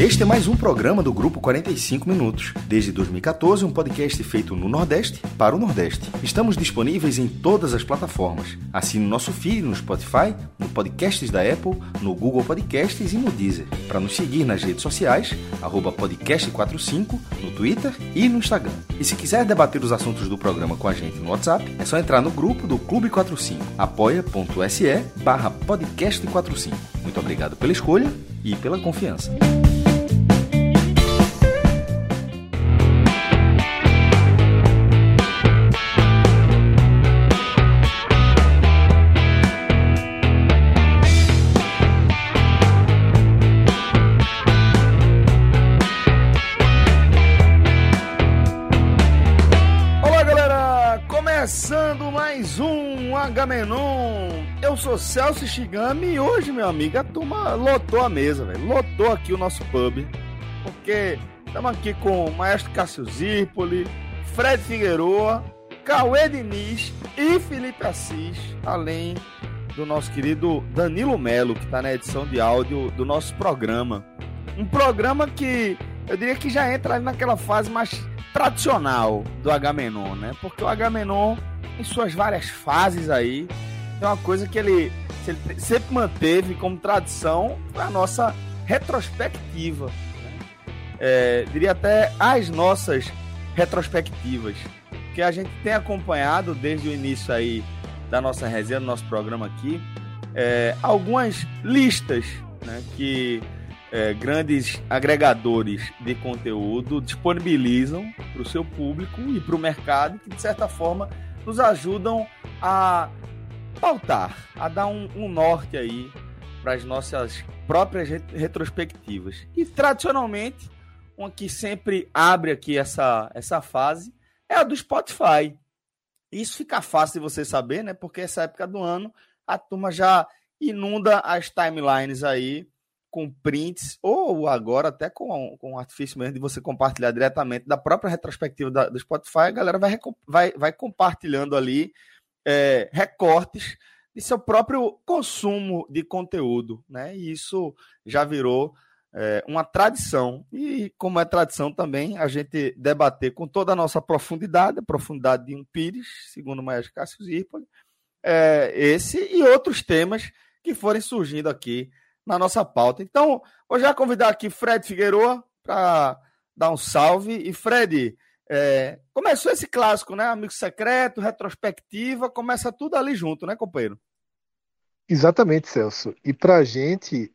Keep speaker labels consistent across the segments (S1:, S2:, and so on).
S1: Este é mais um programa do Grupo 45 Minutos. Desde 2014, um podcast feito no Nordeste para o Nordeste. Estamos disponíveis em todas as plataformas. Assine o nosso feed no Spotify, no Podcasts da Apple, no Google Podcasts e no Deezer. Para nos seguir nas redes sociais, @podcast45, no Twitter e no Instagram. E se quiser debater os assuntos do programa com a gente no WhatsApp, é só entrar no grupo do Clube 45, apoia.se/podcast45. Muito obrigado pela escolha e pela confiança. Começando mais um Agamenon. Eu sou Celso Shigami e hoje, meu amigo, a turma lotou a mesa, velho. Lotou aqui o nosso pub, porque estamos aqui com o maestro Cássio Zirpoli, Fred Figueroa, Cauê Diniz e Felipe Assis, além do nosso querido Danilo Melo, que está na edição de áudio do nosso programa. Um programa que eu diria que já entra ali naquela fase mais tradicional do Agamenon, né? Porque o Agamenon, em suas várias fases aí, é uma coisa que ele sempre manteve como tradição, a nossa retrospectiva, né? Diria até as nossas retrospectivas, que a gente tem acompanhado desde o início aí da nossa resenha, do nosso programa aqui, algumas listas, né, que grandes agregadores de conteúdo disponibilizam para o seu público e para o mercado, que de certa forma nos ajudam a pautar, a dar um norte aí para as nossas próprias retrospectivas. E tradicionalmente, uma que sempre abre aqui essa fase é a do Spotify. Isso fica fácil de você saber, né? Porque essa época do ano a turma já inunda as timelines aí com prints, ou agora até com o artifício mesmo de você compartilhar diretamente da própria retrospectiva do Spotify, a galera vai compartilhando ali recortes de seu próprio consumo de conteúdo, né? E isso já virou uma tradição. E como é tradição também, a gente debater com toda a nossa profundidade, a profundidade de um Pires, segundo o maestro Cássio Zirpoli, esse e outros temas que forem surgindo aqui na nossa pauta. Então, vou já convidar aqui Fred Figueroa para dar um salve. E Fred, começou esse clássico, né? Amigo secreto, retrospectiva, começa tudo ali junto, né, companheiro?
S2: Exatamente, Celso. E para a gente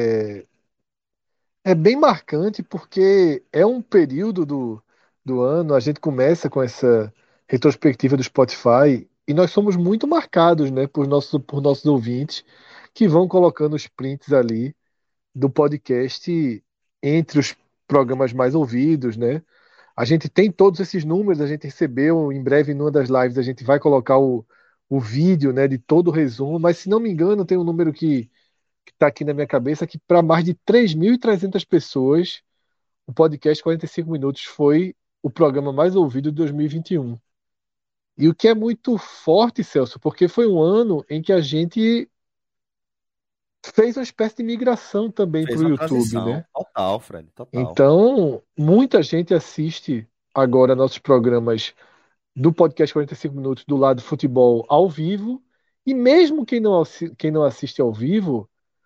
S2: é bem marcante porque é um período do ano, a gente começa com essa retrospectiva do Spotify e nós somos muito marcados, né, por nossos ouvintes que vão colocando os prints ali do podcast entre os programas mais ouvidos, né? A gente tem todos esses números, a gente recebeu em breve numa das lives, a gente vai colocar o vídeo, né, de todo o resumo, mas se não me engano tem um número que está aqui na minha cabeça que para mais de 3.300 pessoas o podcast 45 Minutos foi o programa mais ouvido de 2021. E o que é muito forte, Celso, porque foi um ano em que a gente fez uma espécie de migração também
S1: Fez
S2: para o
S1: uma
S2: YouTube,
S1: transição
S2: né?
S1: total, Fred, total.
S2: Então, muita gente assiste agora nossos programas do podcast 45 Minutos do lado do futebol ao vivo. E mesmo quem não assiste ao vivo,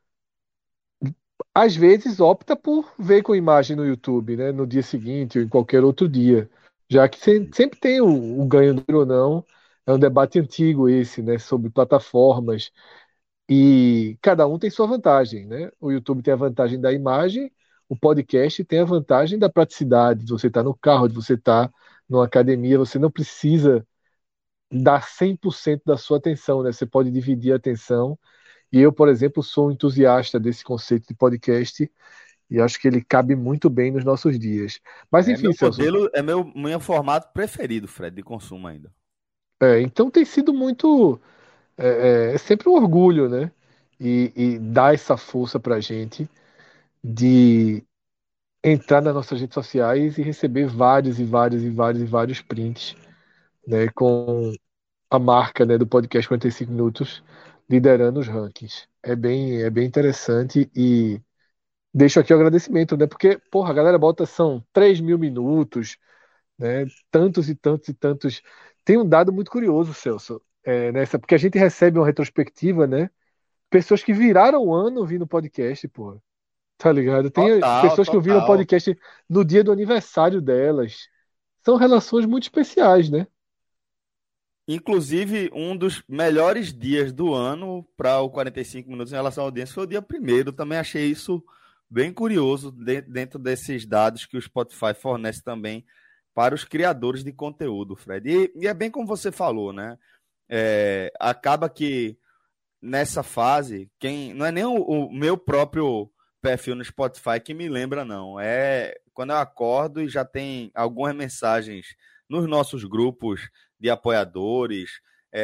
S2: às vezes opta por ver com imagem no YouTube, né? No dia seguinte ou em qualquer outro dia. Já que sempre tem o ganho ou não. É um debate antigo esse, né? Sobre plataformas. E cada um tem sua vantagem, né? O YouTube tem a vantagem da imagem, o podcast tem a vantagem da praticidade, de você estar no carro, de você estar numa academia, você não precisa dar 100% da sua atenção, né? Você pode dividir a atenção. E eu, por exemplo, sou um entusiasta desse conceito de podcast e acho que ele cabe muito bem nos nossos dias. Mas
S1: É
S2: enfim,
S1: meu
S2: Celso,
S1: modelo, é meu formato preferido, Fred, de consumo ainda.
S2: então tem sido muito. É sempre um orgulho, né? E dar essa força pra gente de entrar nas nossas redes sociais e receber vários e vários e vários e vários prints, né, com a marca, né, do podcast 45 Minutos liderando os rankings. É bem interessante e deixo aqui o agradecimento, né? Porque, porra, a galera bota são 3.000 minutos, né? Tantos e tantos e tantos. Tem um dado muito curioso, Celso, nessa, porque a gente recebe uma retrospectiva, né? Pessoas que viraram o ano ouvindo podcast, pô. Tá ligado? Tem
S1: Total,
S2: pessoas que ouviram o
S1: total.
S2: podcast no dia do aniversário delas. São relações muito especiais, né?
S1: Inclusive, um dos melhores dias do ano para o 45 minutos em relação à audiência foi o dia primeiro. Também achei isso bem curioso dentro desses dados que o Spotify fornece também para os criadores de conteúdo, Fred. E é bem como você falou, né? Acaba que nessa fase, não é nem o meu próprio perfil no Spotify que me lembra, não. É quando eu acordo e já tem algumas mensagens nos nossos grupos de apoiadores,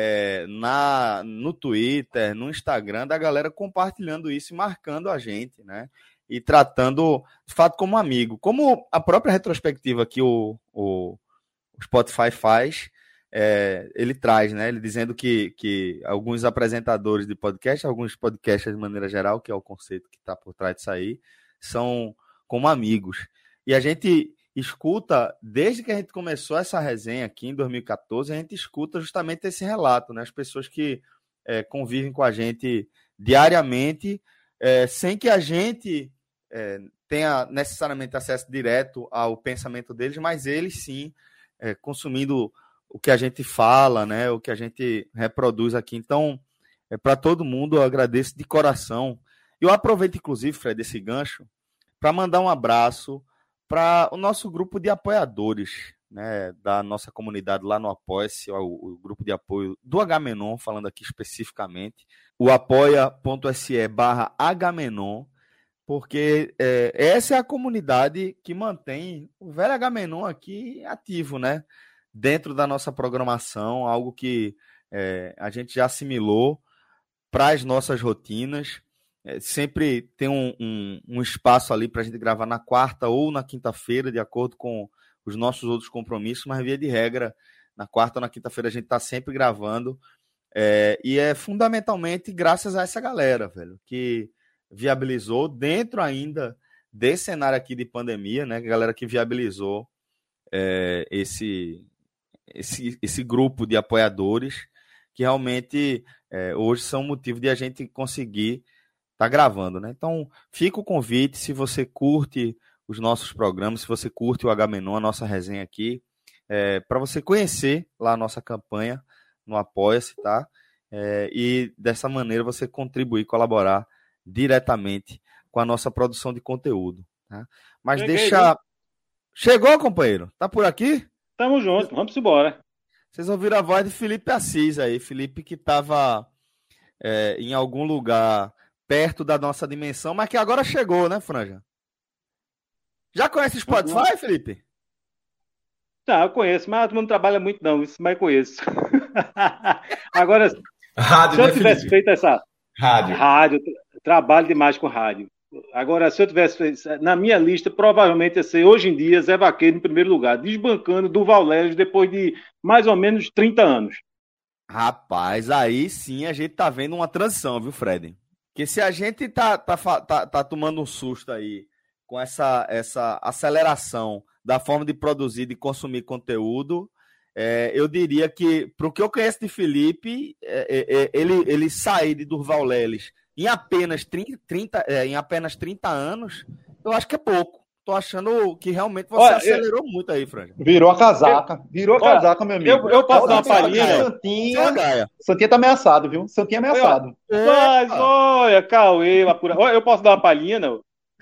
S1: no Twitter, no Instagram, da galera compartilhando isso e marcando a gente, né? E tratando, de fato, como amigo. Como a própria retrospectiva que o Spotify faz, ele traz, né? Ele dizendo que alguns apresentadores de podcast, alguns podcasts de maneira geral, que é o conceito que está por trás disso aí, são como amigos. E a gente escuta, desde que a gente começou essa resenha aqui em 2014, a gente escuta justamente esse relato, né? As pessoas que convivem com a gente diariamente, sem que a gente tenha necessariamente acesso direto ao pensamento deles, mas eles sim consumindo o que a gente fala, né? O que a gente reproduz aqui. Então, para todo mundo, eu agradeço de coração. Eu aproveito, inclusive, Fred, esse gancho, para mandar um abraço para o nosso grupo de apoiadores, né, da nossa comunidade lá no Apoia-se, o grupo de apoio do Agamenon, falando aqui especificamente, o apoia.se/Agamenon, porque essa é a comunidade que mantém o velho Agamenon aqui ativo, né, dentro da nossa programação, algo que a gente já assimilou para as nossas rotinas. Sempre tem um espaço ali para a gente gravar na quarta ou na quinta-feira, de acordo com os nossos outros compromissos, mas via de regra, na quarta ou na quinta-feira a gente está sempre gravando, e é fundamentalmente graças a essa galera, velho, que viabilizou, dentro ainda desse cenário aqui de pandemia, né, a galera que viabilizou esse grupo de apoiadores, que realmente hoje são motivo de a gente conseguir tá gravando, né? Então, fica o convite, se você curte os nossos programas, se você curte o Agamenon, a nossa resenha aqui, para você conhecer lá a nossa campanha no Apoia-se, tá? E dessa maneira você contribuir, colaborar diretamente com a nossa produção de conteúdo, tá? Mas
S3: Cheguei,
S1: Chegou, companheiro? Tá por aqui?
S3: tamo junto, vamos embora.
S1: Vocês ouviram a voz de Felipe Assis aí, Felipe que estava em algum lugar perto da nossa dimensão, mas que agora chegou, né, Franja? Já conhece o Spotify, Felipe?
S3: Tá, eu conheço, mas todo mundo não trabalha muito não, isso mas conheço. Agora,
S4: Rádio,
S3: se eu
S4: né,
S3: tivesse
S4: Felipe?
S3: feito essa
S4: Rádio.
S3: trabalho demais com rádio. Agora, se eu tivesse feito, na minha lista, provavelmente ia ser, hoje em dia, Zé Vaqueiro em primeiro lugar, desbancando Durval Lemos depois de mais ou menos 30 anos.
S1: Rapaz, aí sim a gente tá vendo uma transição, viu, Fred? Que se a gente tá tomando um susto aí com essa aceleração da forma de produzir, de consumir conteúdo, eu diria que, pro que eu conheço de Felipe, ele sair de Durval Leles em apenas 30 anos, eu acho que é pouco. Tô achando que realmente você acelerou muito aí, Franja.
S5: Virou a casaca. Virou a casaca, meu amigo.
S3: Eu posso dar uma palhinha, não?
S5: Santinha tá ameaçado, viu? Santinha ameaçado.
S3: Mas, olha, Cauê, eu posso dar uma palhinha, não?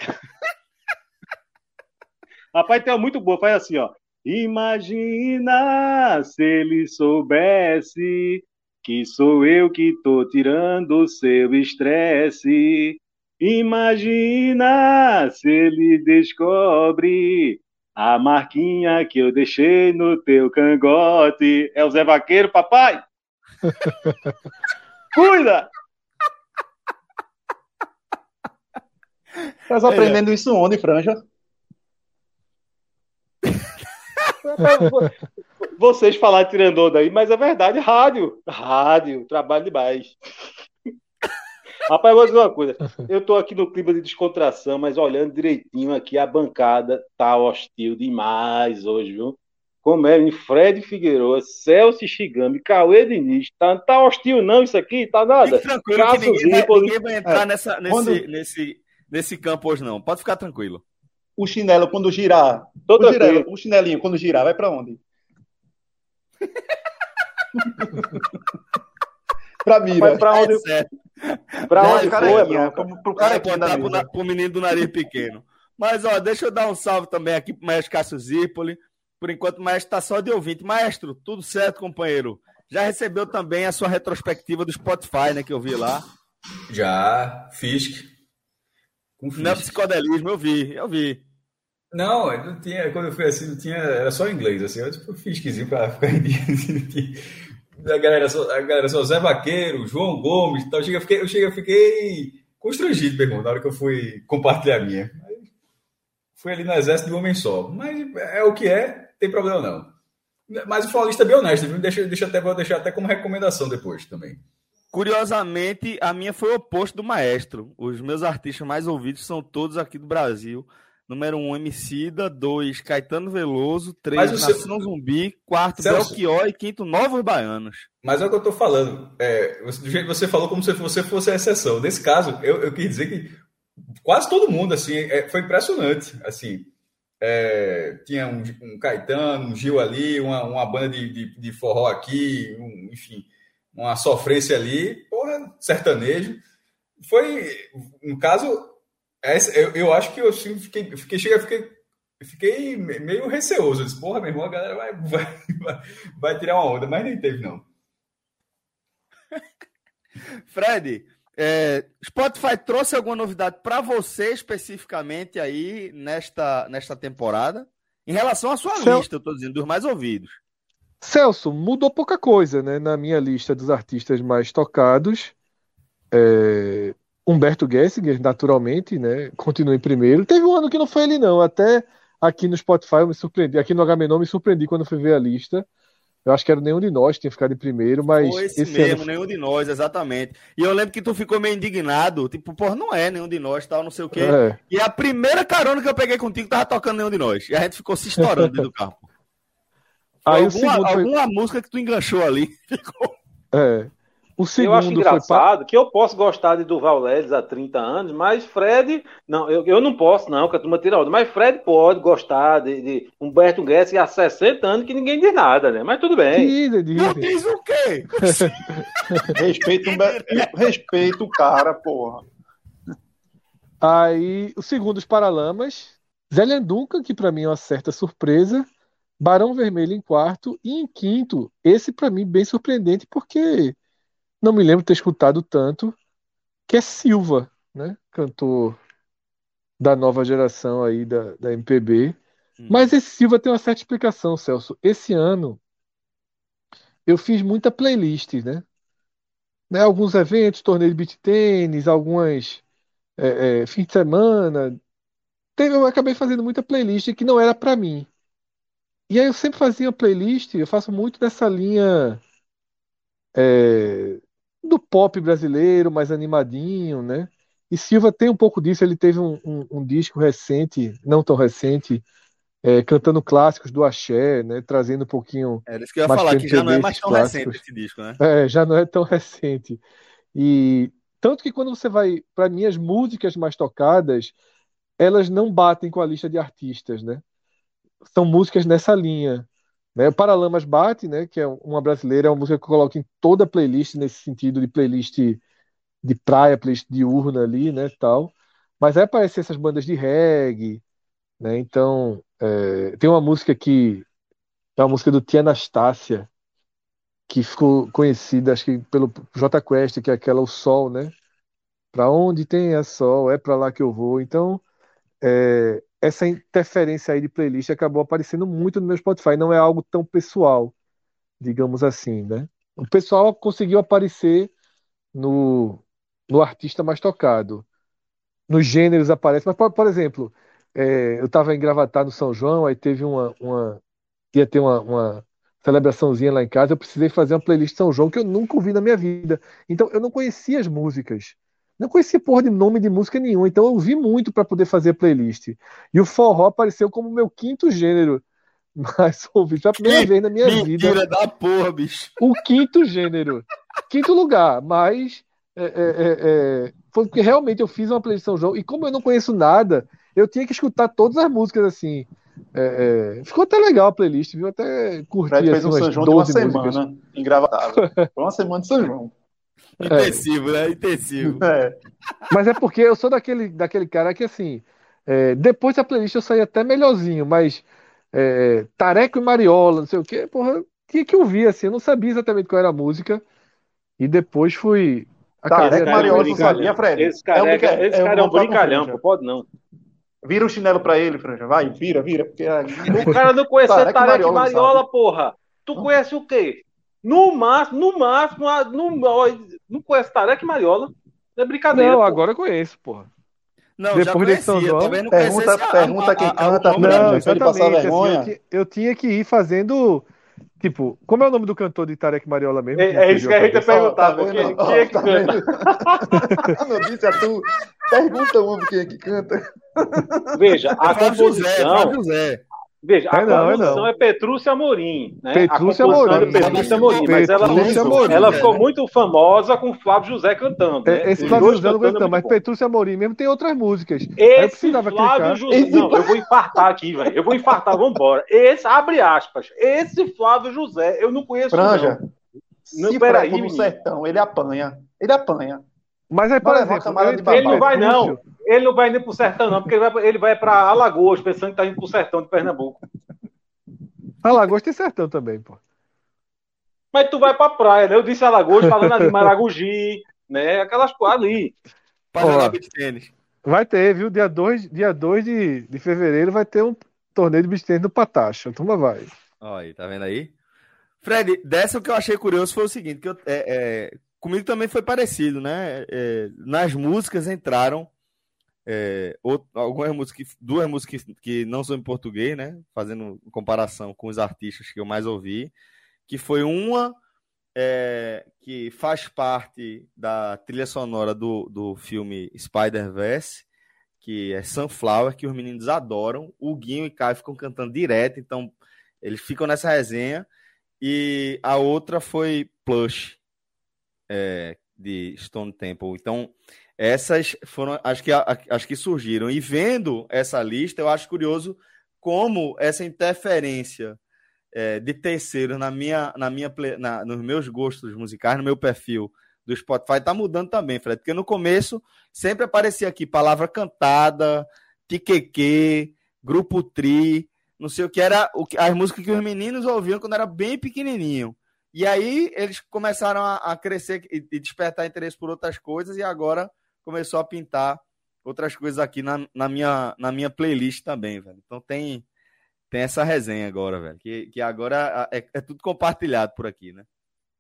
S3: Rapaz, tem uma muito boa, faz assim, ó. Imagina se ele soubesse que sou eu que tô tirando o seu estresse. Imagina se ele descobre a marquinha que eu deixei no teu cangote. É o Zé Vaqueiro, papai? Cuida!
S5: Estás aprendendo isso onde, Franja?
S3: Vocês falaram tirando onda aí, mas é verdade, rádio, trabalho demais. Rapaz, eu vou dizer uma coisa. Eu tô aqui no clima de descontração, mas olhando direitinho aqui, a bancada tá hostil demais hoje, viu? Como é, Fred Figueiredo, Celso Shigami, Cauê Diniz, tá hostil não isso aqui? Tá
S1: Fique
S3: nada?
S1: tranquilo que
S3: Cássio Zirpoli,
S1: ninguém vai entrar
S5: Quando
S1: nesse campo hoje, não. Pode ficar tranquilo.
S5: o chinelo, quando girar,
S3: tô tranquilo.
S5: o chinelinho, quando girar, vai pra onde? Pra mira.
S3: Mas pra onde,
S1: É certo.
S3: pra
S1: Não,
S3: onde
S1: cara,
S3: for, é
S5: Carequinha,
S3: bronca.
S5: pro
S1: Vai
S5: carequinha da
S1: apontar
S5: mesa.
S1: pro menino do nariz pequeno. Mas, ó, deixa eu dar um salve também aqui pro Maestro Cássio Zirpoli. Por enquanto, o Maestro tá só de ouvinte. Maestro, tudo certo, companheiro? Já recebeu também a sua retrospectiva do Spotify, né, que eu vi lá.
S4: Já, Fisk. Com
S1: Não é
S4: Fisk.
S1: psicodelismo, eu vi.
S4: Não, eu não tinha, quando eu fui assim, não tinha, era só inglês, assim, eu tipo Fiskzinho pra ficar em dia, assim, não tinha. A galera só Zé Vaqueiro, João Gomes e tal. Eu fiquei constrangido, meu irmão, na hora que eu fui compartilhar a minha. Fui ali no exército de um homem só. Mas é o que é, tem problema não. Mas o Paulista é bem honesto, viu? Vou deixar até como recomendação depois também.
S1: Curiosamente, a minha foi o oposto do Maestro. Os meus artistas mais ouvidos são todos aqui do Brasil. Número 1, Emicida. 2, Caetano Veloso. 3, Nação Zumbi. 4,
S4: Celso,
S1: Belchior. E 5, Novos Baianos.
S4: mas é o que eu tô falando. Do jeito que você falou, como se você fosse a exceção. Nesse caso, eu quis dizer que quase todo mundo, assim, foi impressionante. Assim, tinha um Caetano, um Gil ali, uma banda de forró aqui, enfim, uma sofrência ali, porra, sertanejo. Foi, no caso, eu acho que eu assim, fiquei meio receoso. Eu disse, porra, meu irmão, a galera vai tirar uma onda, mas nem teve, não.
S1: Fred, Spotify trouxe alguma novidade para você especificamente aí nesta temporada? Em relação à sua lista, eu estou dizendo, dos mais ouvidos.
S2: Celso, mudou pouca coisa, né? Na minha lista dos artistas mais tocados. Humberto Gessinger, naturalmente, né? Continua em primeiro. Teve um ano que não foi ele, não. Até aqui no Spotify eu me surpreendi. Aqui no Agamenon eu me surpreendi quando fui ver a lista. Eu acho que era Nenhum de Nós que tinha ficado em primeiro, mas
S1: Foi esse
S2: esse
S1: mesmo,
S2: ano...
S1: Nenhum de Nós, exatamente. E eu lembro que tu ficou meio indignado, tipo, pô, não é Nenhum de Nós, tal, não sei o quê. E a primeira carona que eu peguei contigo tava tocando Nenhum de Nós. E a gente ficou se estourando dentro do carro.
S2: Aí
S1: alguma música que tu enganchou ali.
S2: O segundo
S3: eu acho engraçado que eu posso gostar de Durval Leles há 30 anos, mas Fred, não, eu não posso não, que a turma tira onda, mas Fred pode gostar de Humberto Gessinger há 60 anos que ninguém diz nada, né? Mas tudo bem.
S1: Não diz o quê?
S5: Respeita o cara, porra.
S2: Aí, o segundo, os Paralamas. Zé Duncan, que pra mim é uma certa surpresa. Barão Vermelho em quarto. E em quinto, esse pra mim bem surpreendente, porque não me lembro de ter escutado tanto, que é Silva, né? Cantor da nova geração aí da MPB. Mas esse Silva tem uma certa explicação, Celso. Esse ano eu fiz muita playlist, né? Alguns eventos, torneio de beach tênis, algumas fim de semana. Eu acabei fazendo muita playlist que não era pra mim. E aí eu sempre fazia playlist, eu faço muito dessa linha do pop brasileiro, mais animadinho, né? E Silva tem um pouco disso, ele teve um disco recente, não tão recente, cantando clássicos do axé, né? Trazendo um pouquinho
S1: Era isso que eu ia
S2: mais
S1: falar,
S2: pra
S1: que já não é
S2: MPB
S1: mais
S2: esses
S1: tão
S2: clássicos.
S1: recente esse disco, né?
S2: Já não é tão recente. E tanto que quando você vai para minhas músicas mais tocadas, elas não batem com a lista de artistas, né? São músicas nessa linha, né? O Paralamas bate, né? Que é uma brasileira, é uma música que eu coloco em toda a playlist nesse sentido de playlist de praia, playlist diurna ali, né? Tal. Mas aí aparecem essas bandas de reggae, né? Então tem uma música que é uma música do Tia Anastácia que ficou conhecida, acho que pelo Jota Quest, que é aquela O Sol, né? Pra onde tem a sol, é pra lá que eu vou. Então, essa interferência aí de playlist acabou aparecendo muito no meu Spotify. Não é algo tão pessoal, digamos assim, né? O pessoal conseguiu aparecer no, no artista mais tocado. Nos gêneros aparece. Mas, por exemplo, eu estava em Gravatá no São João, aí teve ia ter uma celebraçãozinha lá em casa. Eu precisei fazer uma playlist de São João que eu nunca ouvi na minha vida. Então, eu não conhecia as músicas. Não conhecia porra de nome de música nenhum, então eu vi muito para poder fazer a playlist. E o forró apareceu como meu quinto gênero mais ouvido. Foi a primeira vez na minha vida.
S1: Mentira da porra, bicho.
S2: O quinto gênero. Quinto lugar, mas foi porque realmente eu fiz uma playlist de São João e como eu não conheço nada, eu tinha que escutar todas as músicas assim. Ficou até legal a playlist, viu? Até curti
S5: Fred fez
S2: assim,
S5: um São
S2: umas
S5: João de uma
S2: 12 músicas.
S5: semana engravatável. Foi uma semana de São João.
S1: Intensivo, né? Intensivo.
S2: Mas é porque eu sou daquele cara que assim, depois da playlist eu saí até melhorzinho, mas Tareco e Mariola, não sei o que, porra, tinha que ouvir assim, eu não sabia exatamente qual era a música e depois fui
S5: Tareco e Mariola,
S3: tu
S5: tu sabia, Fred?
S3: Esse cara é um brincalhão, pô, pode não.
S5: Vira o chinelo pra ele, Franja. Vai, vira. Porque...
S3: O cara não conhece Tareco e Mariola, porra. Tu conhece o quê? No máximo, não conhece Tareco e Mariola. Não é brincadeira.
S2: Não,
S3: porra.
S2: agora eu conheço, porra.
S1: Não,
S2: Depois
S1: já
S2: de
S1: conhecia,
S2: São João,
S1: talvez não
S5: pergunta
S1: conhecesse
S5: quem canta,
S1: nome da
S2: Não,
S1: música.
S5: Ele passar
S2: exatamente.
S5: vergonha.
S2: Assim, eu tinha que ir fazendo. Tipo, como é o nome do cantor de Tareco e Mariola mesmo?
S3: É isso que a gente ia perguntar.
S5: Tá
S3: Quem
S5: vendo?
S3: é que
S5: Tá
S3: canta?
S5: vendo? Eu disse a tu. Pergunta um quem é que canta.
S3: Veja, a
S1: Flávio
S3: composição.
S1: José.
S3: Veja, a
S2: não.
S3: composição é Petrúcia Amorim, né?
S2: Petrúcia
S3: A composição
S2: Amorim.
S3: é Petrúcia Amorim, mas
S2: Petrúcia Amorim,
S3: ela
S1: né?
S3: ficou muito famosa com o Flávio José cantando, né?
S2: Esse
S3: Os
S2: Flávio
S3: dois
S2: José eu não
S3: cantando
S2: conheço,
S3: é
S2: mas
S3: muito bom.
S2: Petrúcia Amorim mesmo tem outras músicas. Aí eu
S3: Esse
S2: precisava
S3: Flávio
S2: clicar.
S3: José. Não, eu vou infartar aqui, velho. Eu vou infartar, vambora. Esse, abre aspas. Esse Flávio José, eu não conheço,
S5: Franja.
S3: Não,
S5: Se
S3: peraí,
S5: for no
S3: menino.
S5: sertão, ele apanha. Ele apanha.
S2: Mas aí, por
S5: Vai levar uma
S2: exemplo,
S5: camada
S2: eu
S5: de
S2: entrei
S3: Ele não
S2: no
S3: vai,
S2: Petrúcio.
S3: não. Ele não vai nem pro sertão, não, porque ele vai pra Alagoas, pensando que tá indo pro sertão de Pernambuco.
S2: Alagoas tem sertão também, pô.
S3: Mas tu vai pra praia, né? Eu disse Alagoas, falando ali Maragogi, né? Aquelas coisas ali.
S1: Pra
S2: Ó,
S1: jogar beach tênis.
S2: Vai ter, viu? Dia 2 de fevereiro vai ter um torneio de beach tennis no Patacha. A turma vai.
S1: Olha aí, tá vendo aí? Fred, dessa o que eu achei curioso foi o seguinte, que comigo também foi parecido, né? Nas músicas entraram algumas músicas, duas músicas que não são em português, né? Fazendo comparação com os artistas que eu mais ouvi, que foi uma que faz parte da trilha sonora do filme Spider-Verse, que é Sunflower, que os meninos adoram. O Guinho e Caio ficam cantando direto, então eles ficam nessa resenha. E a outra foi Plush, de Stone Temple. Então, essas foram as que surgiram. E vendo essa lista, eu acho curioso como essa interferência de terceiros nos meus gostos musicais, no meu perfil do Spotify, está mudando também, Fred. Porque no começo sempre aparecia aqui palavra cantada, tiqueque, grupo tri, não sei o que era, as músicas que os meninos ouviam quando era bem pequenininho. E aí eles começaram a crescer e despertar interesse por outras coisas e agora começou a pintar outras coisas aqui na minha playlist também, velho. Então tem essa resenha agora, velho, que agora é tudo compartilhado por aqui, né?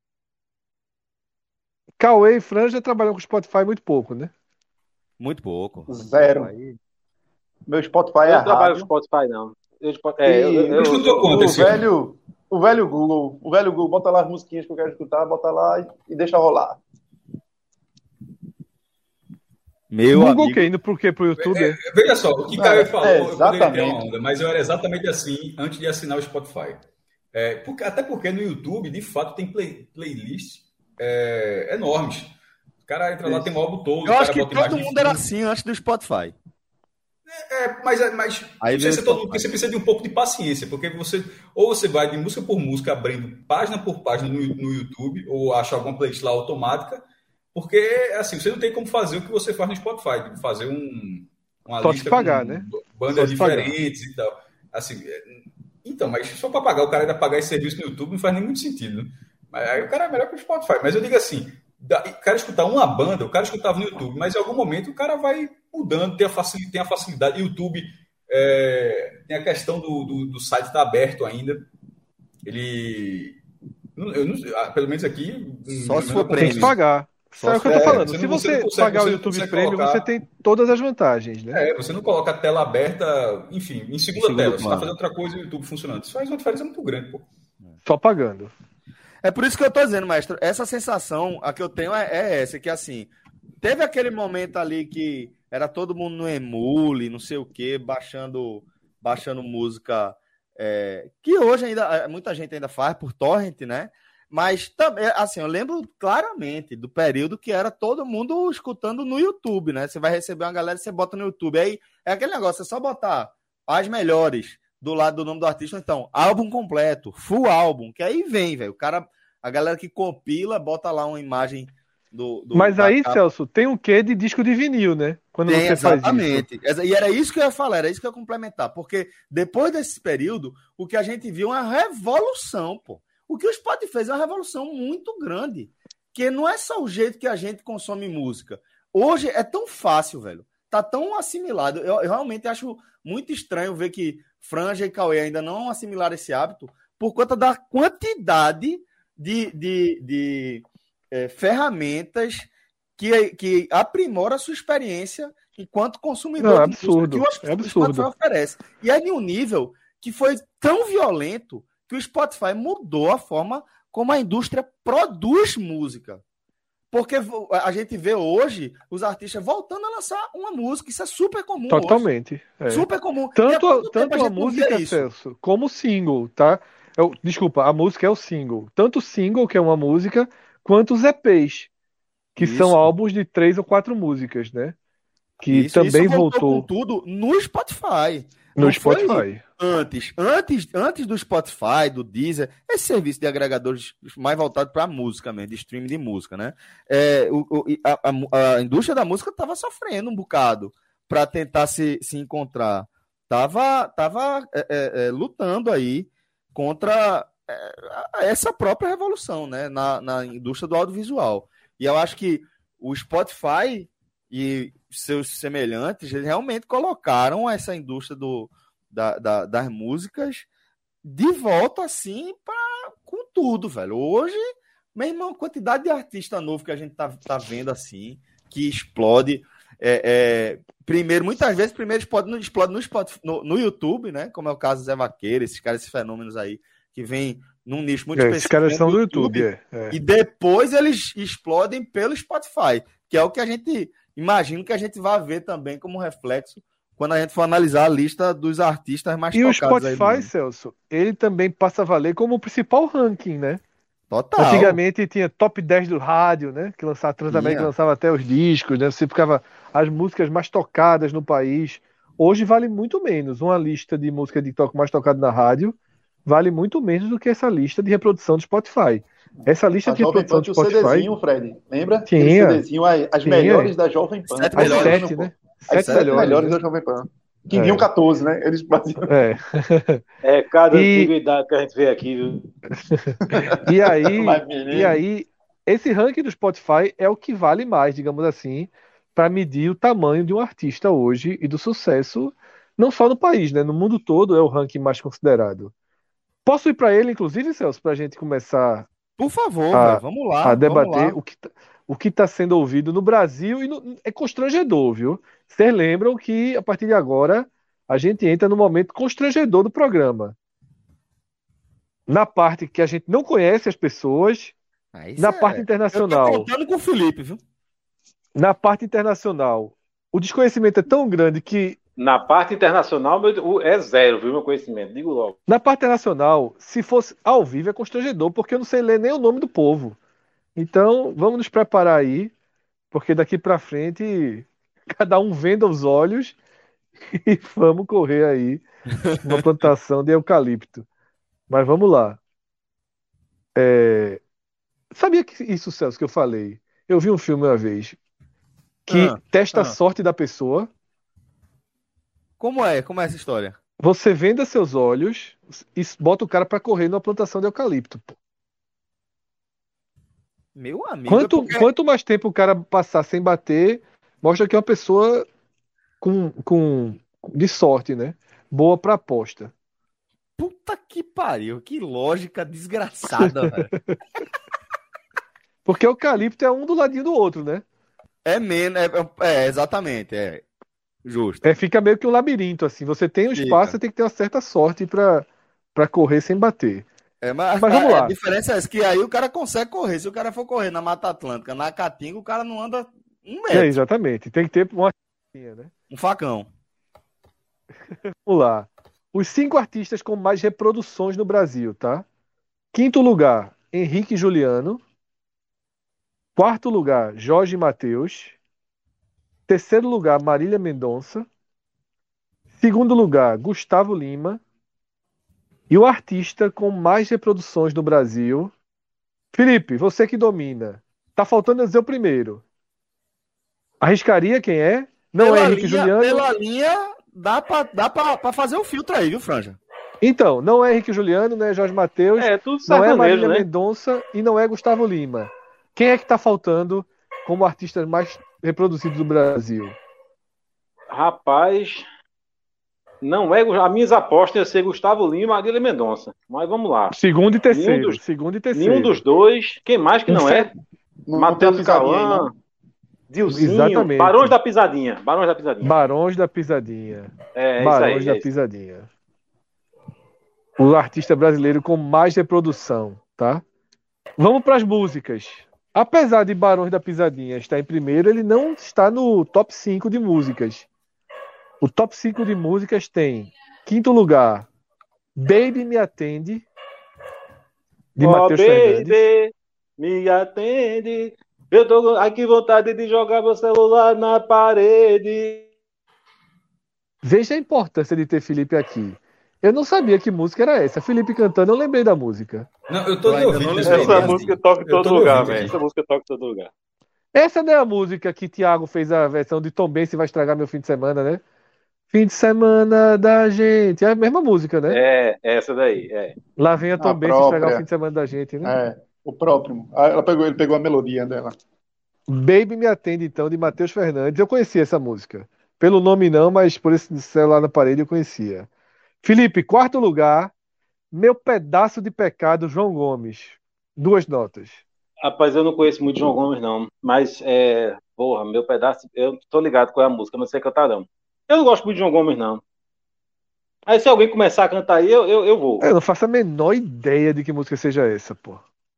S2: Cauê e Franja trabalham com Spotify muito pouco, né?
S1: Muito pouco.
S5: Zero.
S1: Aí...
S5: Meu Spotify
S3: Eu
S5: é
S3: não trabalho
S5: rádio.
S3: com Spotify, não.
S5: O velho Google, bota lá as musiquinhas que eu quero escutar, bota lá e deixa rolar.
S1: Meu
S2: Google
S1: amigo...
S2: indo por quê? Pro YouTube?
S4: Veja só, o que Caio falou, eu poderia criar uma
S5: exatamente.
S4: onda, mas eu era exatamente assim antes de assinar o Spotify. Até porque no YouTube, de fato, tem playlists enormes. O cara entra lá, tem o álbum todo.
S1: Eu acho que
S4: bota
S1: todo
S4: imagem de
S1: mundo era
S4: fundo.
S1: assim antes do Spotify.
S4: Mas
S1: Aí
S4: precisa ser todo mundo,
S1: Spotify.
S4: porque você precisa de um pouco de paciência, porque você vai de música por música, abrindo página por página no YouTube, ou acha alguma playlist lá automática, porque assim, você não tem como fazer o que você faz no Spotify, tipo, fazer uma
S2: Só
S4: lista
S2: te pagar,
S4: com
S2: né?
S4: bandas
S2: Só te pagar.
S4: diferentes e tal. Assim, então, mas só para pagar, o cara ainda pagar esse serviço no YouTube não faz nem muito sentido, né? Mas aí o cara é melhor que o Spotify. Mas eu digo assim, o cara escutar uma banda, o cara escutava no YouTube, mas em algum momento o cara vai mudando, tem a facilidade. YouTube tem a questão do site estar aberto ainda. Pelo menos aqui...
S1: Só se for
S2: Tem que
S1: premium.
S2: pagar.
S1: Só
S2: É o que eu tô falando.
S4: você
S2: Se
S4: não
S2: você
S4: consegue-
S2: pagar
S4: você
S2: o
S4: não
S2: YouTube
S4: consegue
S2: Premium,
S4: colocar-
S2: você tem todas as vantagens, né?
S4: Você não coloca a tela aberta, enfim, em segunda
S1: segundo
S4: tela. Você
S1: plano.
S4: está fazendo outra coisa e o YouTube funcionando. Isso faz uma diferença muito grande, pô.
S2: Só pagando.
S1: É por isso que eu tô dizendo, maestro, essa sensação, a que eu tenho é essa, que assim, teve aquele momento ali que era todo mundo no Emule, não sei o quê, baixando música, que hoje ainda muita gente ainda faz por torrent, né? Mas também, assim, eu lembro claramente do período que era todo mundo escutando no YouTube, né? Você vai receber uma galera, você bota no YouTube. Aí é aquele negócio, é só botar as melhores do lado do nome do artista, então, álbum completo, full álbum, que aí vem, velho. A galera que compila, bota lá uma imagem
S2: Mas aí,
S1: capa.
S2: Celso, tem um quê de disco de vinil, né? Quando
S1: Tem,
S2: você faz isso.
S1: exatamente. E era isso que eu ia falar, era isso que eu ia complementar. Porque depois desse período, o que a gente viu é uma revolução, pô. O que o Spotify fez é uma revolução muito grande. Que não é só o jeito que a gente consome música. Hoje é tão fácil, velho. Tá tão assimilado. Eu realmente acho muito estranho ver que Franja e Cauê ainda não assimilaram esse hábito por conta da quantidade de ferramentas que aprimora a sua experiência enquanto consumidor.
S2: Não, é absurdo.
S1: Que o Spotify oferece. E é de um nível que foi tão violento que o Spotify mudou a forma como a indústria produz música. Porque a gente vê hoje os artistas voltando a lançar uma música. Isso é super comum.
S2: Totalmente.
S1: Hoje. Super comum.
S2: Tanto a música, Celso, como o single, tá? Desculpa, a música é o single. Tanto o single, que é uma música, quanto os EPs, que são álbuns de 3 ou 4 músicas, né? Que também voltou
S1: com tudo no Spotify.
S2: No Spotify.
S1: Antes do Spotify, do Deezer, esse serviço de agregadores mais voltado para a música mesmo, de streaming de música, né? A indústria da música estava sofrendo um bocado para tentar se encontrar. Tava lutando aí contra essa própria revolução, né? Na indústria do audiovisual. E eu acho que o Spotify e seus semelhantes, eles realmente colocaram essa indústria das músicas de volta, assim, com tudo, velho. Hoje, meu irmão, a quantidade de artista novo que a gente tá vendo, assim, que explode. Muitas vezes, explode no YouTube, né? Como é o caso do Zé Vaqueiro, esses fenômenos aí, que vem num nicho muito específico.
S2: Esses caras são do YouTube.
S1: E depois eles explodem pelo Spotify, que é o que a gente imagino que a gente vai ver também como reflexo quando a gente for analisar a lista dos artistas mais tocados.
S2: E o Spotify, Celso, ele também passa a valer como o principal ranking, né?
S1: Total.
S2: Antigamente tinha top 10 do rádio, né? Que lançava Transamérica, lançava até os discos, né? Você ficava as músicas mais tocadas no país. Hoje vale muito menos. Uma lista de música de toque mais tocada na rádio vale muito menos do que essa lista de reprodução do Spotify. Essa lista de reprodução do Spotify...
S5: o CDzinho, Fred, lembra?
S2: Tinha.
S5: Aquele CDzinho, as melhores da Jovem Pan.
S1: As
S2: sete, né?
S5: As 7 melhores da Jovem Pan. Que vinham 14, né? Eles faziam.
S3: Cada antiguidade que a gente vê aqui, viu?
S2: E aí, esse ranking do Spotify é o que vale mais, digamos assim, para medir o tamanho de um artista hoje e do sucesso, não só no país, né? No mundo todo é o ranking mais considerado. Posso ir para ele, inclusive, Celso, para a gente começar
S1: Por favor, vamos lá.
S2: A debater
S1: vamos lá.
S2: o que está sendo ouvido no Brasil é constrangedor, viu? Vocês lembram que a partir de agora a gente entra no momento constrangedor do programa. Na parte que a gente não conhece as pessoas, na parte internacional.
S1: Eu tô contando com o Felipe, viu?
S2: Na parte internacional, o desconhecimento é tão grande que...
S3: Na parte internacional é zero, viu, meu conhecimento, digo logo.
S2: Na parte internacional, se fosse ao vivo é constrangedor, porque eu não sei ler nem o nome do povo. Então, vamos nos preparar aí, porque daqui para frente, cada um venda os olhos e vamos correr aí uma plantação de eucalipto. Mas vamos lá. Sabia que isso, Celso, que eu falei? Eu vi um filme uma vez que testa a sorte da pessoa.
S1: Como é essa história?
S2: Você venda seus olhos e bota o cara para correr numa plantação de eucalipto, pô.
S1: Meu amigo.
S2: Quanto mais tempo o cara passar sem bater, mostra que é uma pessoa de sorte, né? Boa pra aposta.
S1: Puta que pariu, que lógica desgraçada, velho.
S2: Porque o eucalipto é um do ladinho do outro, né?
S1: Exatamente, justo.
S2: Fica meio que um labirinto, assim. Você tem um espaço, você tem que ter uma certa sorte pra correr sem bater.
S1: Mas vamos lá. A diferença é que aí o cara consegue correr. Se o cara for correr na Mata Atlântica, na Caatinga, o cara não anda Um metro.
S2: Exatamente. Tem que ter uma, né?
S1: Um facão.
S2: Vamos lá. Os 5 artistas com mais reproduções no Brasil, tá? Quinto lugar, Henrique e Juliano. Quarto lugar, Jorge Mateus. Terceiro lugar, Marília Mendonça. Segundo lugar, Gustavo Lima. E o artista com mais reproduções no Brasil. Felipe, você que domina. Tá faltando dizer o primeiro. Arriscaria quem é? Não é Henrique e Juliano?
S1: Pela linha, dá pra fazer o filtro aí, viu, Franja?
S2: Então, não é Henrique e Juliano, não é Jorge Mateus,
S3: Tudo
S2: não é
S3: sertanejo,
S2: Marília
S3: né?
S2: Mendonça e não é Gustavo Lima. Quem é que tá faltando como artista mais reproduzido do Brasil?
S3: Rapaz, não é. As minhas apostas iam ser Gustavo Lima e Marília Mendonça. Mas vamos lá.
S2: Segundo e terceiro.
S3: Nenhum dos dois. Quem mais que não é?
S5: Não tem
S3: Matheus
S5: pisadinha aí,
S3: Cauã,
S5: não.
S3: Dilcinho,
S2: Exatamente.
S3: Barões da Pisadinha.
S2: Barões da Pisadinha.
S3: É,
S2: Barões
S3: isso aí.
S2: da Pisadinha. O artista brasileiro com mais reprodução, tá? Vamos para as músicas. Apesar de Barões da Pisadinha estar em primeiro, ele não está no top 5 de músicas. O top 5 de músicas tem, quinto lugar, Baby Me Atende, de Matheus Fernandes.
S3: Baby, me atende. Eu tô aqui vontade de jogar meu celular na parede.
S2: Veja a importância de ter Felipe aqui. Eu não sabia que música era essa. Felipe cantando, eu lembrei da música.
S4: Não, eu tô
S1: Eu
S4: de
S1: ainda
S4: ouvido
S1: não
S4: nesse
S1: lembrei.
S4: momento,
S3: Essa
S4: assim.
S3: música toca em
S4: Eu tô
S3: todo
S4: de
S3: lugar,
S4: ouvido
S3: velho.
S4: aqui.
S3: Essa música toca em todo lugar.
S2: Essa não é a música que Thiago fez a versão de Tom Benz Vai Estragar Meu Fim de Semana, né? Fim de semana da gente. É a mesma música, né?
S3: É, essa daí, é.
S2: Lá vem a Tom
S5: A
S2: Benz estragar o
S5: própria.
S2: fim de semana da gente, né?
S5: É, o próprio. Ele pegou a melodia dela.
S2: Baby Me Atende, então, de Matheus Fernandes. Eu conhecia essa música. Pelo nome não, mas por esse celular na parede eu conhecia. Felipe, quarto lugar, Meu Pedaço de Pecado, João Gomes. 2 notas.
S3: Rapaz, eu não conheço muito João Gomes, não. Mas, porra, meu pedaço. Eu tô ligado qual é a música, não sei cantar, não. Eu não gosto muito de João Gomes, não. Aí, se alguém começar a cantar aí, eu vou.
S2: Eu não faço a menor ideia de que música seja essa, pô.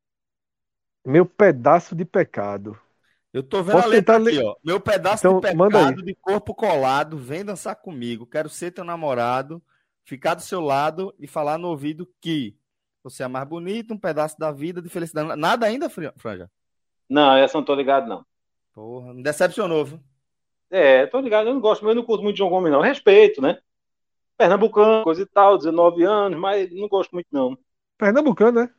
S2: Meu Pedaço de Pecado.
S1: Eu tô vendo
S2: Posso
S1: a letra
S2: tentar
S1: aqui,
S2: ler?
S1: ó. Meu pedaço
S2: Então,
S1: de
S2: manda
S1: pecado,
S2: aí.
S1: de corpo colado, vem dançar comigo. Quero ser teu namorado, ficar do seu lado e falar no ouvido que você é mais bonito, um pedaço da vida, de felicidade. Nada ainda, Franja?
S3: Não, essa eu não tô ligado, não.
S1: Porra, me decepcionou, viu?
S3: Tô ligado, eu não gosto, mas eu não curto muito de João Gomes, não. Respeito, né? Pernambucano, coisa e tal, 19 anos, mas não gosto muito, não.
S2: Pernambucano, né?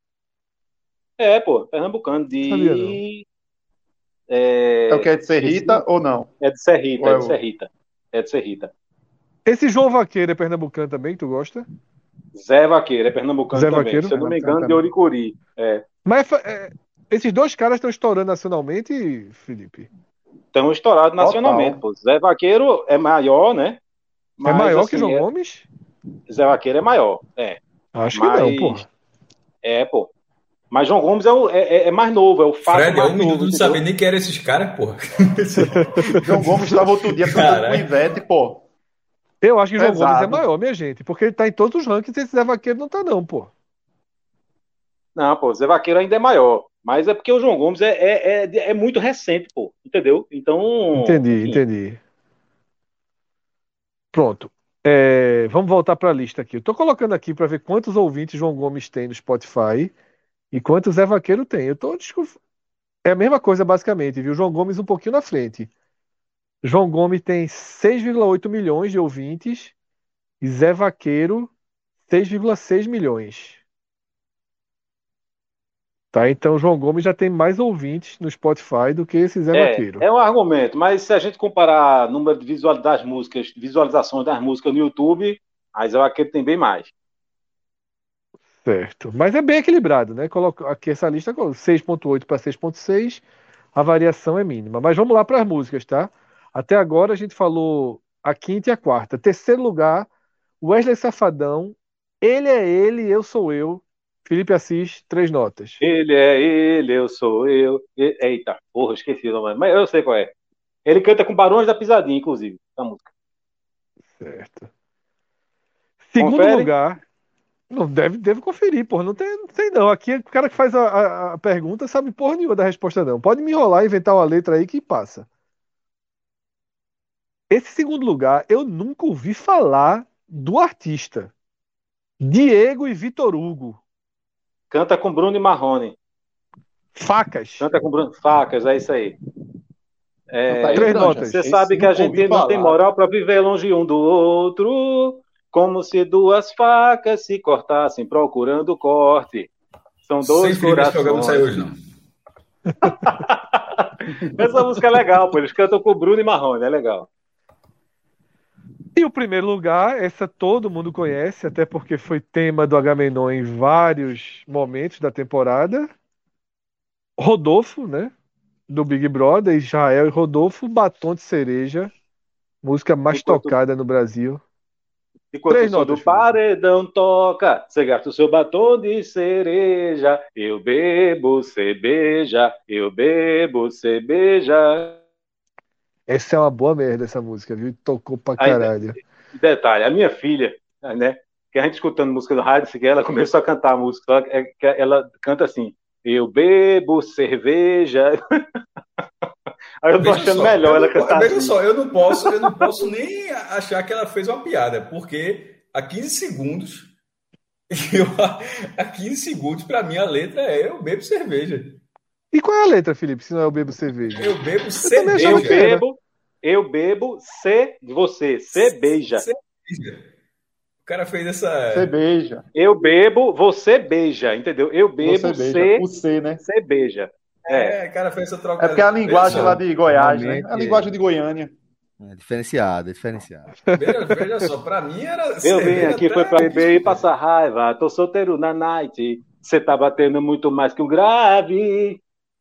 S3: Pô, pernambucano,
S2: Sabia não.
S5: É o que é de ser Rita ou não?
S3: É de Serrita,
S5: Ou é
S3: é de Serrita. É de Serrita.
S2: Esse João Vaqueiro é pernambucano também, tu gosta?
S3: Zé Vaqueiro, é pernambucano
S2: Zé
S3: também.
S2: Vaqueiro?
S3: Se eu não me engano, de
S5: Também.
S3: Oricuri.
S2: Mas esses dois caras estão estourando nacionalmente, Felipe?
S3: Estão estourados
S5: Total.
S3: nacionalmente, pô. Zé Vaqueiro é maior, né?
S2: É maior
S3: assim,
S2: que João Gomes?
S3: Zé Vaqueiro é maior,
S2: Acho que não, porra.
S3: Pô. Mas João Gomes é mais novo, é o fato
S4: Fred,
S3: mais
S4: um minuto
S3: novo.
S4: não sabia nem quem eram esses caras, porra.
S5: João Gomes estava outro dia cantando com
S4: Caraca.
S5: Ivete, pô.
S2: Eu acho que João
S5: Pesado.
S2: Gomes é maior, minha gente, porque ele tá em todos os rankings e esse Zé Vaqueiro não tá não, pô.
S3: Não, pô, Zé Vaqueiro ainda é maior. Mas é porque o João Gomes é muito recente, pô. Entendeu? Então.
S2: Entendi,
S3: enfim.
S2: entendi. Pronto. Vamos voltar para a lista aqui. Eu tô colocando aqui para ver quantos ouvintes João Gomes tem no Spotify e quantos Zé Vaqueiro tem. É a mesma coisa basicamente, viu? João Gomes um pouquinho na frente. João Gomes tem 6,8 milhões de ouvintes e Zé Vaqueiro 6,6 milhões. Tá? Então João Gomes já tem mais ouvintes no Spotify do que esse Zé Vaqueiro.
S3: É um argumento, mas se a gente comparar número de visualizações das músicas no YouTube, a Zé Vaqueiro tem bem mais.
S2: Certo. Mas é bem equilibrado, né? Coloco aqui essa lista 6,8 para 6,6, a variação é mínima. Mas vamos lá para as músicas, tá? Até agora a gente falou a quinta e a quarta. Terceiro lugar, Wesley Safadão, Ele é Ele, Eu Sou Eu, Felipe Assis, 3 notas.
S3: Ele é ele, eu sou eu. Eita, porra, esqueci o nome, mas eu sei qual é. Ele canta com Barões da Pisadinha, inclusive, a música.
S2: Certo. Segundo
S3: Confere?
S2: lugar, Não, deve conferir, porra. Não tem não. Aqui o cara que faz a pergunta sabe porra nenhuma da resposta, não. Pode me enrolar e inventar uma letra aí que passa. Esse segundo lugar, eu nunca ouvi falar do artista. Diego e Vitor Hugo.
S3: Canta com Bruno e Marrone.
S2: Facas.
S3: Canta com Bruno. Facas, é isso aí.
S5: Tá aí,
S2: Três
S5: Franja.
S2: notas.
S3: Você
S5: Esse
S3: sabe que a
S5: nunca ouvi
S3: gente não tem
S5: falar.
S3: moral pra viver longe um do outro, como se duas facas se cortassem procurando corte. São dois
S4: Sem Felipe, esse programa não saiu
S3: corações.
S4: hoje, não.
S3: Essa música é legal, pô. Eles cantam com Bruno e Marrone, é legal.
S2: E o primeiro lugar, essa todo mundo conhece, até porque foi tema do Agamenon em vários momentos da temporada. Rodolfo, né? Do Big Brother, Israel e Rodolfo, Batom de Cereja, música mais
S3: Enquanto,
S2: tocada no Brasil.
S3: enquanto o
S2: Três
S3: som
S2: notas,
S3: do
S2: Felipe.
S3: paredão toca, você gasta o seu batom de cereja. Eu bebo, você beija. Eu bebo, você beija.
S2: Essa é uma boa merda, essa música, viu? Tocou pra
S3: Aí,
S2: caralho.
S3: detalhe, a minha filha, né? Que a gente escutando música do rádio, assim, que ela começou a cantar a música. Ela canta assim: Eu bebo cerveja. Aí eu tô
S4: Veja
S3: achando
S4: só,
S3: melhor ela
S4: eu
S3: cantar
S4: veja
S3: assim.
S4: só, eu não posso nem achar que ela fez uma piada, porque há 15 segundos, eu, há 15 segundos, para mim, a letra é eu bebo cerveja.
S2: E qual é a letra, Felipe, se não é o Bebo Cerveja?
S4: Eu bebo
S2: Eu também achava
S3: Eu
S2: que era.
S3: bebo, C de você, C beija.
S4: cerveja. O cara fez
S5: Você
S4: essa.
S5: beija.
S3: Eu bebo, você beija, entendeu? Eu bebo,
S5: Você beija.
S3: C,
S5: O C, né?
S3: C beija. É.
S4: O cara fez essa
S5: É
S4: troca.
S5: porque é a
S4: Veja
S5: linguagem
S4: só,
S5: lá de Goiás, né?
S1: realmente
S5: A linguagem de Goiânia.
S1: É diferenciado, é diferenciado.
S4: veja só, para mim era
S3: Eu vim
S4: cerveja
S3: aqui,
S4: até
S3: foi pra beber e
S4: discutir.
S3: passar raiva. Tô solteiro na night. Você tá batendo muito mais que um grave.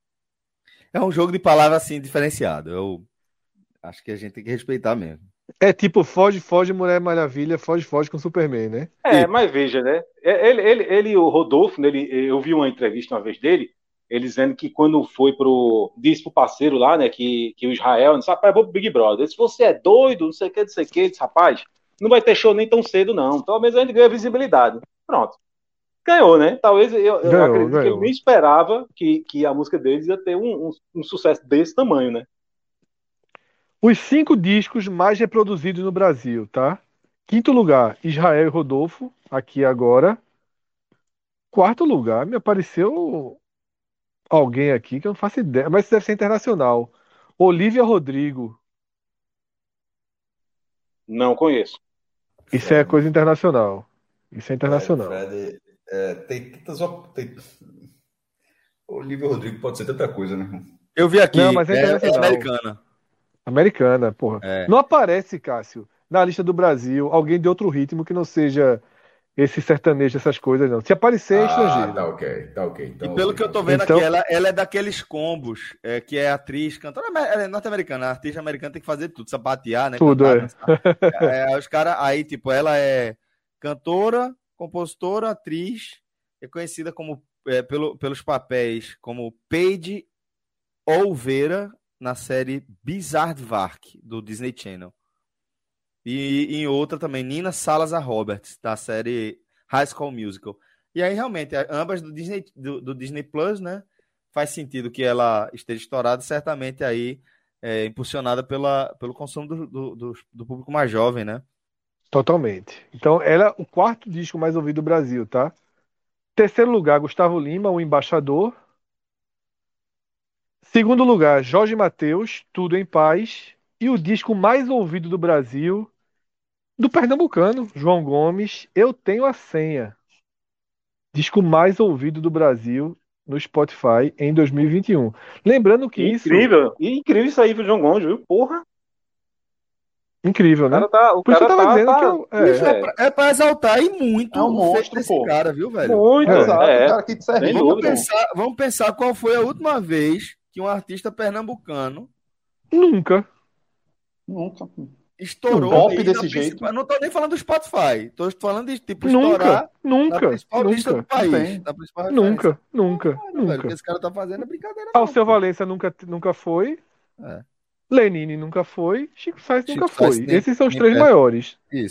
S1: É um jogo de palavras assim diferenciado. Eu acho que a gente tem que respeitar mesmo.
S2: É tipo Foge, Foge, Mulher Maravilha, Foge, Foge com Superman, né?
S3: É, mas veja, né? O Rodolfo, né, eu vi uma entrevista uma vez dele, ele dizendo que quando foi disse pro parceiro lá, né, que o Israel, disse, rapaz, eu vou pro Big Brother. Se você é doido, não sei o que, não sei o que, ele disse, rapaz, não vai ter show nem tão cedo, não. Pelo menos a gente ganha visibilidade. Pronto. Ganhou, né? Talvez eu
S2: Ganhou,
S3: acredito que ele nem
S2: ganhou.
S3: esperava que a música deles ia ter um sucesso desse tamanho, né?
S2: Os 5 discos mais reproduzidos no Brasil, tá? Quinto lugar, Israel e Rodolfo, aqui agora. Quarto lugar, me apareceu alguém aqui que eu não faço ideia, mas deve ser internacional. Olivia Rodrigo.
S3: Não conheço.
S2: Isso é coisa internacional. Isso é internacional.
S4: Fred, tem tantas. Olívio Rodrigo pode ser tanta coisa, né?
S1: Eu vi aqui,
S2: Não, mas é
S1: é
S2: internacional.
S1: americana.
S2: Americana, porra.
S1: É.
S2: Não aparece, Cássio, na lista do Brasil, alguém de outro ritmo que não seja esse sertanejo, essas coisas, não. Se aparecer, é estrangeiro.
S4: Tá ok.
S1: E
S4: Então,
S1: pelo
S4: ok,
S1: que eu tô
S4: ok.
S1: vendo
S2: Então-
S1: aqui, ela é daqueles combos, que é atriz, cantora, ela é norte-americana, a artista americana tem que fazer tudo, sapatear, né?
S2: Tudo,
S1: cantar,
S2: é.
S1: dançar. Os caras, aí, tipo, ela é cantora, compositora, atriz, é conhecida como, pelos papéis como Paige Olvera na série Bizarre-Vark, do Disney Channel. E em outra também, Nina Salazar Roberts, da série High School Musical. E aí, realmente, ambas do Disney Plus, né? Faz sentido que ela esteja estourada, certamente aí impulsionada pelo consumo do público mais jovem, né?
S2: Totalmente. Então, ela é o quarto disco mais ouvido do Brasil, tá? Terceiro lugar, Gustavo Lima, O Embaixador. Segundo lugar, Jorge Mateus, Tudo em Paz. E o disco mais ouvido do Brasil, do pernambucano, João Gomes, Eu Tenho a Senha. Disco mais ouvido do Brasil no Spotify em 2021. Lembrando que
S3: Incrível. E incrível isso aí pro João Gomes, viu? Porra.
S2: Incrível, né?
S3: O
S2: Por isso
S3: cara
S2: eu tava
S3: tá,
S2: dizendo que
S1: Isso é pra exaltar e muito
S5: É um
S1: o feito
S5: monstro,
S1: desse
S5: pô.
S1: cara, viu, velho?
S3: muito.
S5: Exato,
S3: É.
S5: o cara aqui de
S3: Sem
S5: Sergipe.
S3: dúvida.
S1: Vamos pensar qual foi a última vez que um artista pernambucano
S2: nunca.
S5: Nunca.
S1: estourou
S5: Pop
S1: aí
S5: desse
S1: na
S5: jeito.
S1: principal. Não tô nem falando do Spotify. Tô falando de, tipo, estourar
S2: Nunca.
S1: na principal lista do
S2: Nunca.
S1: país.
S5: tem.
S1: Na principal referência.
S2: Nunca.
S1: Velho, o que esse cara tá fazendo é brincadeira.
S2: Alceu Valença nunca foi.
S1: É.
S2: Lenine nunca foi. Chico Sainz
S1: Chico
S2: nunca
S1: Sainz
S2: foi.
S1: nem-
S2: Esses são os
S1: nem
S2: três
S1: perto.
S2: maiores.
S1: Isso.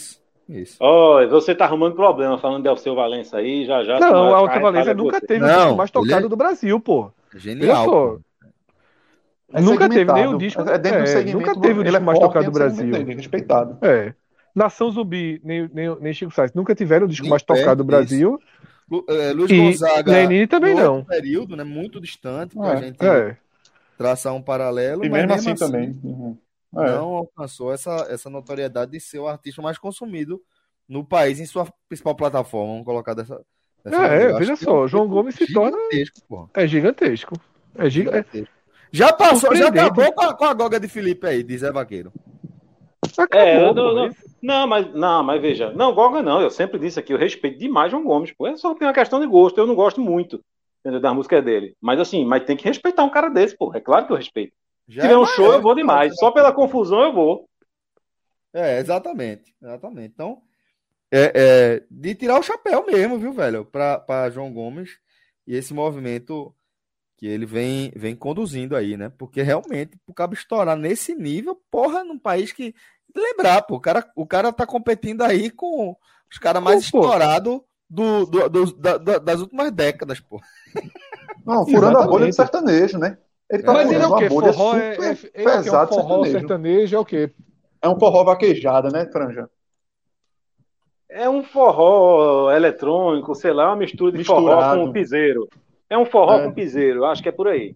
S1: Isso.
S3: Ó, você tá arrumando problema falando de Alceu Valença aí, já.
S2: Não, a Alceu Valença nunca teve o disco mais tocado do Brasil, pô.
S1: Genial.
S2: Olha só. Nunca teve nem o disco.
S5: Dentro do segmento,
S2: nunca teve o disco mais tocado do Brasil.
S5: Dele, respeitado.
S2: Nação Zumbi, nem Chico Sainz nunca tiveram o disco mais tocado do Brasil.
S1: Luiz Gonzaga,
S2: Lenine também não.
S1: Período, né, muito distante pra gente traçar um paralelo.
S5: E
S1: mas
S5: mesmo assim também.
S1: Não alcançou essa notoriedade de ser o artista mais consumido no país, em sua principal plataforma. Vamos colocar dessa maneira.
S2: Veja só, João Gomes se torna. É gigantesco. É gigantesco.
S1: Já passou, já acabou com a goga de Felipe aí, de Zé Vaqueiro.
S3: Acabou, mas veja, não, Goga não, eu sempre disse aqui, eu respeito demais João Gomes, pô, é só tem uma questão de gosto, eu não gosto muito, entendeu, da música dele, mas assim, tem que respeitar um cara desse, pô, é claro que eu respeito. Se tiver um show, eu vou demais, só pela confusão eu vou.
S1: Exatamente. Então, de tirar o chapéu mesmo, viu, velho, pra João Gomes e esse movimento que ele vem conduzindo aí, né? Porque realmente, o cabo estourar nesse nível, porra, num país que... Lembrar, pô, o cara tá competindo aí com os caras mais estourados das últimas décadas, pô.
S5: Não, furando a bolha do sertanejo, né?
S2: Ele tá mas ele é o quê? Forró pesado, forró sertanejo é o quê?
S5: É um forró vaquejada, né, Franja?
S3: É um forró eletrônico, sei lá, uma mistura de forró com piseiro. É um forró com piseiro, acho que é por aí.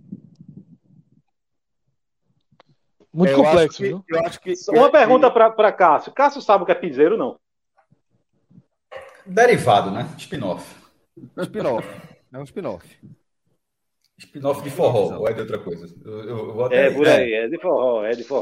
S2: Muito complexo, viu?
S3: Uma pergunta para Cássio. Cássio sabe o que é piseiro, não?
S4: Derivado, né? Spin-off.
S1: É um spin-off.
S4: Spin-off de forró, ou é de outra coisa?
S3: Por aí, é de forró.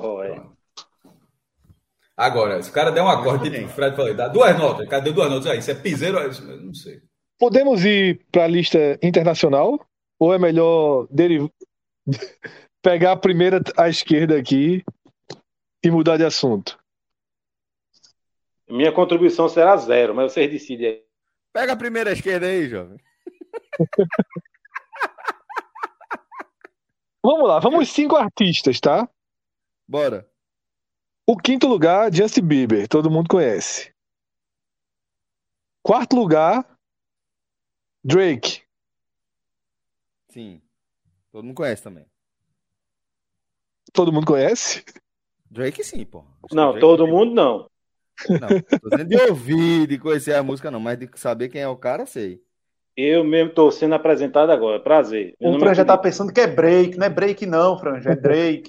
S4: Agora, se o cara der um acorde, tipo o Fred falou, dá 2 notas, o cara deu 2 notas, aí, isso é piseiro, eu não sei.
S2: Podemos ir para a lista internacional? Ou é melhor pegar a primeira à esquerda aqui e mudar de assunto?
S3: Minha contribuição será 0, mas vocês decidem aí.
S1: Pega a primeira à esquerda aí, jovem.
S2: Vamos lá, vamos 5 artistas, tá?
S1: Bora.
S2: O 5º lugar, Justin Bieber, todo mundo conhece. 4º lugar, Drake.
S1: Sim, todo mundo conhece também.
S2: Todo mundo conhece?
S1: Drake sim, pô.
S3: Não,
S1: Drake,
S3: todo mundo não.
S1: Não, tô dizendo de ouvir, de conhecer a música não, mas de saber quem é o cara, sei.
S3: Eu mesmo tô sendo apresentado agora, prazer.
S5: O Fran já tá pensando que é break, não é break não, Fran, é Drake.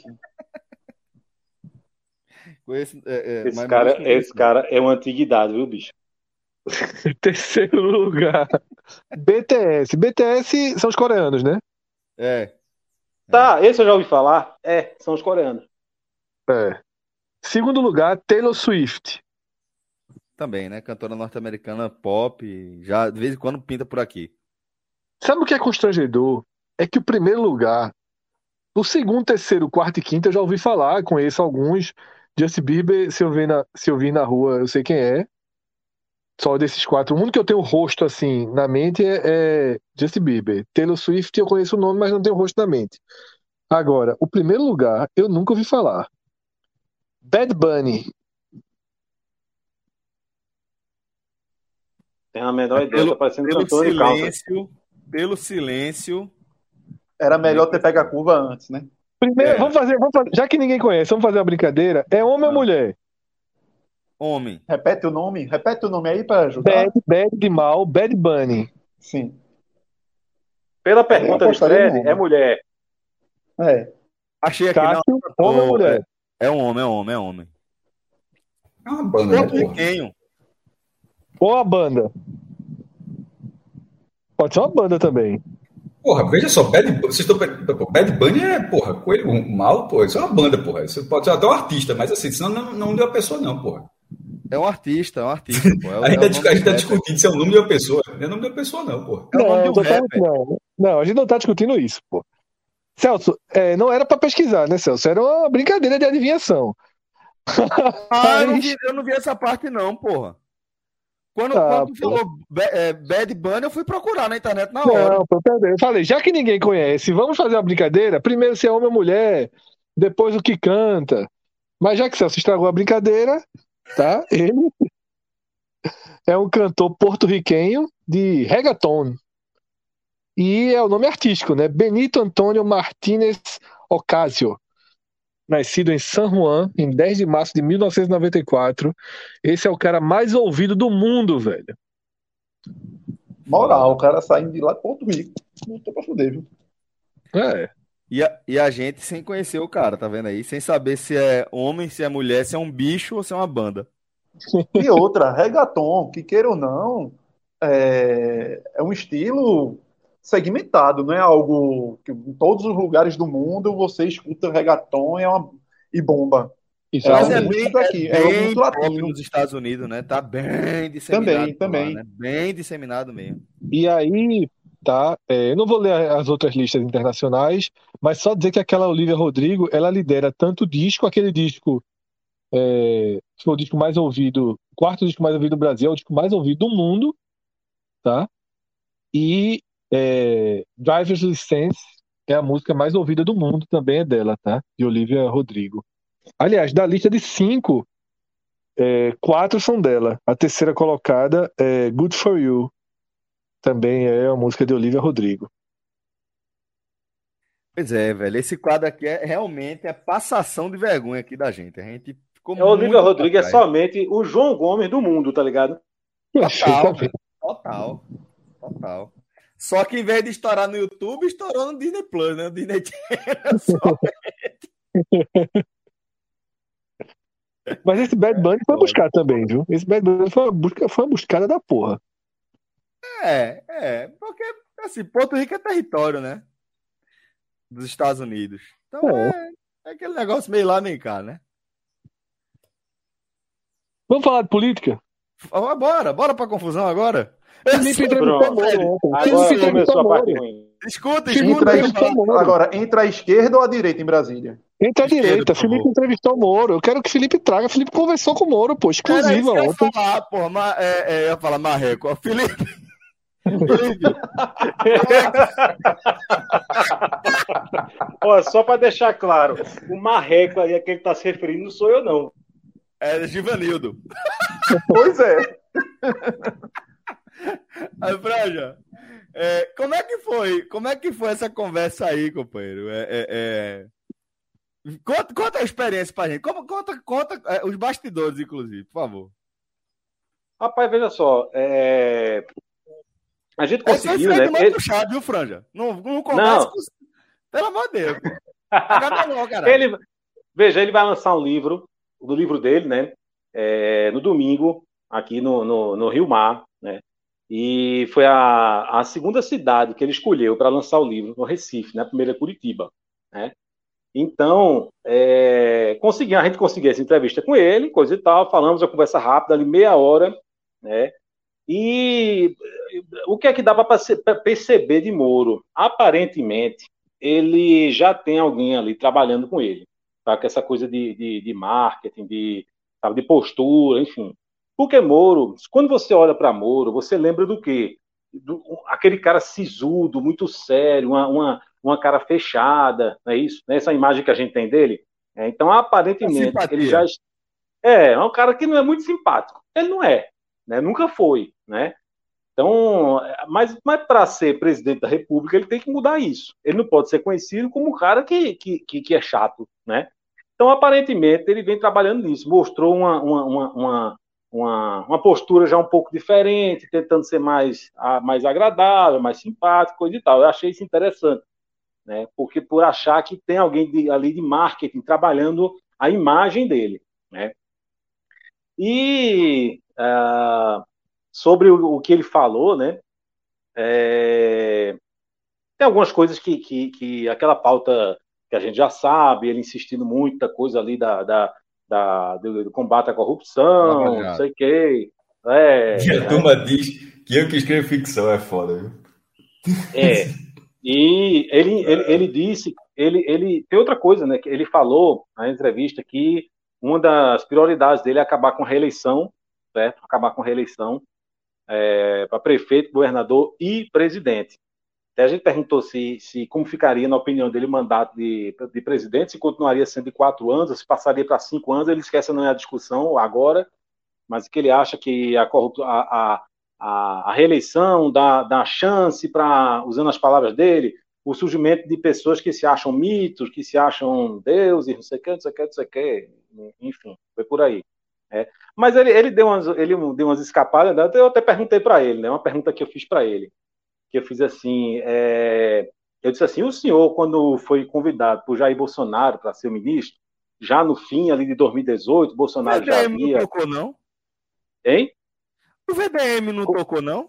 S3: Esse cara é uma antiguidade, viu, bicho?
S2: 3º lugar, BTS. BTS são os coreanos, né?
S3: Tá, esse eu já ouvi falar. São os coreanos.
S2: 2º lugar, Taylor Swift.
S1: Também, né? Cantora norte-americana pop, já de vez em quando pinta por aqui.
S2: Sabe o que é constrangedor? É que o 1º lugar, o 2º, 3º, 4º e 5º eu já ouvi falar, conheço alguns. Justin Bieber, se eu vir na rua, eu sei quem é. Só desses 4. O único que eu tenho o rosto assim na mente é Justin Bieber. Taylor Swift eu conheço o nome, mas não tenho o rosto na mente. Agora, o 1º lugar eu nunca ouvi falar. Bad Bunny.
S3: Tem a menor ideia, tá parecendo cantor de calça.
S1: Pelo silêncio.
S5: Era melhor ter pego a curva antes, né?
S2: Primeiro, vamos fazer, já que ninguém conhece, vamos fazer uma brincadeira. É homem ou mulher?
S1: Homem.
S5: Repete o nome aí para ajudar.
S2: Bad de mal, Bad Bunny.
S5: Sim.
S3: Pela pergunta de Fred, é mulher.
S1: Achei aqui.
S2: Cássio, homem ou mulher?
S1: É um homem.
S4: É uma banda, né,
S1: porra?
S2: Ou a banda? Pode ser uma banda também.
S4: Porra, veja só, Bad Bunny é, porra, coelho mal, porra, isso é uma banda, porra. Isso pode ser até um artista, mas assim, senão não deu a pessoa, não, porra.
S1: É um artista, pô.
S4: A gente tá discutindo se é o nome de uma pessoa. Não é o nome de uma pessoa, não, porra.
S2: É o nome de um rapper. Não, a gente não tá discutindo isso, pô. Celso, não era pra pesquisar, né, Celso? Era uma brincadeira de adivinhação.
S1: Eu não vi essa parte, não, porra. Quando tu falou Bad Bunny, eu fui procurar na internet na hora.
S2: Não, eu falei, já que ninguém conhece, vamos fazer uma brincadeira? Primeiro se é homem ou mulher, depois o que canta. Mas já que Celso estragou a brincadeira, tá? Ele É um cantor porto-riquenho de reggaeton. E é o nome artístico, né? Benito Antônio Martínez Ocasio. Nascido em San Juan, em 10 de março de 1994. Esse é o cara mais ouvido do mundo, velho.
S5: Moral, o cara saindo de lá de Porto Rico. Não tô pra fuder, viu?
S2: É.
S1: E a gente sem conhecer o cara, tá vendo aí? Sem saber se é homem, se é mulher, se é um bicho ou se é uma banda.
S5: E outra, reggaeton, que queira ou não, é um estilo segmentado, não é algo que em todos os lugares do mundo você escuta reggaeton e bomba. É
S1: Mas
S5: algo
S2: Exatamente.
S5: muito daqui, é algo
S1: bem
S5: muito
S1: pop
S5: latino.
S1: nos Estados Unidos, né? Tá bem disseminado
S5: Também,
S1: por lá,
S5: também.
S1: né? Bem disseminado mesmo.
S2: E aí, tá? Eu não vou ler as outras listas internacionais, mas só dizer que aquela Olivia Rodrigo, ela lidera tanto disco, aquele disco, que foi o disco mais ouvido, o quarto disco mais ouvido do Brasil, é o disco mais ouvido do mundo, tá? E Driver's License é a música mais ouvida do mundo, também é dela, tá? De Olivia Rodrigo. Aliás, da lista de 5, 4 são dela. A terceira colocada é Good For You, também é a música de Olivia Rodrigo.
S1: Pois é, velho. Esse quadro aqui realmente passação de vergonha aqui da gente. A gente ficou
S3: É o Olivia
S1: muito pra
S3: Rodrigo é
S1: trás.
S3: somente o João Gomes do mundo, tá ligado?
S1: Total, velho. Total. Total. Só que em vez de estourar no YouTube, estourou no Disney Plus, né? O Disney Channel só.
S2: Mas esse Bad Bunny foi buscar também, viu? Esse Bad Bunny foi uma buscada da porra.
S1: Porque, assim, Porto Rico é território, né? Dos Estados Unidos. Então é aquele negócio meio lá, meio cá, né?
S2: Vamos falar de política?
S1: Bora pra confusão agora?
S2: Felipe entrevistou
S3: Pronto.
S2: Moro ontem.
S3: Agora
S2: Felipe
S3: começou a
S2: entrevistou
S3: parte
S2: Moro.
S3: ruim.
S1: Escuta,
S2: Felipe entrevistou Moro.
S5: Agora, entre a esquerda ou a direita em Brasília?
S2: Entre a
S1: Esquerda,
S2: direita,
S1: por
S2: Felipe
S1: favor.
S2: entrevistou Moro. Eu quero que Felipe traga. Felipe conversou com o Moro, pô,
S1: Era isso
S2: exclusiva
S1: que eu ia
S2: ontem.
S1: falar, porra. Eu ia falar Marreco. Ó, Felipe. Felipe.
S3: Ó, só para deixar claro, o marreco aí a quem ele tá se referindo não sou eu, não.
S1: É Givanildo.
S5: Pois é.
S1: Aí, Franja, como é que foi? Como é que foi essa conversa aí, companheiro? Conta a experiência pra gente. Conta os bastidores, inclusive, por favor.
S3: Rapaz, veja só, a gente
S1: Esse foi
S3: conseguiu, né?
S1: feito mais puxado, viu, Franja? Não conversa
S3: Não.
S1: com... Pelo amor de Deus. Não, caralho.
S3: Ele vai lançar um livro, do livro dele, né? No domingo, aqui no Rio Mar, né? E foi a segunda cidade que ele escolheu para lançar o livro, no Recife, né? A primeira é Curitiba, né? Então, a gente conseguiu essa entrevista com ele, coisa e tal, falamos a conversa rápida, ali meia hora, né? E o que é que dá para perceber de Moro? Aparentemente, ele já tem alguém ali trabalhando com ele, tá? Com essa coisa de marketing, sabe, de postura, enfim. Porque Moro, quando você olha para Moro, você lembra do quê? Aquele cara sisudo, muito sério, uma cara fechada, não é isso? Essa imagem que a gente tem dele. Então, aparentemente, ele já é um cara que não é muito simpático. Ele não é, né? Nunca foi, né? Então, mas para ser presidente da República, ele tem que mudar isso. Ele não pode ser conhecido como um cara que é chato, né? Então, aparentemente, ele vem trabalhando nisso. Mostrou uma postura já um pouco diferente, tentando ser mais agradável, mais simpático, coisa e tal. Eu achei isso interessante, né? Porque por achar que tem alguém ali de marketing trabalhando a imagem dele, né? E sobre o que ele falou, né? Tem algumas coisas que aquela pauta que a gente já sabe, ele insistindo muita coisa ali do combate à corrupção, não sei o quê.
S4: E a turma diz que eu que escrevo ficção é foda, viu?
S3: E ele disse, ele tem outra coisa, né? Que ele falou na entrevista que uma das prioridades dele é acabar com a reeleição, certo? Acabar com a reeleição para prefeito, governador e presidente. Até a gente perguntou se como ficaria, na opinião dele, o mandato de presidente, se continuaria sendo de 4 anos, se passaria para 5 anos, ele esquece, não é a discussão agora, mas que ele acha que a reeleição dá chance para, usando as palavras dele, o surgimento de pessoas que se acham mitos, que se acham deuses, não sei o que, não sei o que, não sei o que, enfim, foi por aí. Mas ele deu umas escapadas, né? Eu até perguntei para ele, né? Uma pergunta que eu fiz para ele, que eu fiz assim, eu disse assim, o senhor, quando foi convidado por Jair Bolsonaro para ser ministro, já no fim ali de 2018, Bolsonaro já
S1: VDM
S3: havia...
S1: não tocou, não?
S3: Hein?
S1: O VDM não tocou, não?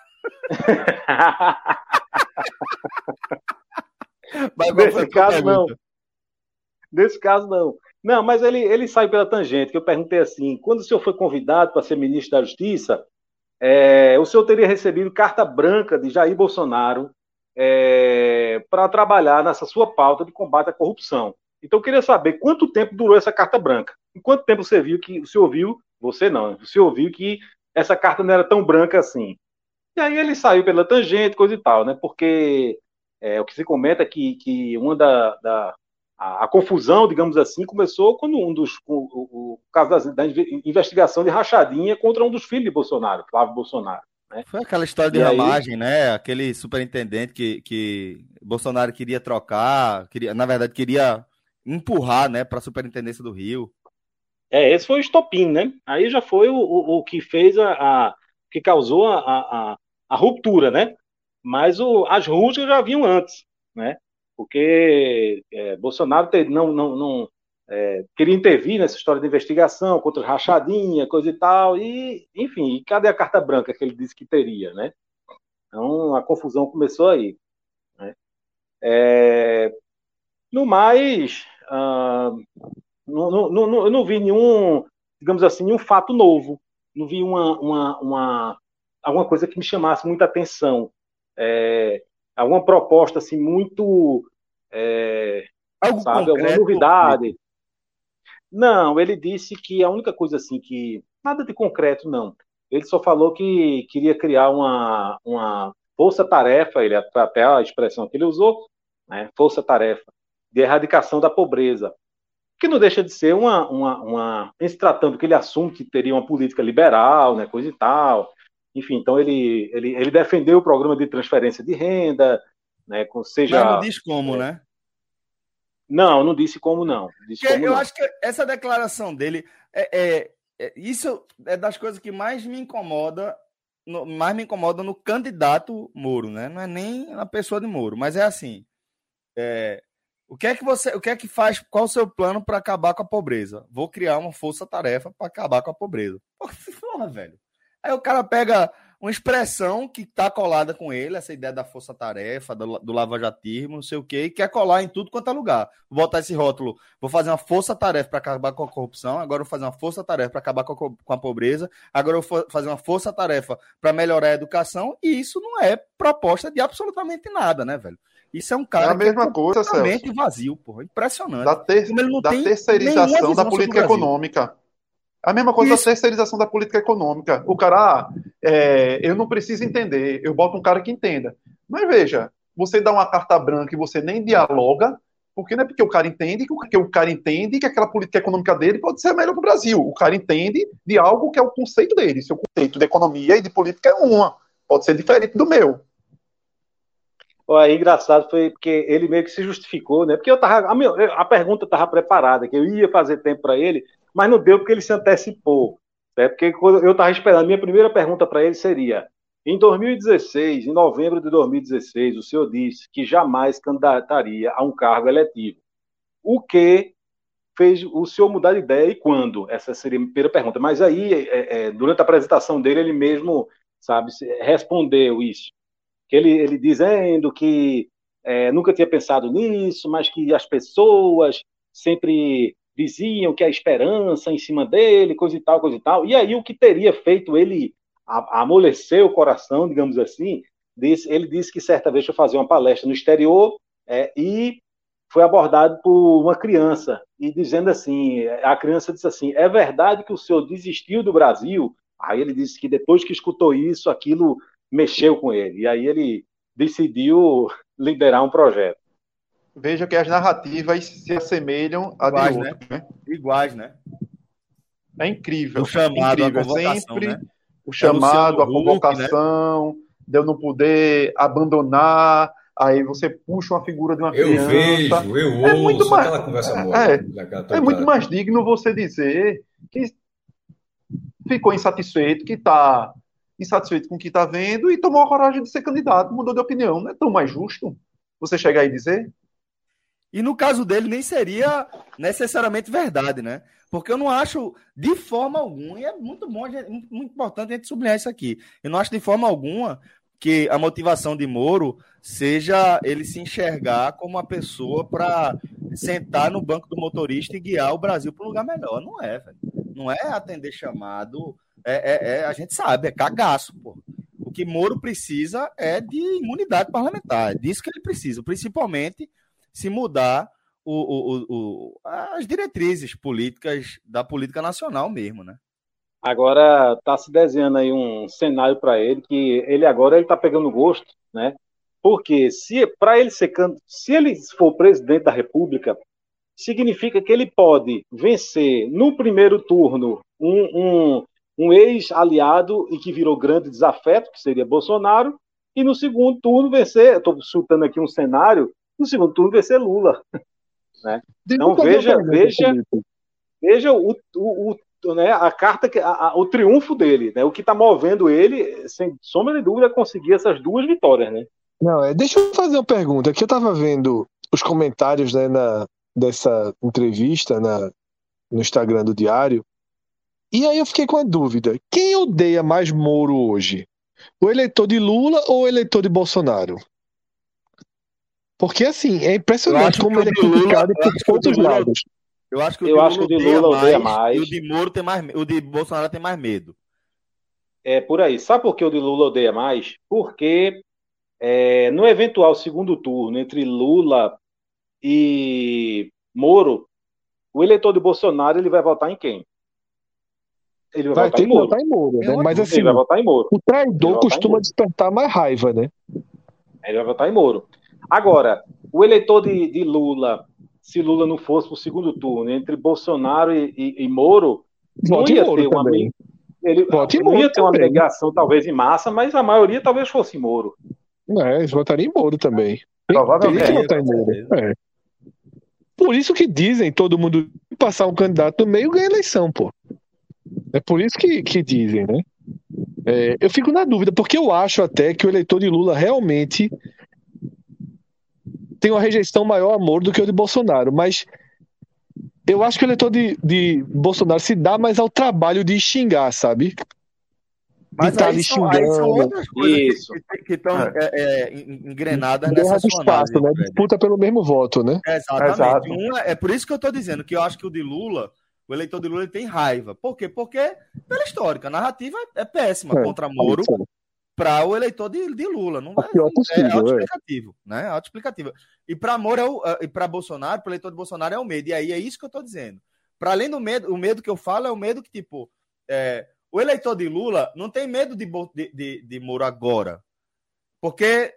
S3: Nesse caso, não. Nesse caso, não. Não, mas ele saiu pela tangente, que eu perguntei assim, quando o senhor foi convidado para ser ministro da Justiça, o senhor teria recebido carta branca de Jair Bolsonaro para trabalhar nessa sua pauta de combate à corrupção. Então, eu queria saber quanto tempo durou essa carta branca. Em quanto tempo o senhor viu, você não, o senhor viu que essa carta não era tão branca assim. E aí ele saiu pela tangente, coisa e tal, né? Porque o que se comenta é que uma a confusão, digamos assim, começou quando o caso da investigação de rachadinha contra um dos filhos de Bolsonaro, Flávio Bolsonaro. Né?
S1: Foi aquela história de ramagem, né? Aquele superintendente que Bolsonaro queria trocar, na verdade queria empurrar, né, para a superintendência do Rio.
S3: Esse foi o estopim, né? Aí já foi o que fez que causou a ruptura, né? Mas as rusgas já vinham antes, né? Porque Bolsonaro não queria intervir nessa história de investigação contra rachadinha, coisa e tal, e, enfim, cadê a carta branca que ele disse que teria, né? Então, a confusão começou aí. Né? No mais, eu não vi nenhum, digamos assim, nenhum fato novo, não vi alguma coisa que me chamasse muita atenção, alguma proposta assim muito...
S1: Algo
S3: sabe,
S1: concreto,
S3: alguma novidade. Não, ele disse que a única coisa assim que... Nada de concreto, não. Ele só falou que queria criar uma força-tarefa, até a expressão que ele usou, né, força-tarefa, de erradicação da pobreza. Que não deixa de ser em se tratando que ele assume que teria uma política liberal, né, coisa e tal. Enfim, então ele defendeu o programa de transferência de renda, né, seja...
S1: Mas não diz como, né?
S3: Não disse como não.
S1: Acho que essa declaração dele, isso é das coisas que mais me incomoda no candidato Moro, né? Não é nem a pessoa de Moro, mas é assim, o que é que faz, qual o seu plano para acabar com a pobreza? Vou criar uma força-tarefa para acabar com a pobreza. Porra, velho. Aí o cara pega uma expressão que tá colada com ele, essa ideia da força-tarefa, do lavajatismo, não sei o quê, e quer colar em tudo quanto é lugar. Vou botar esse rótulo, vou fazer uma força-tarefa para acabar com a corrupção, agora vou fazer uma força-tarefa para acabar com a pobreza, agora eu vou fazer uma força-tarefa para melhorar a educação, e isso não é proposta de absolutamente nada, né, velho? Isso é um cara
S5: a mesma coisa,
S1: completamente vazio, porra, impressionante.
S5: Da terceirização da política econômica. A mesma coisa da terceirização da política econômica. O cara, eu não preciso entender, eu boto um cara que entenda. Mas veja, você dá uma carta branca e você nem dialoga, porque não é porque o cara entende que aquela política econômica dele pode ser melhor para o Brasil. O cara entende de algo que é o conceito dele. Seu conceito de economia e de política é pode ser diferente do meu.
S3: É engraçado, foi porque ele meio que se justificou, né? Porque a pergunta estava preparada, que eu ia fazer tempo para ele, mas não deu porque ele se antecipou. Né? Porque quando eu estava esperando, minha primeira pergunta para ele seria: em 2016, em novembro de 2016, o senhor disse que jamais candidataria a um cargo eletivo. O que fez o senhor mudar de ideia e quando? Essa seria a minha primeira pergunta. Mas aí, durante a apresentação dele, ele mesmo, sabe, respondeu isso. Que ele dizendo que nunca tinha pensado nisso, mas que as pessoas sempre diziam que a esperança em cima dele, coisa e tal, coisa e tal. E aí o que teria feito ele amolecer o coração, digamos assim, ele disse que certa vez foi fazer uma palestra no exterior e foi abordado por uma criança e dizendo assim, a criança disse assim: é verdade que o senhor desistiu do Brasil? Aí ele disse que depois que escutou isso, aquilo mexeu com ele. E aí ele decidiu liderar um projeto.
S5: Veja que as narrativas se assemelham a de outro, né?
S1: Iguais, né?
S5: É incrível.
S1: O chamado,
S5: incrível.
S1: a convocação,
S5: Sempre
S1: né?
S5: o chamado, a
S1: Luciano Huck, né?
S5: convocação, de eu não poder abandonar, aí você puxa uma figura de uma
S4: Eu
S5: criança.
S4: vejo, eu
S5: É muito
S4: ouço,
S5: mais,
S4: aquela conversa mole.
S5: é muito mais digno você dizer que ficou insatisfeito, que está insatisfeito com o que está vendo e tomou a coragem de ser candidato, mudou de opinião. Não é tão mais justo você chegar e dizer?
S1: E no caso dele nem seria necessariamente verdade, né? Porque eu não acho de forma alguma, e é muito bom, muito importante a gente sublinhar isso aqui. Eu não acho de forma alguma que a motivação de Moro seja ele se enxergar como uma pessoa para sentar no banco do motorista e guiar o Brasil para um lugar melhor. Não é, velho. Não é atender chamado. A gente sabe, é cagaço, pô. O que Moro precisa é de imunidade parlamentar. É disso que ele precisa, principalmente se mudar as diretrizes políticas da política nacional mesmo, né?
S3: Agora está se desenhando aí um cenário para ele que ele agora está pegando gosto, né? Porque se ele for presidente da República, significa que ele pode vencer no primeiro turno um ex-aliado e que virou grande desafeto, que seria Bolsonaro, e no segundo turno vencer, estou chutando aqui um cenário, no segundo turno vencer Lula. Né? Então veja né, a carta, o triunfo dele, né? O que está movendo ele, sem sombra de dúvida, é conseguir essas duas vitórias, né?
S2: Não, deixa eu fazer uma pergunta. Aqui eu estava vendo os comentários, né, dessa entrevista no Instagram do Diário, e aí eu fiquei com a dúvida. Quem odeia mais Moro hoje? O eleitor de Lula ou o eleitor de Bolsonaro? Porque, assim, é impressionante como ele é criticado por todos os lados.
S1: Eu acho que o de Lula odeia mais. E o de Moro tem mais, o de Bolsonaro tem mais medo.
S3: É por aí. Sabe por que o de Lula odeia mais? Porque no eventual segundo turno entre Lula e Moro, o eleitor de Bolsonaro ele vai votar em quem? Ele vai votar em Moro.
S2: Votar em Moro, né? Mas assim,
S3: ele vai votar em Moro.
S2: O traidor costuma despertar mais raiva, né?
S3: Ele vai votar em Moro. Agora, o eleitor de Lula, se Lula não fosse para o segundo turno, entre Bolsonaro e Moro, não ia ter uma migração talvez em massa, mas a maioria talvez fosse em Moro.
S2: Eles votariam em Moro também.
S3: Provavelmente.
S2: Votar em Moro. Por isso que dizem, todo mundo passar um candidato no meio ganha eleição, pô. É por isso que dizem, né? Eu fico na dúvida, porque eu acho até que o eleitor de Lula realmente tem uma rejeição maior a Moro do que o de Bolsonaro, mas eu acho que o eleitor de Bolsonaro se dá mais ao trabalho de xingar, sabe?
S1: Mas aí são outras coisas que estão engrenadas nessa
S2: espaço, né? Disputa pelo mesmo voto, né?
S1: Exatamente. É por isso que eu estou dizendo que eu acho que o de Lula, o eleitor de Lula, ele tem raiva. Por quê? Porque, pela histórica, a narrativa é péssima contra Moro para o eleitor de Lula. Não é autoexplicativo, né? Autoexplicativo. E para Moro e para Bolsonaro, para o eleitor de Bolsonaro é o medo. E aí é isso que eu estou dizendo. Para além do medo, o medo que eu falo é o medo que, tipo, o eleitor de Lula não tem medo de Moro agora. Porque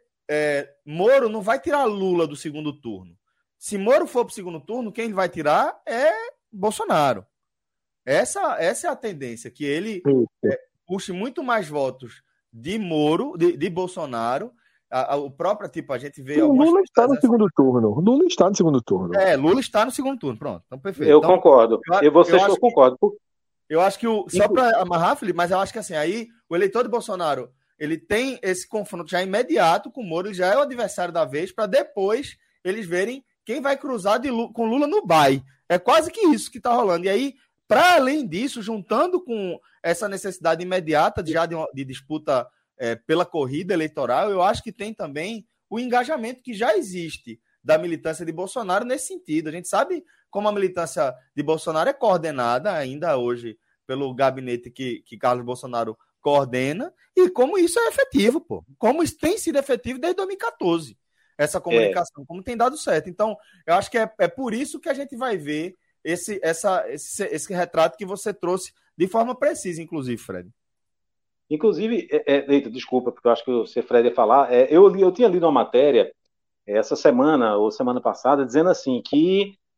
S1: Moro não vai tirar Lula do segundo turno. Se Moro for para o segundo turno, quem vai tirar é Bolsonaro. Essa é a tendência, que ele puxe muito mais votos de Moro, de Bolsonaro. O próprio, tipo, a gente vê...
S2: Lula está no segundo turno. Lula está no segundo turno.
S1: Lula está no segundo turno, pronto. Então, perfeito.
S3: Eu concordo. Eu concordo.
S1: Eu acho que só para amarrar, Felipe, mas eu acho que assim, aí o eleitor de Bolsonaro, ele tem esse confronto já imediato com o Moro, ele já é o adversário da vez, para depois eles verem quem vai cruzar com Lula no BAE. É quase que isso que está rolando. E aí, para além disso, juntando com essa necessidade imediata de disputa pela corrida eleitoral, eu acho que tem também o engajamento que já existe da militância de Bolsonaro nesse sentido. A gente sabe como a militância de Bolsonaro é coordenada ainda hoje pelo gabinete que Carlos Bolsonaro coordena e como isso é efetivo, pô. Como isso tem sido efetivo desde 2014, essa comunicação, como tem dado certo. Então, eu acho que é por isso que a gente vai ver esse retrato que você trouxe de forma precisa, inclusive, Fred.
S3: Inclusive, desculpa, porque eu acho que você, Fred, ia falar, eu tinha lido uma matéria essa semana ou semana passada, dizendo assim, que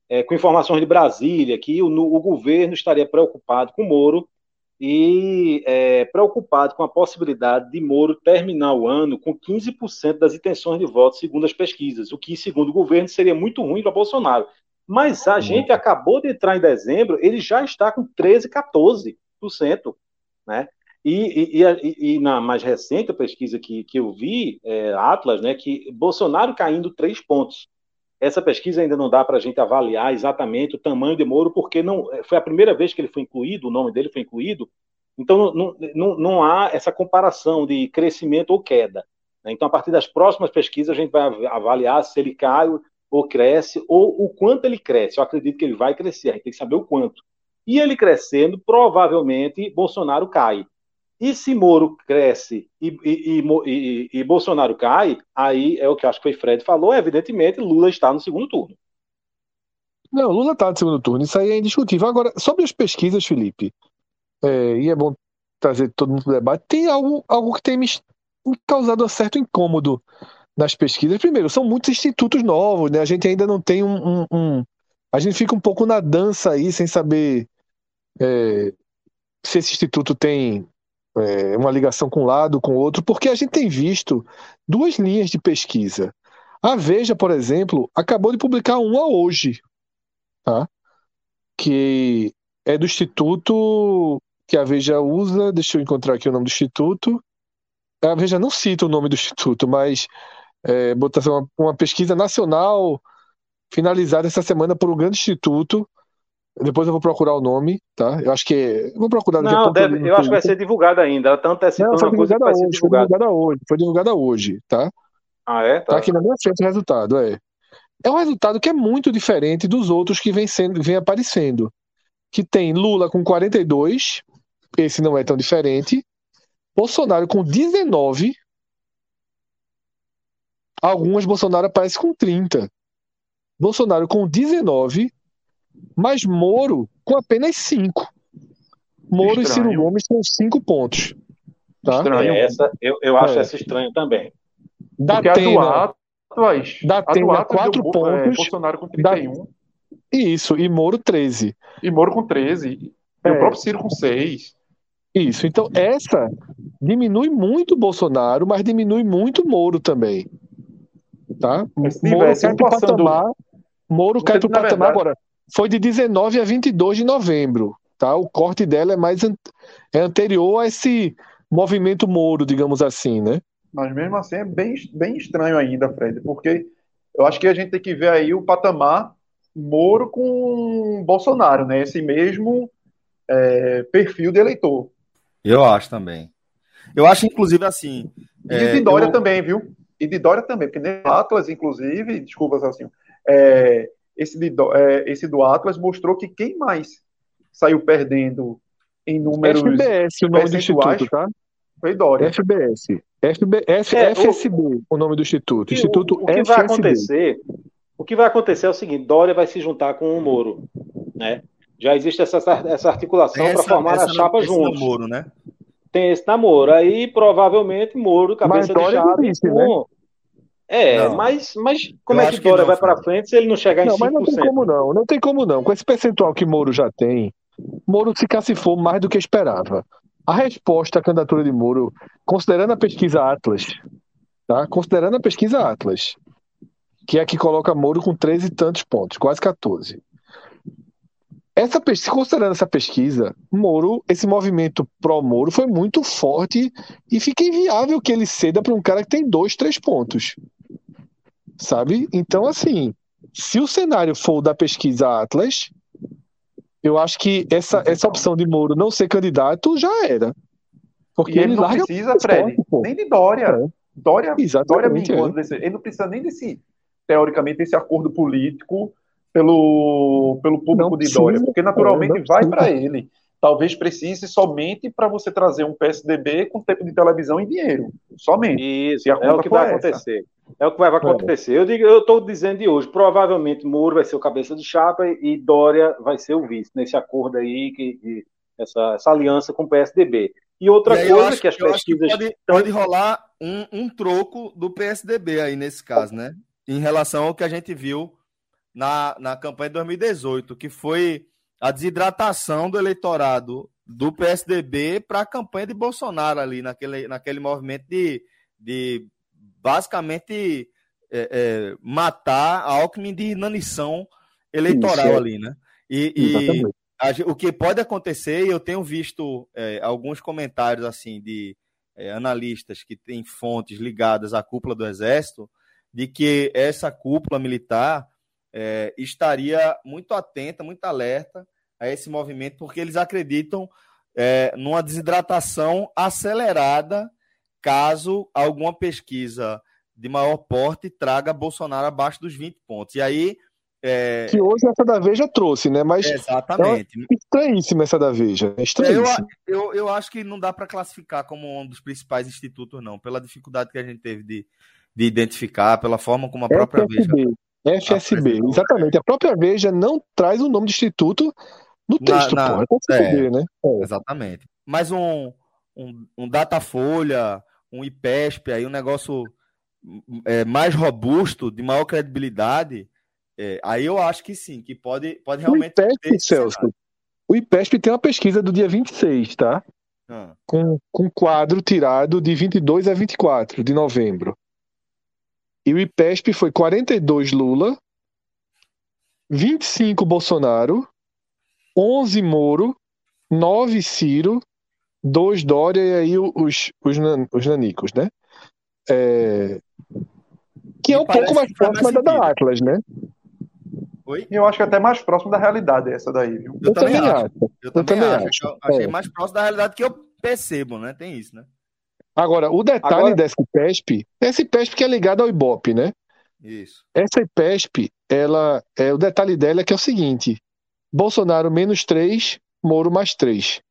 S3: com informações de Brasília, que o governo estaria preocupado com Moro e preocupado com a possibilidade de Moro terminar o ano com 15% das intenções de voto, segundo as pesquisas, o que, segundo o governo, seria muito ruim para Bolsonaro. Mas a gente acabou de entrar em dezembro, ele já está com 13%, 14%, né? E na mais recente pesquisa que eu vi, Atlas, né, que Bolsonaro caindo 3 pontos. Essa pesquisa ainda não dá para a gente avaliar exatamente o tamanho de Moro, porque não foi a primeira vez que ele foi incluído, o nome dele foi incluído, então não há essa comparação de crescimento ou queda, né? Então, a partir das próximas pesquisas, a gente vai avaliar se ele cai ou cresce, ou o quanto ele cresce. Eu acredito que ele vai crescer, a gente tem que saber o quanto. E ele crescendo, provavelmente, Bolsonaro cai. E se Moro cresce e Bolsonaro cai, aí é o que eu acho que foi Fred falou, evidentemente Lula está no segundo turno.
S2: Não, Lula está no segundo turno, isso aí é indiscutível. Agora, sobre as pesquisas, Felipe, e é bom trazer todo mundo para o debate, tem algo que tem me causado um certo incômodo nas pesquisas. Primeiro, são muitos institutos novos, né? A gente ainda não tem a gente fica um pouco na dança aí, sem saber se esse instituto tem uma ligação com um lado, com o outro, porque a gente tem visto 2 linhas de pesquisa. A Veja, por exemplo, acabou de publicar uma hoje, tá? Que é do instituto que a Veja usa. Deixa eu encontrar aqui o nome do instituto. A Veja não cita o nome do instituto, mas botar uma pesquisa nacional finalizada essa semana por um grande instituto. Depois eu vou procurar o nome, tá? Eu acho que vou procurar daqui a pouco.
S3: Eu acho que vai ser divulgada ainda. Ela está antecipando uma coisa que vai ser divulgada.
S2: Foi divulgada hoje, tá?
S3: Ah, é?
S2: Tá aqui na minha frente o resultado, É um resultado que é muito diferente dos outros que vem aparecendo. Que tem Lula com 42, esse não é tão diferente. Bolsonaro com 19. Algumas Bolsonaro aparece com 30. Bolsonaro com 19, mas Moro com apenas 5. Moro
S5: Estranho.
S2: E Ciro Gomes com 5 pontos. Tá?
S5: Estranho.
S3: Eu acho essa estranho também.
S5: Porque a do
S2: Atlas 4 pontos.
S5: Bolsonaro com 31.
S2: Isso, e Moro 13.
S5: E Moro com 13. E o próprio Ciro com 6.
S2: Isso, então essa diminui muito Bolsonaro, mas diminui muito Moro também. Tá? Moro cai pro patamar agora. Foi de 19 a 22 de novembro. Tá? O corte dela é anterior a esse movimento Moro, digamos assim, né?
S5: Mas mesmo assim é bem estranho ainda, Fred, porque eu acho que a gente tem que ver aí o patamar Moro com Bolsonaro, né? Esse mesmo perfil de eleitor.
S1: Eu acho também. Eu acho, inclusive, assim...
S5: E de Dória também, viu? E de Dória também, porque nesse Atlas, inclusive, desculpa, assim, esse do Atlas mostrou que quem mais saiu perdendo em números
S2: FBS, o nome do instituto, tá?
S5: Foi Dória.
S2: FSB, o nome do instituto.
S3: O que vai acontecer? O que vai acontecer é o seguinte: Dória vai se juntar com o Moro, né? Já existe essa articulação para formar a chapa juntos.
S1: Namoro, né?
S3: Tem esse namoro. Aí, provavelmente, Moro, cabeça de chave. Mas como é que Dória vai para frente se ele não chegar em 5%?
S2: Mas não tem como não. Não tem como não. Com esse percentual que Moro já tem, Moro se cacifou mais do que esperava. A resposta à candidatura de Moro, considerando a pesquisa Atlas, tá? Considerando a pesquisa Atlas, que é a que coloca Moro com 13 e tantos pontos, quase 14. Considerando essa pesquisa, Moro, esse movimento pró-Moro foi muito forte e fica inviável que ele ceda para um cara que tem 2, 3 pontos. Sabe? Então, assim, se o cenário for o da pesquisa Atlas, eu acho que essa opção de Moro não ser candidato já era. Porque
S5: ele não precisa, Fred, nem de Dória. Dória ele não precisa nem teoricamente, desse acordo político pelo público de Dória, porque naturalmente vai para ele. Talvez precise somente para você trazer um PSDB com tempo de televisão e dinheiro. Somente.
S3: Isso, é o que vai acontecer. É o que vai acontecer. Eu estou dizendo de hoje, provavelmente Moro vai ser o cabeça de chapa e Dória vai ser o vice, nesse acordo aí, essa aliança com o PSDB. E outra coisa que as pesquisas...
S1: Pode rolar um troco do PSDB aí nesse caso, né? Em relação ao que a gente viu na campanha de 2018, que foi a desidratação do eleitorado do PSDB para a campanha de Bolsonaro ali, naquele movimento de basicamente matar a Alckmin de inanição eleitoral ali, né? E o que pode acontecer, e eu tenho visto alguns comentários assim de analistas que têm fontes ligadas à cúpula do Exército, de que essa cúpula militar estaria muito atenta, muito alerta a esse movimento, porque eles acreditam numa desidratação acelerada caso alguma pesquisa de maior porte traga Bolsonaro abaixo dos 20 pontos. E aí...
S2: Que hoje essa da Veja trouxe, né? Mas
S1: exatamente.
S2: É estranhíssima essa da Veja. É estranhíssima.
S1: Eu acho que não dá para classificar como um dos principais institutos, não, pela dificuldade que a gente teve de identificar, pela forma como a própria Veja...
S2: FSB, exatamente. A própria Veja não traz o nome de instituto no texto, pô. FSB, né?
S1: Exatamente. Mas um Datafolha, um IPESP, aí um negócio mais robusto, de maior credibilidade, aí eu acho que sim, que pode realmente...
S2: O IPESP, Celso, o IPESP tem uma pesquisa do dia 26, tá? Com quadro tirado de 22 a 24 de novembro. E o IPESP foi 42 Lula, 25 Bolsonaro, 11 Moro, 9 Ciro, 2 Dória e aí os nanicos, né? Que é um pouco mais próxima da Atlas, né?
S5: Oi? Eu acho que é até mais próximo da realidade essa daí, viu?
S1: Eu também acho. Eu também acho. Eu achei mais próximo da realidade que eu percebo, né? Tem isso, né?
S2: Agora, o detalhe desse IPESP que é ligado ao Ibope, né?
S1: Isso.
S2: Essa IPESP, o detalhe dela é que é o seguinte: Bolsonaro menos 3, Moro mais 3.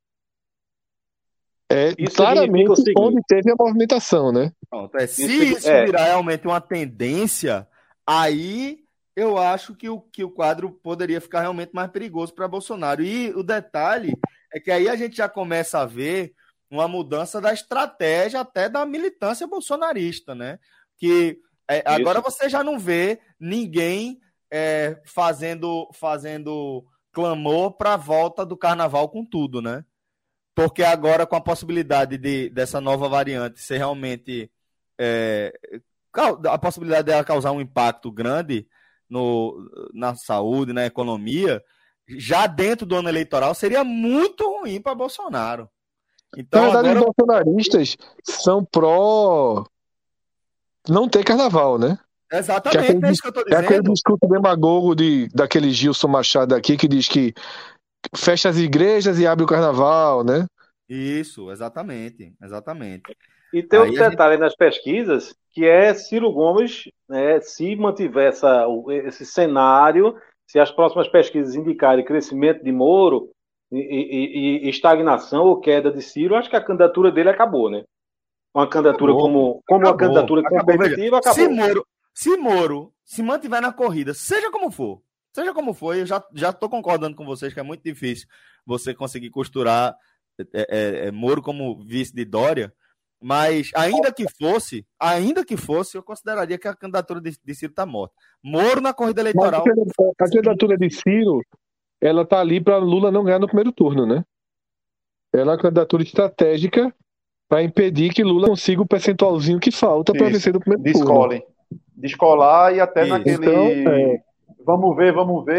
S3: Isso
S2: claramente onde teve a movimentação, né?
S1: Pronto, se isso virar realmente uma tendência, aí eu acho que o quadro poderia ficar realmente mais perigoso para Bolsonaro. E o detalhe é que aí a gente já começa a ver uma mudança da estratégia até da militância bolsonarista, né? Que agora você já não vê ninguém fazendo clamor para a volta do carnaval com tudo, né? Porque agora, com a possibilidade dessa nova variante ser realmente... a possibilidade dela causar um impacto grande na saúde, na economia, já dentro do ano eleitoral, seria muito ruim para Bolsonaro. Então,
S2: na verdade, os bolsonaristas são pró não ter carnaval, né?
S1: Exatamente, é isso que eu estou dizendo.
S2: É aquele discurso demagogo daquele Gilson Machado aqui que diz que fecha as igrejas e abre o carnaval, né?
S1: Isso, exatamente.
S3: E tem outro detalhe nas pesquisas, que é Ciro Gomes, né, se mantiver esse cenário, se as próximas pesquisas indicarem crescimento de Moro e estagnação ou queda de Ciro, acho que a candidatura dele acabou, né? Uma candidatura como uma candidatura competitiva, acabou.
S1: Se Moro se mantiver na corrida, seja como for, eu já estou concordando com vocês que é muito difícil você conseguir costurar Moro como vice de Dória, mas ainda que fosse, eu consideraria que a candidatura de Ciro está morta. Moro na corrida eleitoral...
S2: A candidatura de Ciro, ela está ali para Lula não ganhar no primeiro turno, né? Ela é uma candidatura estratégica para impedir que Lula consiga o percentualzinho que falta para vencer no primeiro turno.
S5: Descolar e até naquele... Vamos ver,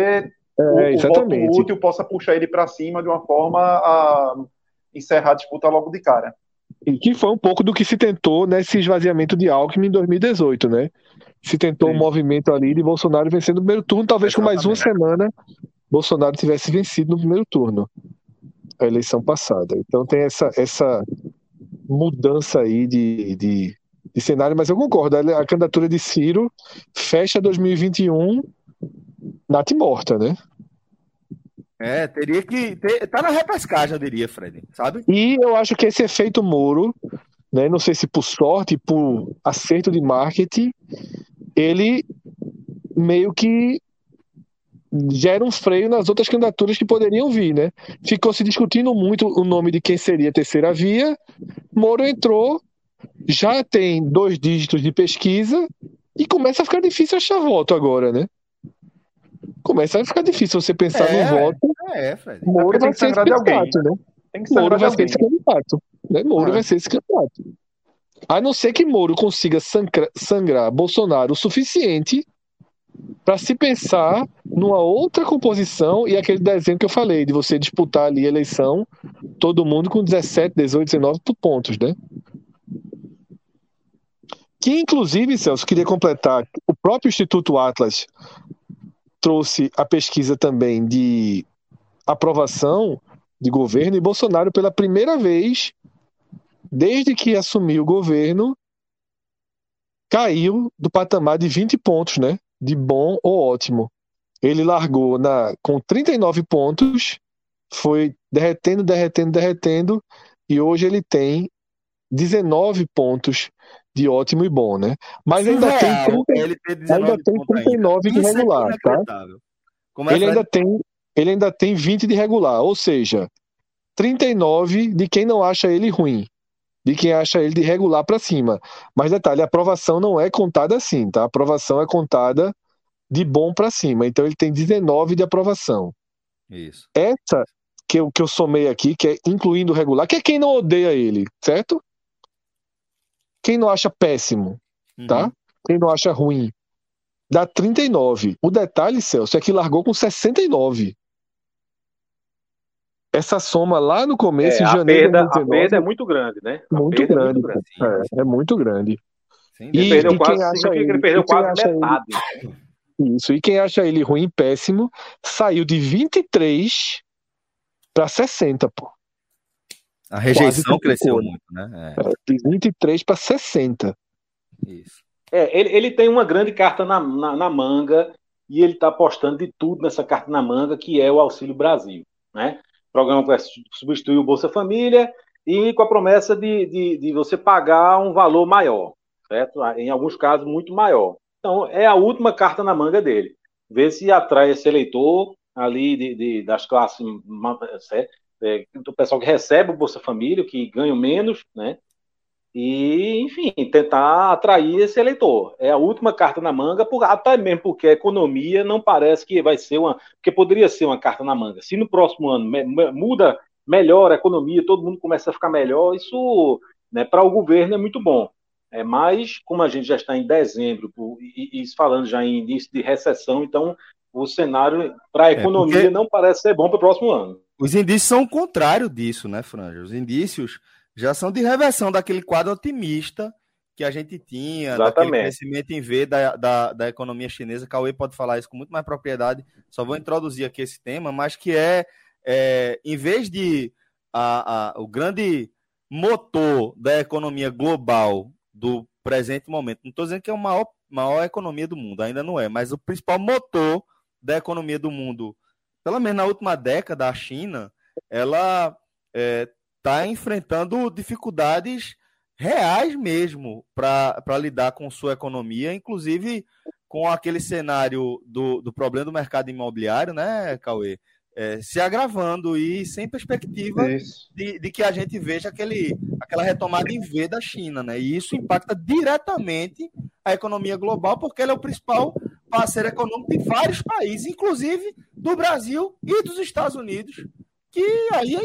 S5: o voto útil possa puxar ele para cima de uma forma a encerrar a disputa logo de cara.
S2: E que foi um pouco do que se tentou nesse esvaziamento de Alckmin em 2018, né? Se tentou um movimento ali de Bolsonaro vencendo no primeiro turno, talvez com mais uma semana Bolsonaro tivesse vencido no primeiro turno, a eleição passada. Então tem essa mudança aí de cenário, mas eu concordo, a candidatura de Ciro fecha 2021 nata e morta, né?
S1: Teria que tá na repescagem, eu diria, Fred, sabe?
S2: E eu acho que esse efeito Moro, né, não sei se por sorte, por acerto de marketing, ele meio que gera um freio nas outras candidaturas que poderiam vir, né? Ficou se discutindo muito o nome de quem seria a terceira via, Moro entrou, já tem 2 dígitos de pesquisa e começa a ficar difícil achar voto agora, né? começa a ficar difícil você pensar no voto.
S1: Fred.
S2: Moro vai
S5: que
S2: ser esse
S5: sangrar de alguém.
S2: candidato, né?
S5: Tem que sangrar
S2: Moro
S5: de
S2: vai ser
S5: alguém.
S2: esse candidato. Né? Moro vai ser esse candidato. A não ser que Moro consiga sangrar Bolsonaro o suficiente para se pensar numa outra composição e aquele desenho que eu falei, de você disputar ali a eleição, todo mundo com 17, 18, 19 pontos, né? Que, inclusive, Celso, queria completar, o próprio Instituto Atlas trouxe a pesquisa também de aprovação de governo, e Bolsonaro, pela primeira vez, desde que assumiu o governo, caiu do patamar de 20 pontos, né? De bom ou ótimo. Ele largou com 39 pontos, foi derretendo, e hoje ele tem 19 pontos de ótimo e bom, né? Mas ainda tem 39 de regular, tá? Ele ainda tem 20 de regular, ou seja, 39 de quem não acha ele ruim, de quem acha ele de regular para cima. Mas detalhe, a aprovação não é contada assim, tá? A aprovação é contada de bom para cima. Então ele tem 19 de aprovação.
S1: Isso.
S2: Essa que eu somei aqui, que é incluindo o regular, que é quem não odeia ele, certo? Quem não acha péssimo, tá? Quem não acha ruim. Dá 39. O detalhe, Celso, é que largou com 69. Essa soma lá no começo, em janeiro de 2019...
S3: A perda é muito grande, né?
S2: Muito grande. É muito grande.
S3: Sim, ele perdeu quase metade.
S2: Isso. E quem acha ele ruim, péssimo, saiu de 23 para 60, pô.
S1: A rejeição cresceu muito, né?
S2: De 23 para 60.
S3: Isso. Ele tem uma grande carta na manga e ele está apostando de tudo nessa carta na manga, que é o Auxílio Brasil, né? Programa que vai substituir o Bolsa Família e com a promessa de você pagar um valor maior, certo? Em alguns casos, muito maior. Então, é a última carta na manga dele. Ver se atrai esse eleitor ali das classes, do pessoal que recebe o Bolsa Família, que ganha menos, né? E, enfim, tentar atrair esse eleitor. É a última carta na manga, até mesmo porque a economia não parece que vai ser porque poderia ser uma carta na manga. Se no próximo ano muda, melhora a economia, todo mundo começa a ficar melhor, isso, né, para o governo é muito bom. Mas, como a gente já está em dezembro, e falando já em início de recessão, então o cenário para a economia não parece ser bom para o próximo ano.
S1: Os indícios são o contrário disso, né, Franja? Os indícios já são de reversão daquele quadro otimista que a gente tinha, daquele crescimento em V da economia chinesa. Cauê pode falar isso com muito mais propriedade, só vou introduzir aqui esse tema, mas que em vez de o grande motor da economia global do presente momento, não estou dizendo que é a maior economia do mundo, ainda não é, mas o principal motor da economia do mundo, pelo menos na última década, a China, ela está enfrentando dificuldades reais mesmo para lidar com sua economia, inclusive com aquele cenário do problema do mercado imobiliário, né, Cauê? Se agravando e sem perspectiva de que a gente veja aquela retomada em V da China, né? E isso impacta diretamente a economia global, porque ela é o principal parceiro econômico de vários países, inclusive do Brasil e dos Estados Unidos, que aí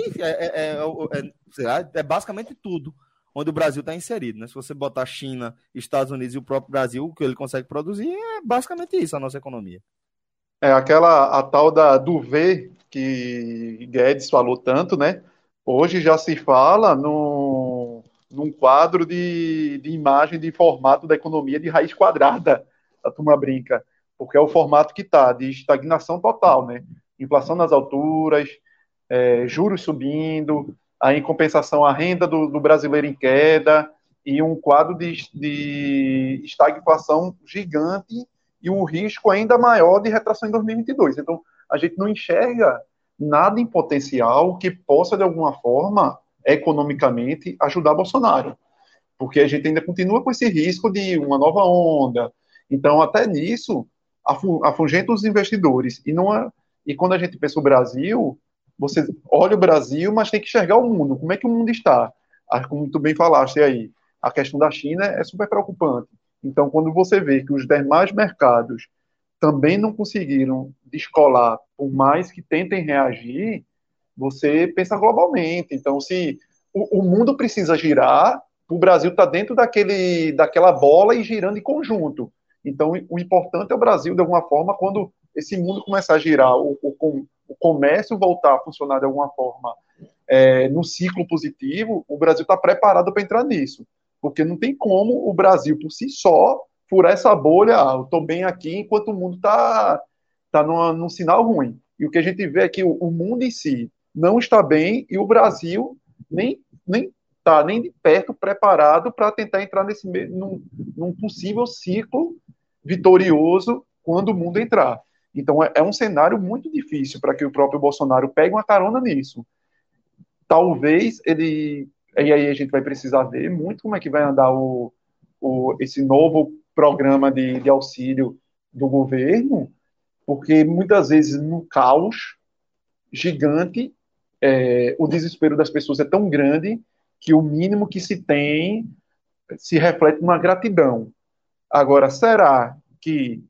S1: é basicamente tudo onde o Brasil está inserido, né? Se você botar China, Estados Unidos e o próprio Brasil, o que ele consegue produzir é basicamente isso, a nossa economia.
S5: A tal do V que Guedes falou tanto, né? Hoje já se fala num quadro de imagem de formato da economia de raiz quadrada, a turma brinca, porque é o formato que está de estagnação total, né? Inflação nas alturas, juros subindo, em compensação a renda do brasileiro em queda e um quadro de estagflação gigante e um risco ainda maior de retração em 2022. Então, a gente não enxerga nada em potencial que possa, de alguma forma, economicamente, ajudar Bolsonaro. Porque a gente ainda continua com esse risco de uma nova onda. Então, até nisso, afugenta os investidores. E quando a gente pensa o Brasil, você olha o Brasil, mas tem que enxergar o mundo. Como é que o mundo está? Como tu bem falaste aí, a questão da China é super preocupante. Então, quando você vê que os demais mercados também não conseguiram descolar, por mais que tentem reagir, você pensa globalmente. Então, se o mundo precisa girar, o Brasil está dentro daquela bola e girando em conjunto. Então, o importante é o Brasil, de alguma forma, quando esse mundo começar a girar, o comércio voltar a funcionar de alguma forma no ciclo positivo, o Brasil está preparado para entrar nisso. Porque não tem como o Brasil, por si só, furar essa bolha, eu estou bem aqui, enquanto o mundo está num sinal ruim. E o que a gente vê é que o mundo em si não está bem e o Brasil nem está nem de perto preparado para tentar entrar num possível ciclo vitorioso quando o mundo entrar. Então é um cenário muito difícil para que o próprio Bolsonaro pegue uma carona nisso. Talvez ele... E aí a gente vai precisar ver muito como é que vai andar esse novo programa de auxílio do governo, porque muitas vezes no caos gigante, o desespero das pessoas é tão grande que o mínimo que se tem se reflete numa gratidão. Agora, será que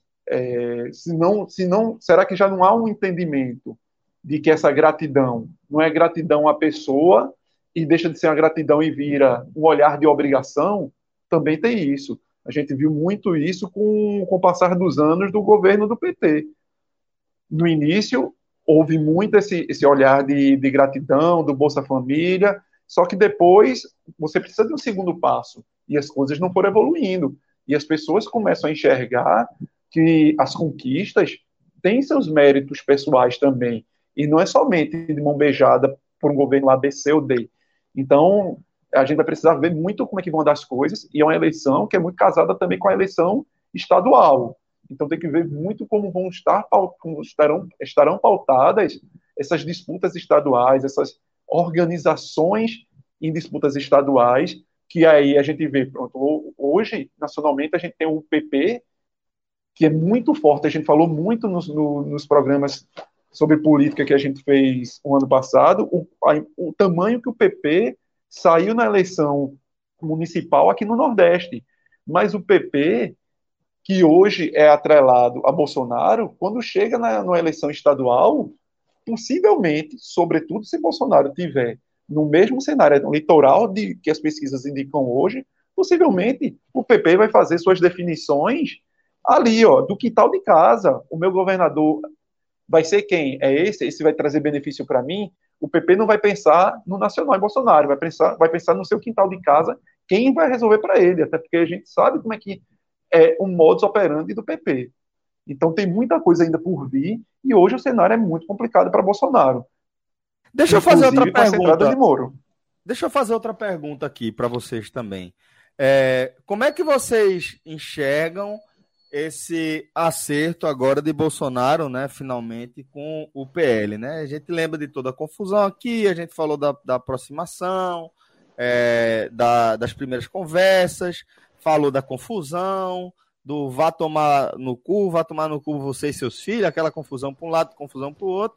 S5: será que já não há um entendimento de que essa gratidão não é gratidão à pessoa e deixa de ser uma gratidão e vira um olhar de obrigação? Também tem isso. A gente viu muito isso com o passar dos anos do governo do PT. No início, houve muito esse olhar de gratidão, do Bolsa Família, só que depois você precisa de um segundo passo, e as coisas não foram evoluindo. E as pessoas começam a enxergar que as conquistas têm seus méritos pessoais também, e não é somente de mão beijada por um governo A, B, C ou D. Então, a gente vai precisar ver muito como é que vão andar as coisas, e é uma eleição que é muito casada também com a eleição estadual. Então tem que ver muito como estarão pautadas essas disputas estaduais, essas organizações em disputas estaduais, que aí a gente vê, pronto, hoje, nacionalmente, a gente tem o PP, que é muito forte, a gente falou muito nos programas sobre política que a gente fez o ano passado, o tamanho que o PP saiu na eleição municipal aqui no Nordeste. Mas o PP, que hoje é atrelado a Bolsonaro, quando chega na eleição estadual, possivelmente, sobretudo se Bolsonaro tiver no mesmo cenário eleitoral que as pesquisas indicam hoje, possivelmente o PP vai fazer suas definições ali, do quintal de casa. O meu governador vai ser quem? É esse? Esse vai trazer benefício para mim? O PP não vai pensar no nacional em Bolsonaro, vai pensar no seu quintal de casa, quem vai resolver para ele, até porque a gente sabe como é que é o modus operandi do PP. Então tem muita coisa ainda por vir, e hoje o cenário é muito complicado para Bolsonaro.
S1: Deixa eu fazer outra pergunta.
S5: De Moro.
S1: Deixa eu fazer outra pergunta aqui para vocês também. Como é que vocês enxergam esse acerto agora de Bolsonaro, né, finalmente, com o PL, né? A gente lembra de toda a confusão aqui, a gente falou da aproximação, das primeiras conversas, falou da confusão, do vá tomar no cu você e seus filhos, aquela confusão para um lado, confusão para o outro.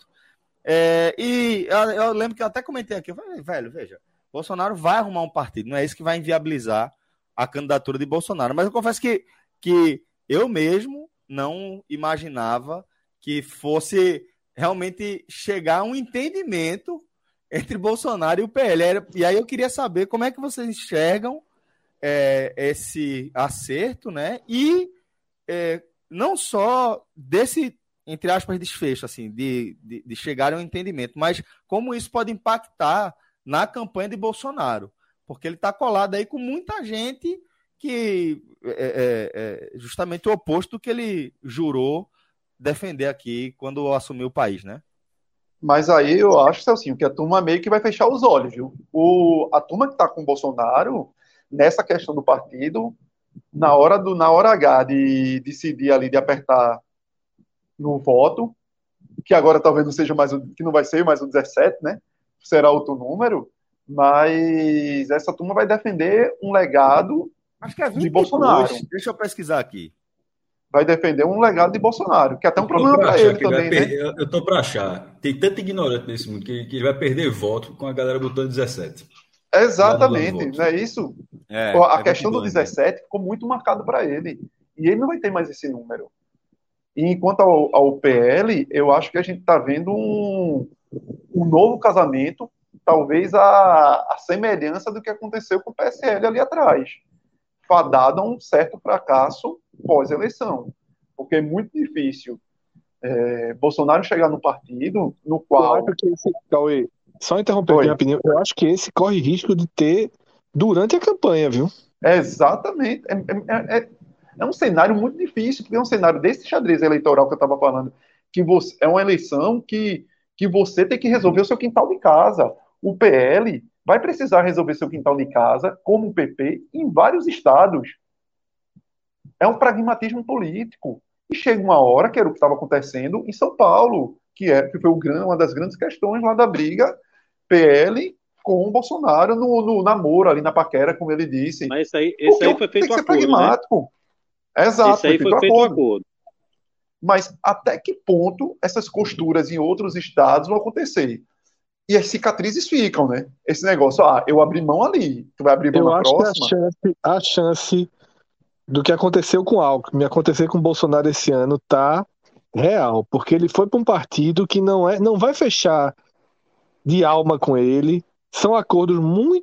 S1: E eu lembro que eu até comentei aqui, eu falei, velho, veja, Bolsonaro vai arrumar um partido, não é isso que vai inviabilizar a candidatura de Bolsonaro. Mas eu confesso que eu mesmo não imaginava que fosse realmente chegar a um entendimento entre Bolsonaro e o PL. E aí eu queria saber como é que vocês enxergam esse acerto, né? E não só desse, entre aspas, desfecho, assim, de chegar a um entendimento, mas como isso pode impactar na campanha de Bolsonaro, porque ele está colado aí com muita gente que é justamente o oposto do que ele jurou defender aqui quando assumiu o país, né?
S5: Mas aí eu acho, Celcinho, que a turma meio que vai fechar os olhos, viu? A turma que está com o Bolsonaro, nessa questão do partido, na hora H de decidir ali, de apertar no voto, que agora talvez não seja mais que não vai ser mais o 17, né? Será outro número, mas essa turma vai defender um legado
S1: Acho que é 22,
S5: de Bolsonaro.
S1: Deixa eu pesquisar aqui.
S5: Vai defender um legado de Bolsonaro, que é até um problema para ele também, né?
S4: Eu tô para achar. Tem tanto ignorante nesse mundo que ele vai perder voto com a galera botando 17.
S5: Exatamente, não é isso? A questão 22, do 17 ficou muito marcado para ele. E ele não vai ter mais esse número. E enquanto ao PL, eu acho que a gente está vendo um novo casamento, talvez a semelhança do que aconteceu com o PSL ali atrás, fadado a um certo fracasso pós-eleição. Porque é muito difícil Bolsonaro chegar no partido no
S2: Eu
S5: qual...
S2: acho que esse, Cauê, só interromper aqui
S5: Oi.
S2: rapidinho, eu acho que esse corre risco de ter durante a campanha, viu?
S5: Exatamente. É um cenário muito difícil, porque é um cenário desse xadrez eleitoral que eu estava falando, é uma eleição que você tem que resolver o seu quintal de casa. O PL vai precisar resolver seu quintal de casa, como o PP, em vários estados. É um pragmatismo político. E chega uma hora, que era o que estava acontecendo em São Paulo, que foi uma das grandes questões lá da briga PL com o Bolsonaro no namoro, ali na paquera, como ele disse.
S3: Mas esse aí foi
S5: Tem
S3: feito
S5: que ser
S3: acordo, né?
S5: pragmático. Exato,
S3: Esse aí foi feito um acordo.
S5: Mas até que ponto essas costuras em outros estados vão acontecer? E as cicatrizes ficam, né? Esse negócio, eu abri mão ali, tu vai abrir mão
S2: Eu
S5: na
S2: acho
S5: próxima?
S2: que a chance do que aconteceu com o Alckmin acontecer com o Bolsonaro esse ano tá real, porque ele foi para um partido que não vai fechar de alma com ele. São acordos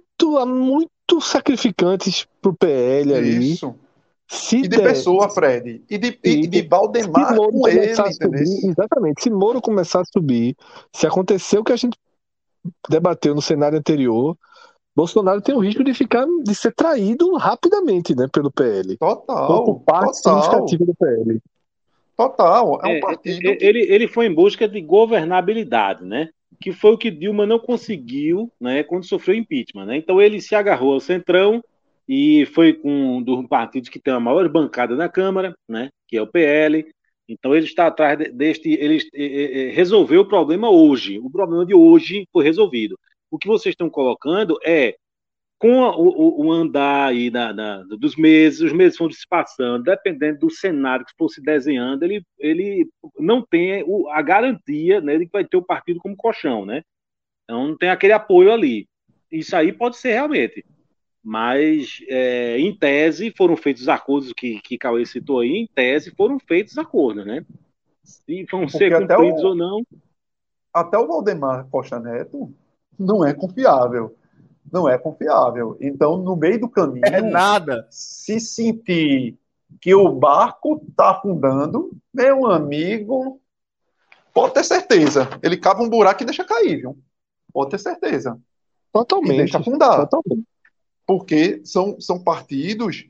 S2: muito sacrificantes pro PL ali.
S5: Isso.
S2: Se
S5: E de
S2: der,
S5: pessoa, Fred. E de
S2: se
S5: Valdemar
S2: Moro
S5: com ele,
S2: começar a
S5: entendeu?
S2: subir, exatamente, se Moro começar a subir, se acontecer o que a gente debateu no cenário anterior, Bolsonaro tem o risco de ser traído rapidamente, né, pelo PL. Como parte significativa do PL.
S5: Total. É um partido que...
S3: Ele foi em busca de governabilidade, né? Que foi o que Dilma não conseguiu, né, quando sofreu impeachment, né? Então ele se agarrou ao Centrão e foi com um dos partidos que tem a maior bancada na Câmara, né, que é o PL. Então ele está atrás ele resolveu o problema hoje. O problema de hoje foi resolvido. O que vocês estão colocando é com o andar aí dos meses, os meses vão se passando, dependendo do cenário que for se desenhando, ele não tem a garantia, né, de que vai ter o partido como colchão, né? Então não tem aquele apoio ali. Isso aí pode ser realmente. Mas, em tese, foram feitos os acordos que Cauê citou aí, em tese foram feitos acordos, né? Se vão ser cumpridos ou não.
S5: Até o Valdemar Costa Neto não é confiável. Não é confiável. Então, no meio do caminho,
S1: nada.
S5: Se sentir que o barco está afundando, meu amigo, pode ter certeza. Ele cava um buraco e deixa cair, viu? Pode ter certeza.
S2: Totalmente.
S5: E deixa afundar.
S2: Totalmente.
S5: Porque são partidos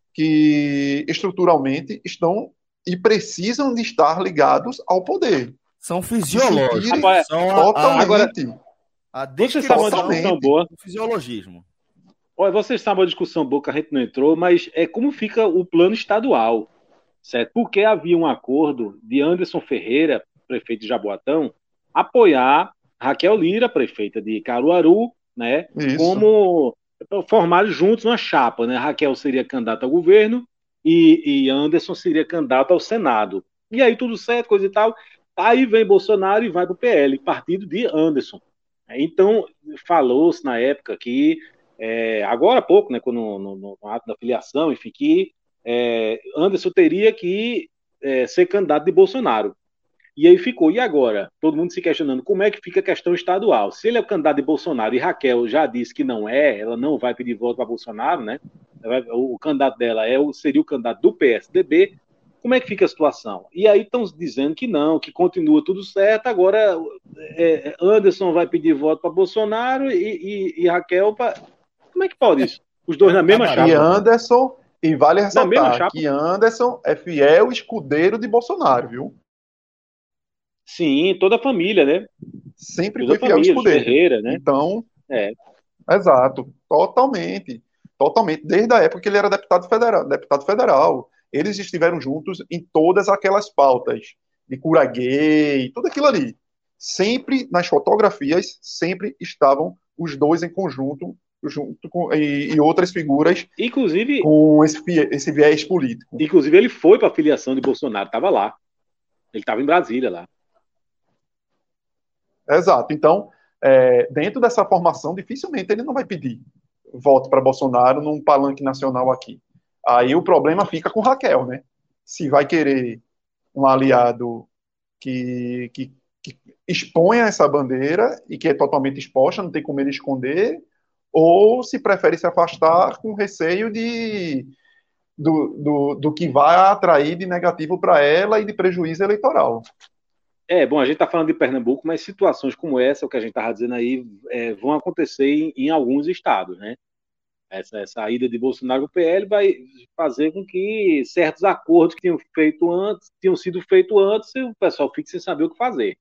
S5: que estruturalmente estão e precisam de estar ligados ao poder.
S1: São fisiológicos.
S5: Totalmente.
S3: Você sabe uma discussão boa.
S1: O fisiologismo.
S3: Olha, vocês sabem uma discussão boa que a gente não entrou, mas é como fica o plano estadual, certo? Porque havia um acordo de Anderson Ferreira, prefeito de Jaboatão, apoiar Raquel Lira, prefeita de Caruaru, né?
S5: Isso.
S3: Como formarem juntos uma chapa, né? Raquel seria candidata ao governo e Anderson seria candidato ao Senado. E aí tudo certo, coisa e tal. Aí vem Bolsonaro e vai para o PL, partido de Anderson. Então, falou-se na época que, agora há pouco, né, no ato da filiação, enfim, que Anderson teria que ser candidato de Bolsonaro. E aí ficou, e agora? Todo mundo se questionando como é que fica a questão estadual. Se ele é o candidato de Bolsonaro e Raquel já disse que não ela não vai pedir voto para Bolsonaro, né? O candidato dela seria o candidato do PSDB. Como é que fica a situação? E aí estão dizendo que não, que continua tudo certo, agora Anderson vai pedir voto para Bolsonaro e Raquel para... Como é que pode isso? Os dois na mesma chapa.
S5: E Anderson, e vale ressaltar que Anderson é fiel escudeiro de Bolsonaro, viu?
S3: Sim, toda a família, né?
S5: Sempre foi fiel escudeiro.
S3: Ferreira, né?
S5: Então, exato, totalmente. Totalmente. Desde a época que ele era deputado federal. Eles estiveram juntos em todas aquelas pautas de cura gay, tudo aquilo ali. Sempre, nas fotografias, sempre estavam os dois em conjunto, junto com, e outras figuras,
S3: inclusive,
S5: com esse viés político.
S3: Inclusive, ele foi para a filiação de Bolsonaro, estava lá. Ele estava em Brasília lá.
S5: Exato. Então, dentro dessa formação, dificilmente ele não vai pedir voto para Bolsonaro num palanque nacional aqui. Aí o problema fica com Raquel, né? Se vai querer um aliado que exponha essa bandeira e que é totalmente exposta, não tem como ele esconder, ou se prefere se afastar com receio do que vai atrair de negativo para ela e de prejuízo eleitoral.
S3: Bom, a gente está falando de Pernambuco, mas situações como essa, o que a gente estava dizendo aí, vão acontecer em alguns estados, né? Essa saída de Bolsonaro do PL vai fazer com que certos acordos que tinham sido feitos antes, e o pessoal fique sem saber o que fazer.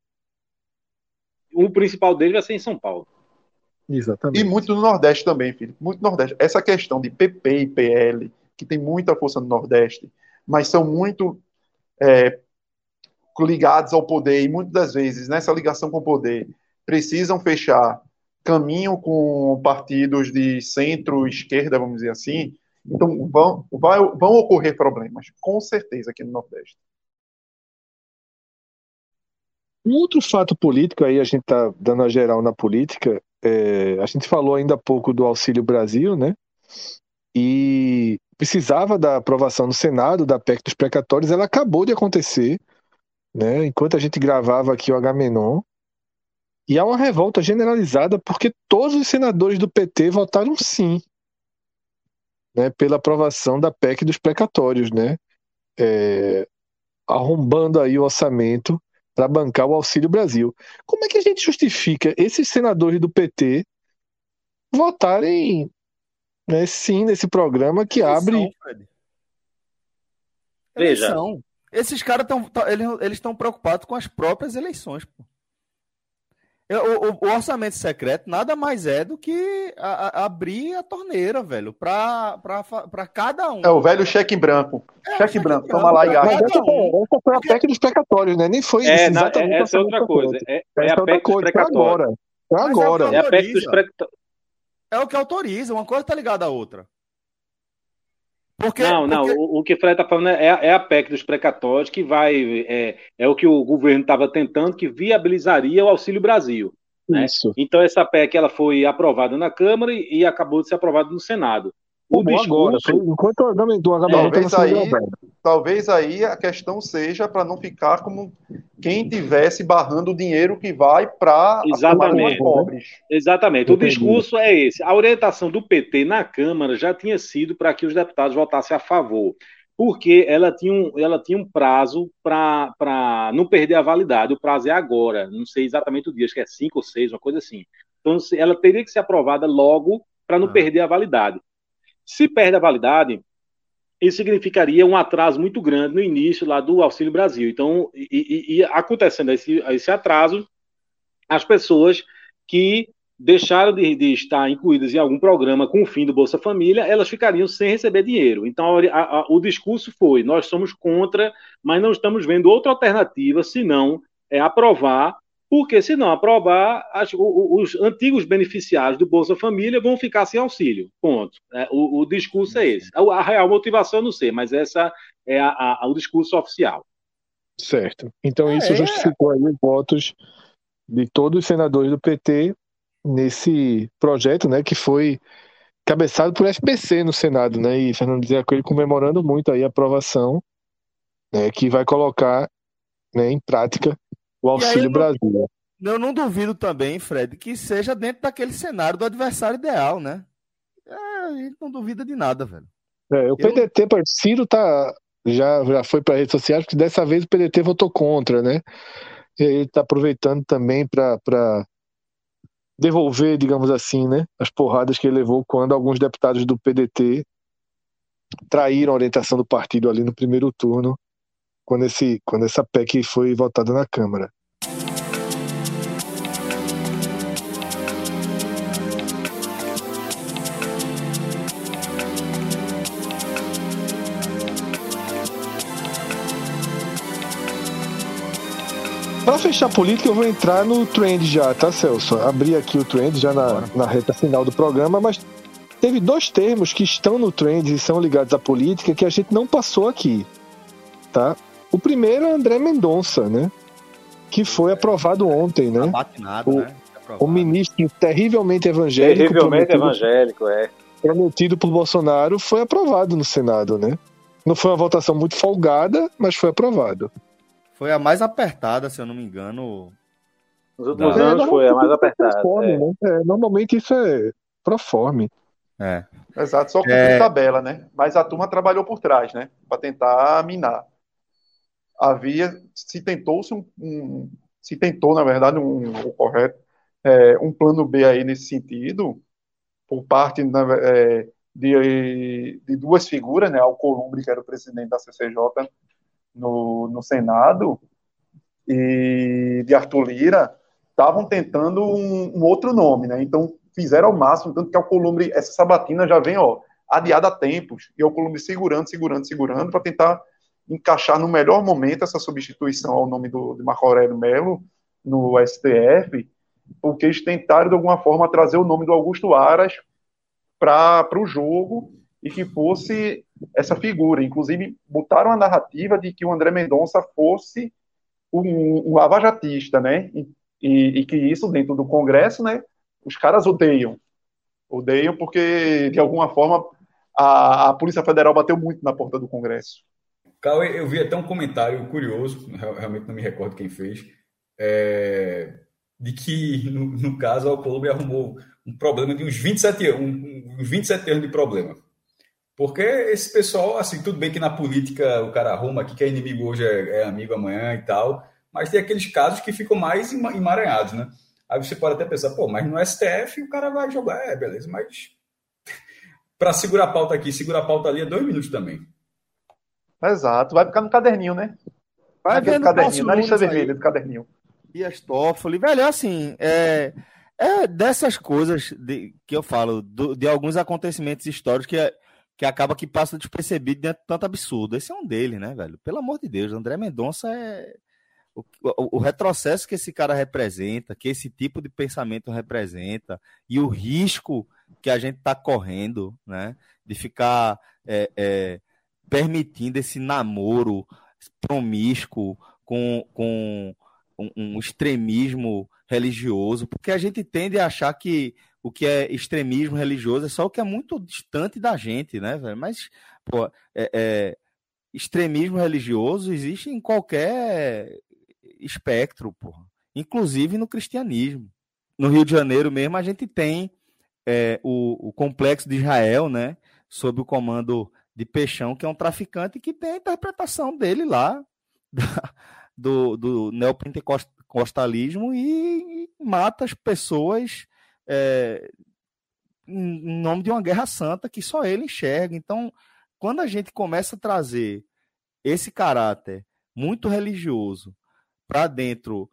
S3: O principal deles vai ser em São Paulo.
S2: Exatamente.
S5: E muito no Nordeste também, filho. Muito no Nordeste. Essa questão de PP e PL, que tem muita força no Nordeste, mas são muito ligados ao poder, e muitas das vezes, nessa ligação com o poder, precisam fechar caminho com partidos de centro-esquerda, vamos dizer assim. Então, vão ocorrer problemas, com certeza, aqui no Nordeste.
S2: Um outro fato político, aí a gente está dando a geral na política, a gente falou ainda há pouco do Auxílio Brasil, né? E precisava da aprovação no Senado da PEC dos precatórios, ela acabou de acontecer, né? Enquanto a gente gravava aqui o Agamenon, e há uma revolta generalizada porque todos os senadores do PT votaram sim, né, pela aprovação da PEC dos precatórios, né? Arrombando aí o orçamento para bancar o Auxílio Brasil. Como é que a gente justifica esses senadores do PT votarem, né, sim nesse programa que abre...
S3: Veja.
S1: Esses caras eles estão preocupados com as próprias eleições, pô. O orçamento secreto nada mais é do que abrir a torneira, velho, para cada um.
S5: É o velho cheque branco. Cheque branco, toma lá e gasta.
S2: Essa foi a PEC dos precatórios, né? Nem foi exatamente.
S3: Essa é outra coisa. É a PEC dos precatórios.
S2: É agora.
S3: É a PEC dos precatórios.
S1: É o que autoriza, uma coisa tá ligada à outra.
S3: Não, o que o Fred está falando é a PEC dos precatórios que vai. É o que o governo estava tentando, que viabilizaria o Auxílio Brasil. Né?
S2: Isso.
S3: Então, essa PEC ela foi aprovada na Câmara e acabou de ser aprovada no Senado.
S5: Talvez aí a questão seja para não ficar como quem tivesse barrando o dinheiro que vai para
S3: os pobres. Exatamente. O discurso é esse. A orientação do PT na Câmara já tinha sido para que os deputados votassem a favor, porque ela tinha um prazo para não perder a validade. O prazo é agora, não sei exatamente o dia, acho que é 5 ou 6, uma coisa assim. Então, ela teria que ser aprovada logo para não perder a validade. Se perde a validade, isso significaria um atraso muito grande no início lá do Auxílio Brasil. Então, acontecendo esse atraso, as pessoas que deixaram de estar incluídas em algum programa com o fim do Bolsa Família, elas ficariam sem receber dinheiro. Então, o discurso foi: nós somos contra, mas não estamos vendo outra alternativa senão aprovar, porque se não aprovar, os antigos beneficiários do Bolsa Família vão ficar sem auxílio. Ponto. O discurso é esse. A real motivação eu não sei, mas essa é o discurso oficial.
S2: Certo. Então isso justificou aí os votos de todos os senadores do PT nesse projeto, né, que foi cabeçado por SPC no Senado, né, e Fernando Bezerra Coelho comemorando muito aí a aprovação, né, que vai colocar, né, em prática o Auxílio Brasil.
S1: Eu não duvido também, Fred, que seja dentro daquele cenário do adversário ideal, né? A gente não duvida de nada, velho.
S2: O PDT, Ciro já foi para redes sociais, porque dessa vez o PDT votou contra, né? E ele está aproveitando também para devolver, digamos assim, né, as porradas que ele levou quando alguns deputados do PDT traíram a orientação do partido ali no primeiro turno, quando essa PEC foi votada na Câmara. Para fechar a política, eu vou entrar no trend já, tá, Celso? Abri aqui o trend já na reta final do programa, mas teve 2 termos que estão no trend e são ligados à política que a gente não passou aqui, tá? O primeiro é André Mendonça, né? Que foi aprovado ontem, né? O ministro terrivelmente evangélico.
S3: Prometido por Bolsonaro
S2: foi aprovado no Senado, né? Não foi uma votação muito folgada, mas foi aprovado.
S1: Foi a mais apertada, se eu não me engano.
S3: Nos últimos anos foi a mais apertada.
S2: Né? Normalmente isso é proforme.
S5: Exato, só cumprir tabela, né? Mas a turma trabalhou por trás, né? Para tentar minar. Se tentou, na verdade, o correto, um plano B aí nesse sentido, por parte de duas figuras, né? Alcolumbre, que era o presidente da CCJ no Senado, e de Arthur Lira, estavam tentando um outro nome, né? Então fizeram ao máximo, tanto que Alcolumbre, essa sabatina já vem, adiada há tempos, e Alcolumbre segurando, para tentar encaixar no melhor momento essa substituição ao nome de Marco Aurélio Melo no STF, porque eles tentaram, de alguma forma, trazer o nome do Augusto Aras para o jogo e que fosse essa figura. Inclusive, botaram a narrativa de que o André Mendonça fosse um lavajatista, né? E que isso, dentro do Congresso, né? Os caras odeiam porque, de alguma forma, a Polícia Federal bateu muito na porta do Congresso.
S4: Cauê, eu vi até um comentário curioso, realmente não me recordo quem fez, de que, no caso, a Alcolumbre arrumou um problema de uns 27 anos de problema. Porque esse pessoal, assim, tudo bem que na política o cara arruma aqui que é inimigo hoje, é amigo amanhã e tal, mas tem aqueles casos que ficam mais emaranhados, né? Aí você pode até pensar, mas no STF o cara vai jogar, beleza, mas para segurar a pauta aqui, segurar a pauta ali é 2 minutos também.
S5: Exato, vai ficar no caderninho, né?
S1: Vai
S5: vendo
S1: no
S5: caderninho, na lista vermelha do caderninho.
S1: E as Toffoli, velho, assim, dessas coisas que eu falo, de alguns acontecimentos históricos que acaba que passa despercebido dentro de tanto absurdo. Esse é um deles, né, velho? Pelo amor de Deus, André Mendonça o retrocesso que esse cara representa, que esse tipo de pensamento representa, e o risco que a gente está correndo, né, de ficar permitindo esse namoro promíscuo com um extremismo religioso, porque a gente tende a achar que o que é extremismo religioso é só o que é muito distante da gente, né, velho? Mas, extremismo religioso existe em qualquer espectro, porra. Inclusive no cristianismo. No Rio de Janeiro mesmo, a gente tem o Complexo de Israel, né, sob o comando de Peixão, que é um traficante que tem a interpretação dele lá, do neopentecostalismo, e mata as pessoas em nome de uma guerra santa que só ele enxerga. Então, quando a gente começa a trazer esse caráter muito religioso para dentro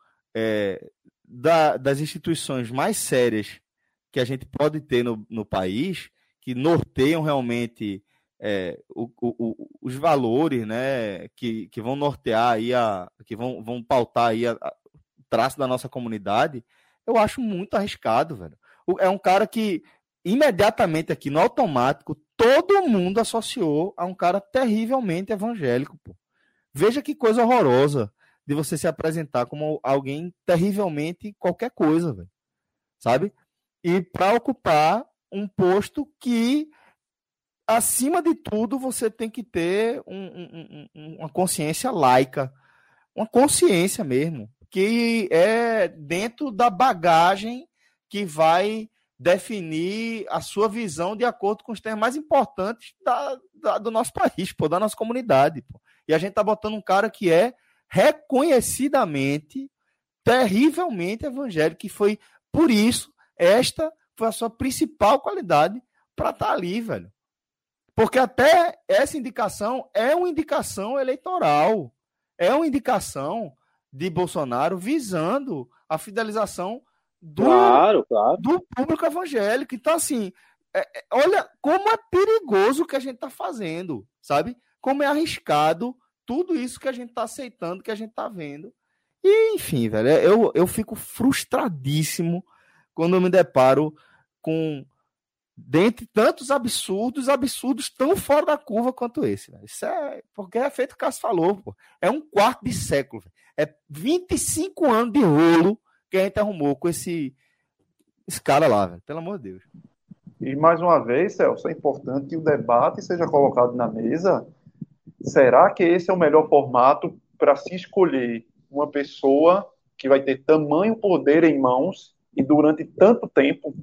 S1: das instituições mais sérias que a gente pode ter no país, que norteiam realmente os valores, né, que vão nortear aí que vão pautar aí o traço da nossa comunidade, eu acho muito arriscado, velho. É um cara que imediatamente aqui no automático todo mundo associou a um cara terrivelmente evangélico, pô. Veja que coisa horrorosa de você se apresentar como alguém terrivelmente qualquer coisa, velho. Sabe? E para ocupar um posto que, acima de tudo, você tem que ter uma consciência laica, uma consciência mesmo, que é dentro da bagagem que vai definir a sua visão de acordo com os temas mais importantes do nosso país, pô, da nossa comunidade. Pô. E a gente tá botando um cara que é reconhecidamente, terrivelmente evangélico, que foi, por isso, esta foi a sua principal qualidade para estar ali, velho. Porque até essa indicação é uma indicação eleitoral, é uma indicação de Bolsonaro visando a fidelização do público evangélico. Então, assim, olha como é perigoso o que a gente está fazendo, sabe? Como é arriscado tudo isso que a gente está aceitando, que a gente está vendo. E, enfim, velho, eu fico frustradíssimo quando eu me deparo com, dentre tantos absurdos tão fora da curva quanto esse. Velho. Isso porque é feito o que o Cássio falou, pô. É um quarto de século. Velho. É 25 anos de rolo que a gente arrumou com esse cara lá, velho. Pelo amor de Deus.
S5: E, mais uma vez, Celso, é importante que o debate seja colocado na mesa Será que esse é o melhor formato para se escolher uma pessoa que vai ter tamanho poder em mãos e durante tanto tempo?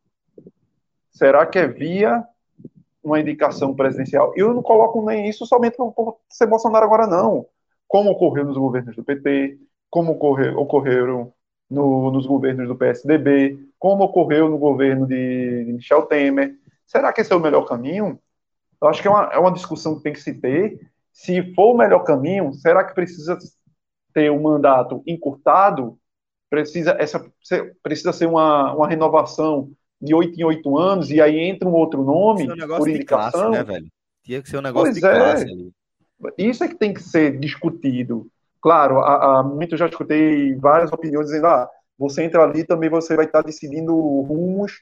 S5: Será que é via uma indicação presidencial? Eu não coloco nem isso somente por ser Bolsonaro agora, não. Como ocorreu nos governos do PT, como ocorreram nos governos do PSDB, como ocorreu no governo de Michel Temer. Será que esse é o melhor caminho? Eu acho que é uma discussão que tem que se ter. Se for o melhor caminho, será que precisa ter um mandato encurtado? Precisa ser uma renovação de 8 em 8 anos e aí entra um outro
S1: Isso é um
S5: nome por
S1: negócio de classe,
S5: indicação?
S1: né, velho? Tinha que ser um negócio de
S5: Pois
S1: classe
S5: é,
S1: ali.
S5: isso é que tem que ser discutido. Claro, muito eu já escutei várias opiniões dizendo, você entra ali também você vai estar decidindo rumos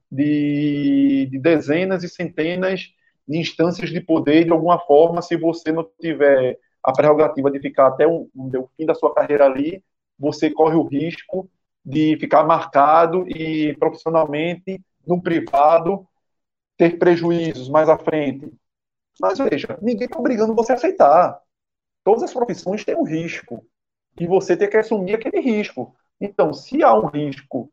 S5: de dezenas e centenas de instâncias de poder de alguma forma, se você não tiver a prerrogativa de ficar até o fim da sua carreira ali, você corre o risco de ficar marcado e profissionalmente, no privado, ter prejuízos mais à frente. Mas veja, ninguém está obrigando você a aceitar. Todas as profissões têm um risco. E você tem que assumir aquele risco. Então, se há um risco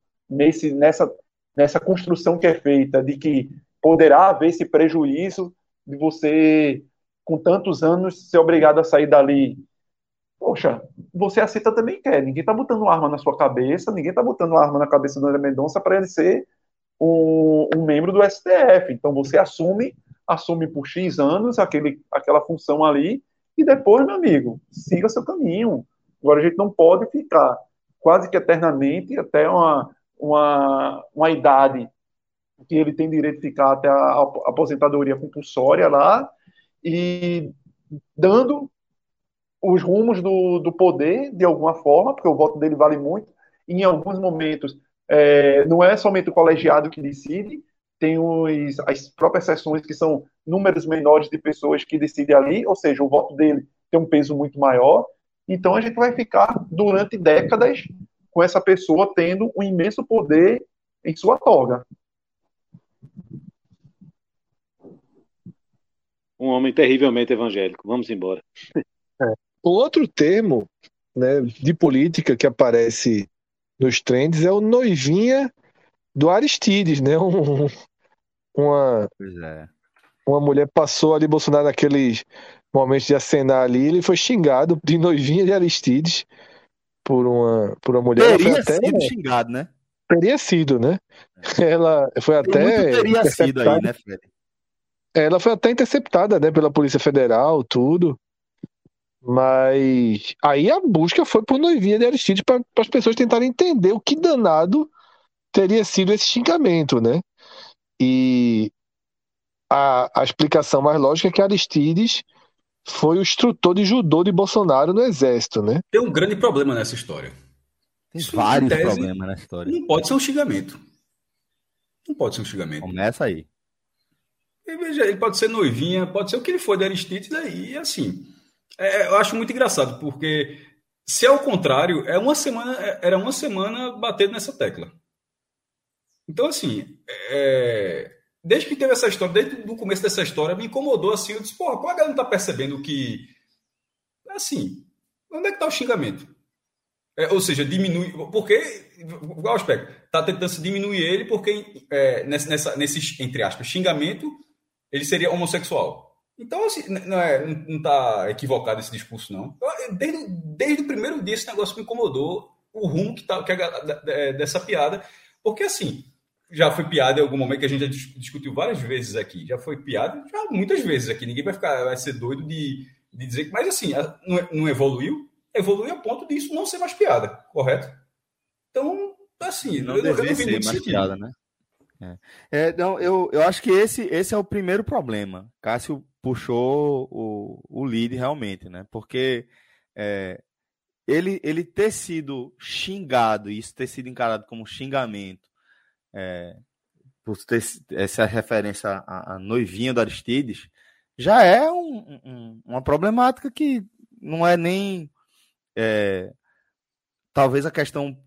S5: nessa construção que é feita de que poderá haver esse prejuízo de você, com tantos anos, ser obrigado a sair dali, poxa, você aceita também quer. Ninguém está botando arma na sua cabeça, ninguém está botando arma na cabeça do André Mendonça para ele ser um membro do STF. Então você assume por X anos aquela função ali, e depois, meu amigo, siga seu caminho. Agora a gente não pode ficar quase que eternamente até uma idade que ele tem direito de ficar até a aposentadoria compulsória lá, e dando os rumos do poder de alguma forma, porque o voto dele vale muito, e em alguns momentos não é somente o colegiado que decide, tem as próprias sessões que são números menores de pessoas que decidem ali, ou seja, o voto dele tem um peso muito maior. Então a gente vai ficar durante décadas com essa pessoa tendo um imenso poder em sua toga.
S3: Um homem terrivelmente evangélico. Vamos embora.
S2: O outro termo, né, de política que aparece nos trends é o noivinha do Aristides, né?
S1: Pois é.
S2: Uma mulher passou ali, Bolsonaro, naqueles momentos de acenar ali, ele foi xingado de noivinha de Aristides por uma mulher. Ela foi
S1: Teria
S2: até,
S1: sido xingado, né?
S2: teria sido, né? Ela foi
S1: Por muito
S2: até
S1: teria sido aí,
S2: interceptada.
S1: né, Fred?
S2: Ela foi até interceptada, né, pela Polícia Federal, tudo. Mas aí a busca foi por noivinha de Aristides para as pessoas tentarem entender o que danado teria sido esse xingamento, né? E a explicação mais lógica é que Aristides foi o instrutor de judô de Bolsonaro no Exército, né?
S4: Tem um grande problema nessa história.
S1: Tem
S4: Isso,
S1: vários
S4: em tese,
S1: problemas na história.
S4: não pode ser um xingamento. Não pode ser um xingamento.
S1: Começa aí.
S4: E veja, ele pode ser noivinha, pode ser o que ele for de Aristides, aí, assim. Eu acho muito engraçado, porque se é o contrário, era uma semana batendo nessa tecla. Então, assim, desde que teve essa história, desde o começo dessa história, me incomodou assim. Eu disse, porra, como a galera não tá percebendo que. Assim, onde é que tá o xingamento? Ou seja, diminui. Porque, qual é o aspecto? Tá tentando se diminuir ele, porque nesse, entre aspas, xingamento, ele seria homossexual. Então, assim, não tá equivocado esse discurso, não. Desde o primeiro dia, esse negócio me incomodou, o rumo dessa piada, porque, assim, já foi piada em algum momento que a gente já discutiu várias vezes aqui. Já foi piada já muitas vezes aqui. Ninguém vai ser doido de dizer que. Mas, assim, não evoluiu. Evoluiu a ponto disso não ser mais piada, correto? Então, assim,
S1: Não
S4: eu não
S1: deveria
S4: vi
S1: ser
S4: muito
S1: mais
S4: sentido.
S1: piada, né? Não, eu acho que esse é o primeiro problema. Cássio puxou o lead realmente, né? Porque ele ter sido xingado e isso ter sido encarado como xingamento, por ter essa referência à noivinha do Aristides, já é uma problemática que não é nem talvez a questão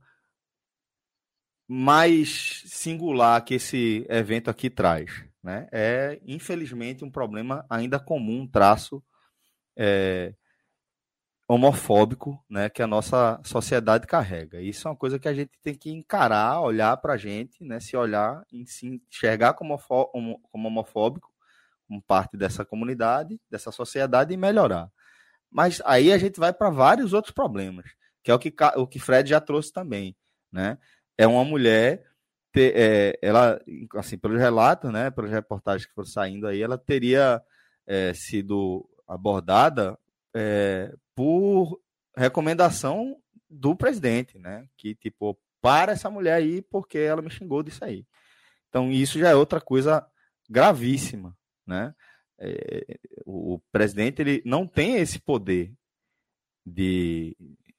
S1: mais singular que esse evento aqui traz, né? É, infelizmente, um problema ainda comum, um traço homofóbico, né, que a nossa sociedade carrega. Isso é uma coisa que a gente tem que encarar, olhar para a gente, né, se olhar, se enxergar como homofóbico, como parte dessa comunidade, dessa sociedade e melhorar. Mas aí a gente vai para vários outros problemas, que é o que Fred já trouxe também, né? É uma mulher, ela, assim, pelos relatos, né, pelas reportagens que foram saindo aí, ela teria sido abordada por recomendação do presidente, né? Que, tipo, para essa mulher aí porque ela me xingou disso aí. Então, isso já é outra coisa gravíssima, né? O presidente, ele não tem esse poder de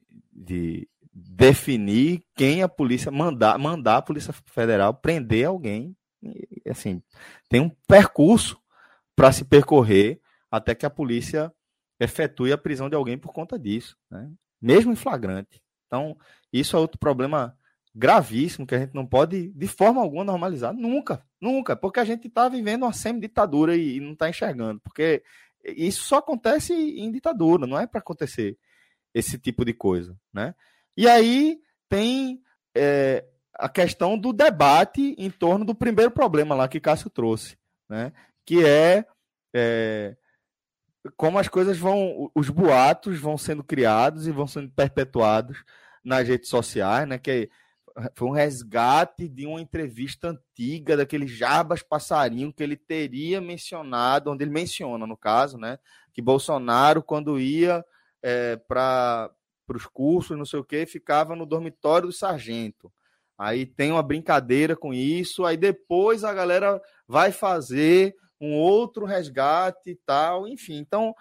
S1: definir quem a polícia mandar a Polícia Federal prender alguém. E, assim, tem um percurso para se percorrer até que a polícia efetue a prisão de alguém por conta disso, né? Mesmo em flagrante. Então, isso é outro problema gravíssimo que a gente não pode, de forma alguma, normalizar. Nunca, porque a gente está vivendo uma semi-ditadura e não está enxergando, porque isso só acontece em ditadura, não é para acontecer esse tipo de coisa, né? E aí tem a questão do debate em torno do primeiro problema lá que Cássio trouxe, né? Que como as coisas os boatos vão sendo criados e vão sendo perpetuados nas redes sociais, né? Que foi um resgate de uma entrevista antiga daquele Jarbas Passarinho que ele teria mencionado, onde ele menciona, no caso, né? Que Bolsonaro, quando ia para os cursos, não sei o que, ficava no dormitório do sargento. Aí tem uma brincadeira com isso, aí depois a galera vai fazer um outro resgate e tal, enfim. Então,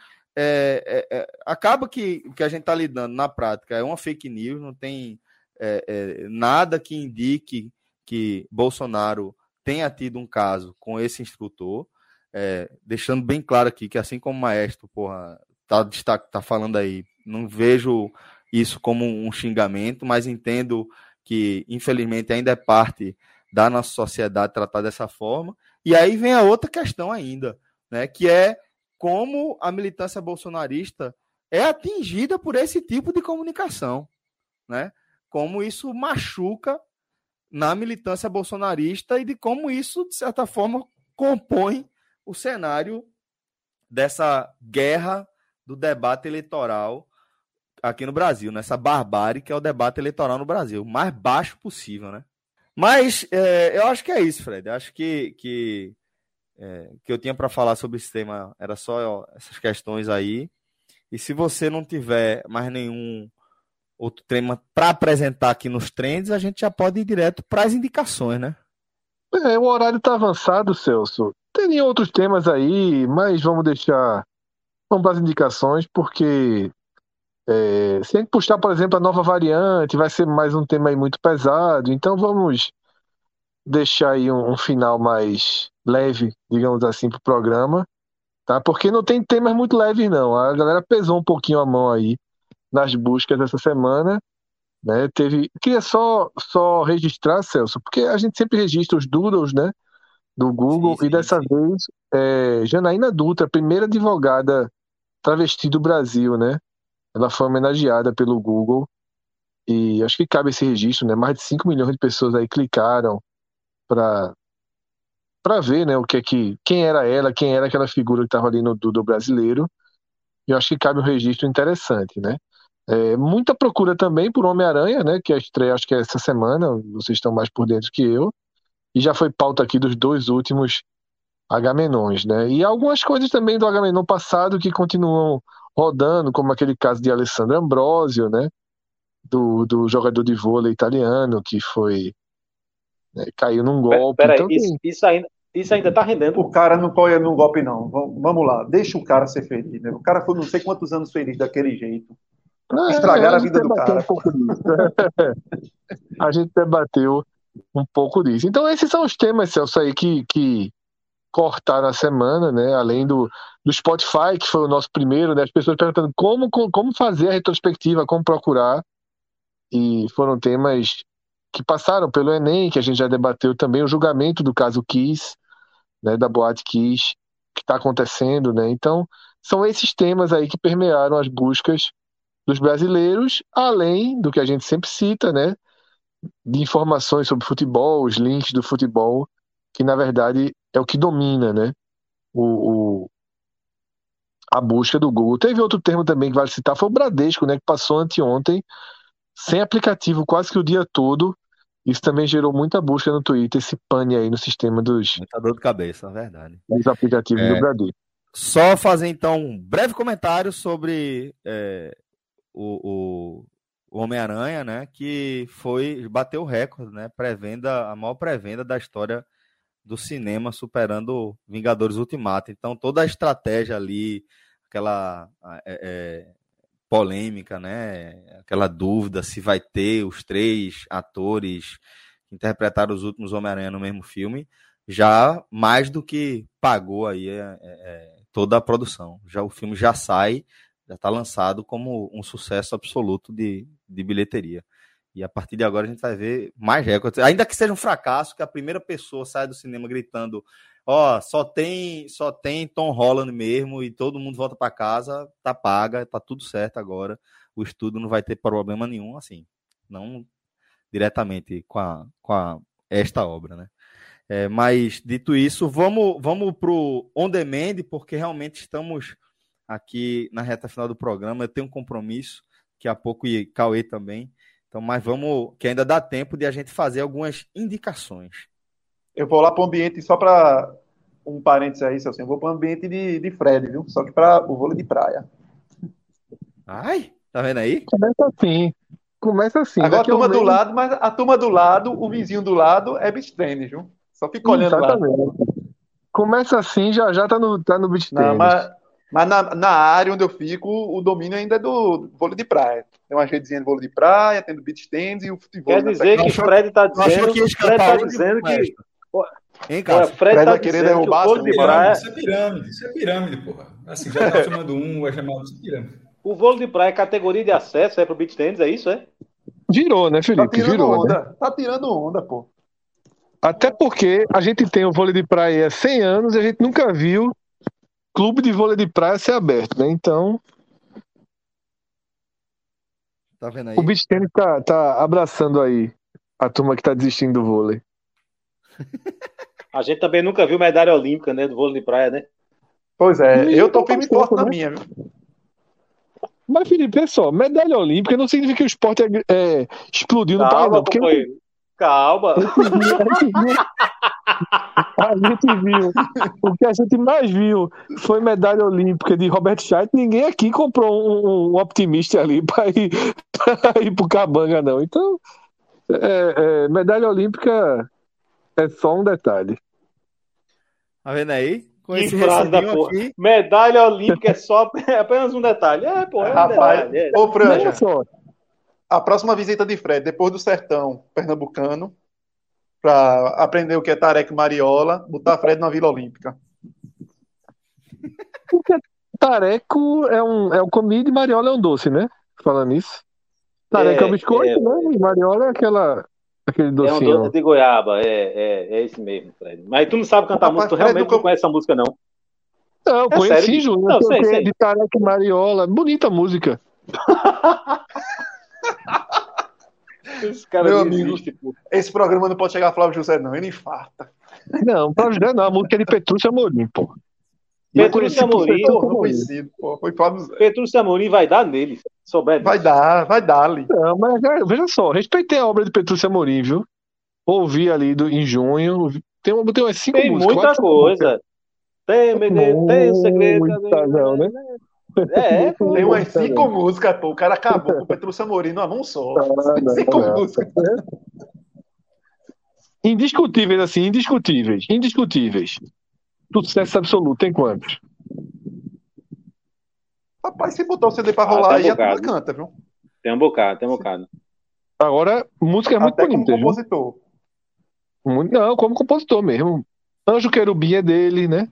S1: acaba que o que a gente está lidando na prática é uma fake news, não tem nada que indique que Bolsonaro tenha tido um caso com esse instrutor, deixando bem claro aqui que, assim como o Maestro tá falando aí, não vejo isso como um xingamento, mas entendo que, infelizmente, ainda é parte da nossa sociedade tratar dessa forma. E aí vem a outra questão ainda, né, que é como a militância bolsonarista é atingida por esse tipo de comunicação, né? Como isso machuca na militância bolsonarista e de como isso, de certa forma, compõe o cenário dessa guerra do debate eleitoral aqui no Brasil, nessa barbárie que é o debate eleitoral no Brasil, o mais baixo possível, né? Mas eu acho que é isso, Fred. Eu acho que eu tinha para falar sobre esse tema era só essas questões aí. E se você não tiver mais nenhum outro tema para apresentar aqui nos trends, a gente já pode ir direto para as indicações, né?
S2: O horário está avançado, Celso. Tem outros temas aí, mas vamos para as indicações, porque se a gente puxar, por exemplo, a nova variante, vai ser mais um tema aí muito pesado, então vamos deixar aí um final mais leve, digamos assim, para o programa, tá? Porque não tem temas muito leves, não. A galera pesou um pouquinho a mão aí nas buscas dessa semana, né? Queria só registrar, Celso, porque a gente sempre registra os doodles, né, do Google,
S1: Sim,
S2: e dessa
S1: sim.
S2: vez Janaína Dutra, primeira advogada travesti do Brasil, né? Ela foi homenageada pelo Google e acho que cabe esse registro, né? Mais de 5 milhões de pessoas aí clicaram para ver, né, quem era ela, quem era aquela figura que estava ali no Doodle brasileiro. E eu acho que cabe um registro interessante, né? Muita procura também por Homem-Aranha, né? Que a estreia acho que é essa semana, vocês estão mais por dentro que eu. E já foi pauta aqui dos 2 últimos Agamenons, né? E algumas coisas também do Agamenon passado que continuam rodando, como aquele caso de Alessandro Ambrosio, né? Do jogador de vôlei italiano que foi, né, caiu num golpe.
S3: Peraí,
S2: Então tem.
S3: isso ainda tá rendendo.
S5: O cara não corre num golpe, não. Vamos lá, deixa o cara ser feliz, né? O cara foi não sei quantos anos feliz daquele jeito. Estragaram a vida do cara.
S2: Um pouco disso. A gente debateu um pouco disso. Então esses são os temas, Celso, aí que cortaram a semana, né? Além do Spotify, que foi o nosso primeiro, né? As pessoas perguntando como fazer a retrospectiva, como procurar. E foram temas que passaram pelo Enem, que a gente já debateu também, o julgamento do caso Kiss, né? Da Boate Kiss, que está acontecendo, né? Então, são esses temas aí que permearam as buscas dos brasileiros, além do que a gente sempre cita, né? De informações sobre futebol, os links do futebol, que na verdade é o que domina, né? A busca do Google. Teve outro termo também que vale citar, foi o Bradesco, né? Que passou anteontem, sem aplicativo quase que o dia todo. Isso também gerou muita busca no Twitter, esse pane aí no sistema
S1: Muita dor de cabeça, na verdade.
S2: dos aplicativos do Bradesco.
S1: Só fazer então um breve comentário sobre o Homem-Aranha, né? Que bateu o recorde, né? A maior pré-venda da história do cinema, superando Vingadores Ultimato. Então toda a estratégia ali, aquela polêmica, né? Aquela dúvida se vai ter os 3 atores que interpretaram os últimos Homem-Aranha no mesmo filme, já mais do que pagou aí toda a produção. O filme já sai, já está lançado como um sucesso absoluto de bilheteria. E a partir de agora a gente vai ver mais recordes. Ainda que seja um fracasso, que a primeira pessoa saia do cinema gritando só tem Tom Holland mesmo e todo mundo volta para casa, tá paga, tá tudo certo agora. O estúdio não vai ter problema nenhum, assim, não diretamente com esta obra, né? Mas, dito isso, vamos pro On Demand, porque realmente estamos aqui na reta final do programa. Eu tenho um compromisso, daqui a pouco e Cauê também. Então, mas vamos, que ainda dá tempo de a gente fazer algumas indicações.
S5: Eu vou lá para o ambiente, só para um parênteses aí, Celso, eu vou para o ambiente de Fred, viu? Só que para o vôlei de praia.
S1: Ai, tá vendo aí?
S2: Começa assim.
S5: Agora a turma do lado, mas a turma do lado, o vizinho do lado é beach tennis, viu? Só fica olhando
S2: Exatamente.
S5: lá.
S2: Começa assim, já tá no beach
S5: Não,
S2: tennis.
S5: mas na área onde eu fico, o domínio ainda é do vôlei de praia. Tem uma redezinha de vôlei de praia, tem do beach tennis e o futebol.
S3: Quer dizer que Fred tá dizendo que...
S1: Hein, cara?
S5: Fred tá querendo derrubar
S3: o vôlei de praia...
S4: Isso é pirâmide, porra. Assim, já tá chamando vai chamar de pirâmide.
S3: O vôlei de praia é categoria de acesso pro beach tennis, é isso, é?
S2: Virou, né, Felipe?
S5: Onda.
S2: Né?
S5: Tá tirando onda, pô.
S2: Até porque a gente tem o vôlei de praia há 100 anos e a gente nunca viu clube de vôlei de praia ser aberto, né? Então...
S1: Tá vendo aí?
S2: O beach tennis tá abraçando aí a turma que tá desistindo do vôlei.
S3: A gente também nunca viu medalha olímpica, né, do vôlei de praia, né?
S5: Pois é, eu tô firme e forte na minha, viu?
S2: Mas, Felipe, é só, medalha olímpica não significa que o esporte explodiu no país, não. Porque
S3: Calma.
S2: A gente viu. O que a gente mais viu foi medalha olímpica de Robert Scheidt. Ninguém aqui comprou um optimista ali para ir pro Cabanga, não. Então, medalha olímpica é só um detalhe.
S1: Tá vendo aí? Com
S3: Que
S1: esse
S3: frase da
S1: recibinho
S3: porra.
S1: aqui.
S3: Medalha olímpica é apenas um detalhe.
S5: Rapaz,
S3: detalhe.
S5: Ô, Franja,
S2: Olha só.
S5: a próxima visita de Fred, depois do sertão pernambucano, para aprender o que é tareca e mariola, botar Fred na Vila Olímpica.
S2: Porque tareco é um comida e mariola é um doce, né? Falando nisso. Tareco é um biscoito, né? E mariola é aquele docinho.
S3: É um doce de goiaba, é esse mesmo, Fred. Mas tu não sabe cantar música, tu realmente não conhece essa música, não.
S2: Não, eu conheci,
S3: sério?
S2: Júnior.
S3: Sei.
S2: De tareca e mariola. Bonita música.
S3: Esse cara
S5: Meu
S3: não
S5: amigo,
S3: existe, pô.
S5: esse programa não pode chegar a Flávio José, não. Ele infarta.
S2: Não, pra José não. A música é de Petrúcio Amorim, pô.
S3: Petrúcio Amorim,
S5: Não conhecido, pô. Foi Flávio José.
S3: Petrúcio Amorim vai dar nele. Souber
S5: Vai dar ali.
S2: Não, mas veja só, respeitei a obra de Petrúcio Amorim, viu? Ouvi ali em junho. Tem umas 5
S3: tem
S2: músicas.
S3: Muita coisa. Tem segredo.
S2: Não, né?
S3: Pô.
S5: Tem umas 5 músicas, pô. O cara acabou com o Petrúcio Amorim numa mão só. 5 músicas.
S2: Indiscutíveis, assim, indiscutíveis. Sucesso absoluto, tem quantos?
S5: Rapaz, se botar o CD pra rolar aí, a turma canta, viu?
S3: Tem um bocado.
S2: Agora, música muito
S5: até
S2: bonita,
S5: como compositor.
S2: Não, como compositor mesmo. Anjo Querubim é dele, né?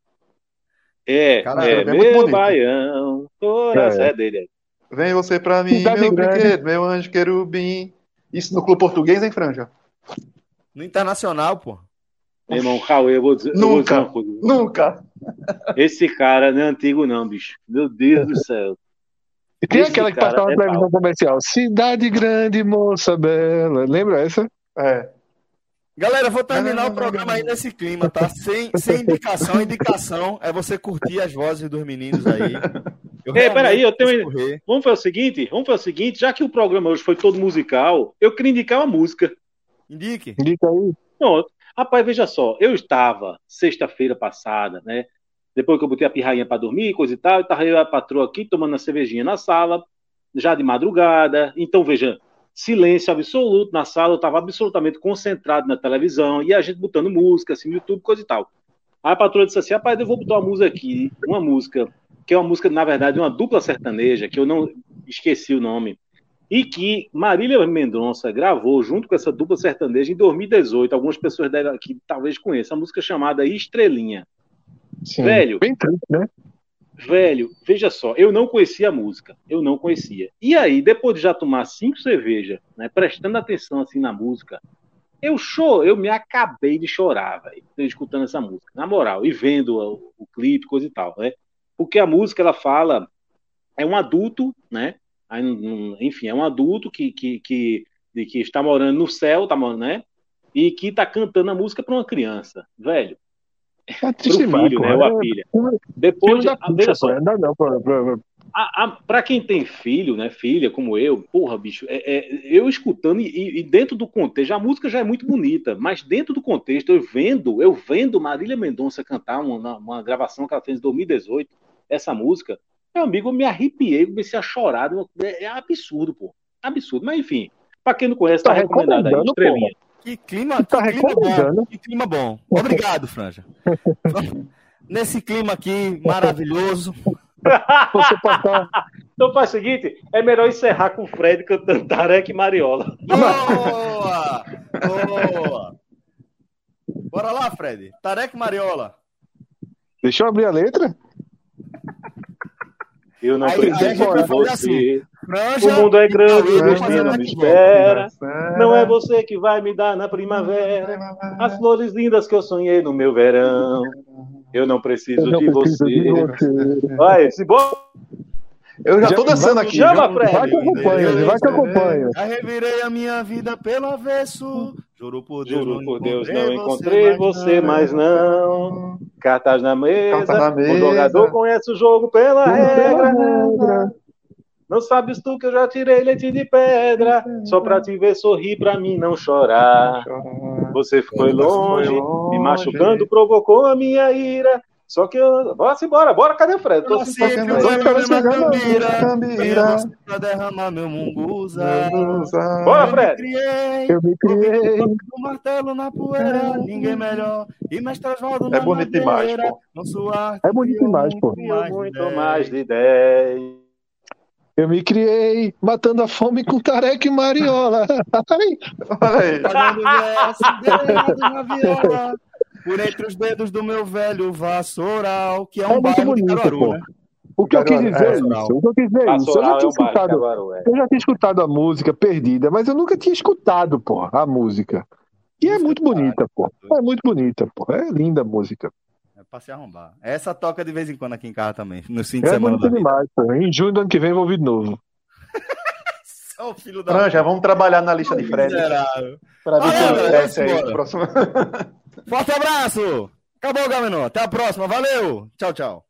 S3: Meu baião, coração é dele.
S5: Vem você pra mim,
S2: Cidade
S5: meu
S2: grande.
S5: brinquedo, meu anjo querubim. Isso no clube português, hein, Franja?
S1: No Internacional, pô.
S3: Meu irmão, Cauê, eu vou dizer
S5: Nunca,
S3: uma coisa.
S5: nunca.
S3: Esse cara não é antigo, não, bicho. Meu Deus do céu.
S2: E tem
S3: Esse
S2: aquela que
S3: cara
S2: passava na
S3: é
S2: televisão
S3: pau.
S2: comercial. Cidade grande, moça bela. Lembra essa?
S5: É.
S1: Galera, vou terminar o programa aí nesse clima, tá? Sem indicação. Indicação é você curtir as vozes dos meninos aí.
S3: Peraí, eu tenho.
S1: Escorrer.
S3: Vamos fazer o seguinte, já que o programa hoje foi todo musical, eu queria indicar uma música.
S1: Indique.
S2: Indica aí.
S3: Pronto. Rapaz, veja só, eu estava sexta-feira passada, né? Depois que eu botei a pirrainha pra dormir, coisa e tal, e tava eu e a patroa aqui tomando uma cervejinha na sala, já de madrugada. Então, veja, silêncio absoluto na sala, eu estava absolutamente concentrado na televisão, e a gente botando música, assim, no YouTube, coisa e tal. Aí a patroa disse assim, rapaz, eu vou botar uma música aqui, que é uma música, na verdade, uma dupla sertaneja, que eu não esqueci o nome, e que Marília Mendonça gravou junto com essa dupla sertaneja em 2018. Algumas pessoas aqui talvez conheçam a música chamada Estrelinha.
S2: Sim.
S3: Velho,
S2: Bem triste, né?
S3: Velho, veja só, eu não conhecia a música, eu não conhecia. E aí, depois de já tomar 5 cervejas, né, prestando atenção assim na música, eu me acabei de chorar, velho, escutando essa música, na moral, e vendo o clipe, coisa e tal, né? Porque a música, ela fala, é um adulto, né? Aí, enfim, é um adulto que está morando no céu, tá morando, né? E que tá cantando a música para uma criança, velho.
S2: É triste
S3: Pro
S2: demais,
S3: filho,
S2: pô.
S3: né? Ou a filha. Depois, veja só.
S2: Ainda não,
S3: Pra quem tem filho, né? Filha, como eu, porra, bicho, eu escutando e dentro do contexto, a música já é muito bonita, mas dentro do contexto, eu vendo Marília Mendonça cantar uma gravação que ela fez em 2018, essa música, meu amigo, eu me arrepiei, comecei a chorar. É absurdo, pô. Absurdo. Mas enfim, pra quem não conhece, tá recomendado aí, Estrelinha.
S1: Que clima bom. Que clima bom. Obrigado, Franja. Nesse clima aqui maravilhoso.
S2: Você passar.
S3: Então faz o seguinte, é melhor encerrar com o Fred cantando Tareca e Mariola.
S1: Boa! Boa! Bora lá, Fred. Tareca e Mariola.
S2: Deixa eu abrir a letra.
S3: Eu não preciso de você.
S1: Assim, Franja,
S3: o mundo é grande, o destino
S1: fazendo
S3: me
S1: aqui,
S3: espera. Não é você que vai me dar na primavera as flores lindas que eu sonhei no meu verão. Eu não preciso de você. Vai, se bora.
S5: Eu já tô dançando aqui.
S3: Chama, Fred.
S2: Vai que eu acompanho.
S1: Já revirei a minha vida pelo avesso. Juro por Deus,
S3: não encontrei você, mas não. Cartas na mesa. O jogador conhece o jogo pela regra. Não sabes tu que eu já tirei leite de pedra, só pra te ver sorrir, pra mim não chorar. Você foi longe, me machucando, provocou a minha ira. Só que eu... Bora, cadê o Fred? Tô
S1: sempre pra derramar meu munguza.
S3: Bora, Fred!
S2: Eu me criei.
S1: O martelo na poeira, ninguém melhor. E mestre Oswaldo na
S5: É bonito demais, pô.
S2: É bonito demais, pô.
S3: Muito mais de 10.
S2: Eu me criei, matando a fome com Tareca e Mariola.
S1: Fazendo verso na viola. Por entre os dedos do meu velho vassoural, que é um bairro
S2: bonito,
S1: de Caruaru,
S2: pô.
S1: né?
S2: O que eu quis dizer é isso. Eu já tinha escutado a música Perdida, mas eu nunca tinha escutado, pô, a música. E é muito bonita, pô. É muito bonita, pô. É linda a música.
S1: É pra se arrombar. Essa toca de vez em quando aqui em casa também, no fim de semana.
S2: É bonita demais, pô. Em junho do ano que vem eu vou ouvir de novo.
S1: Oh, filho da
S5: Franja, vamos trabalhar na lista de Fred. Pra ver se ele cresce aí.
S1: Forte abraço! Acabou, Gamenon. Até a próxima. Valeu! Tchau, tchau.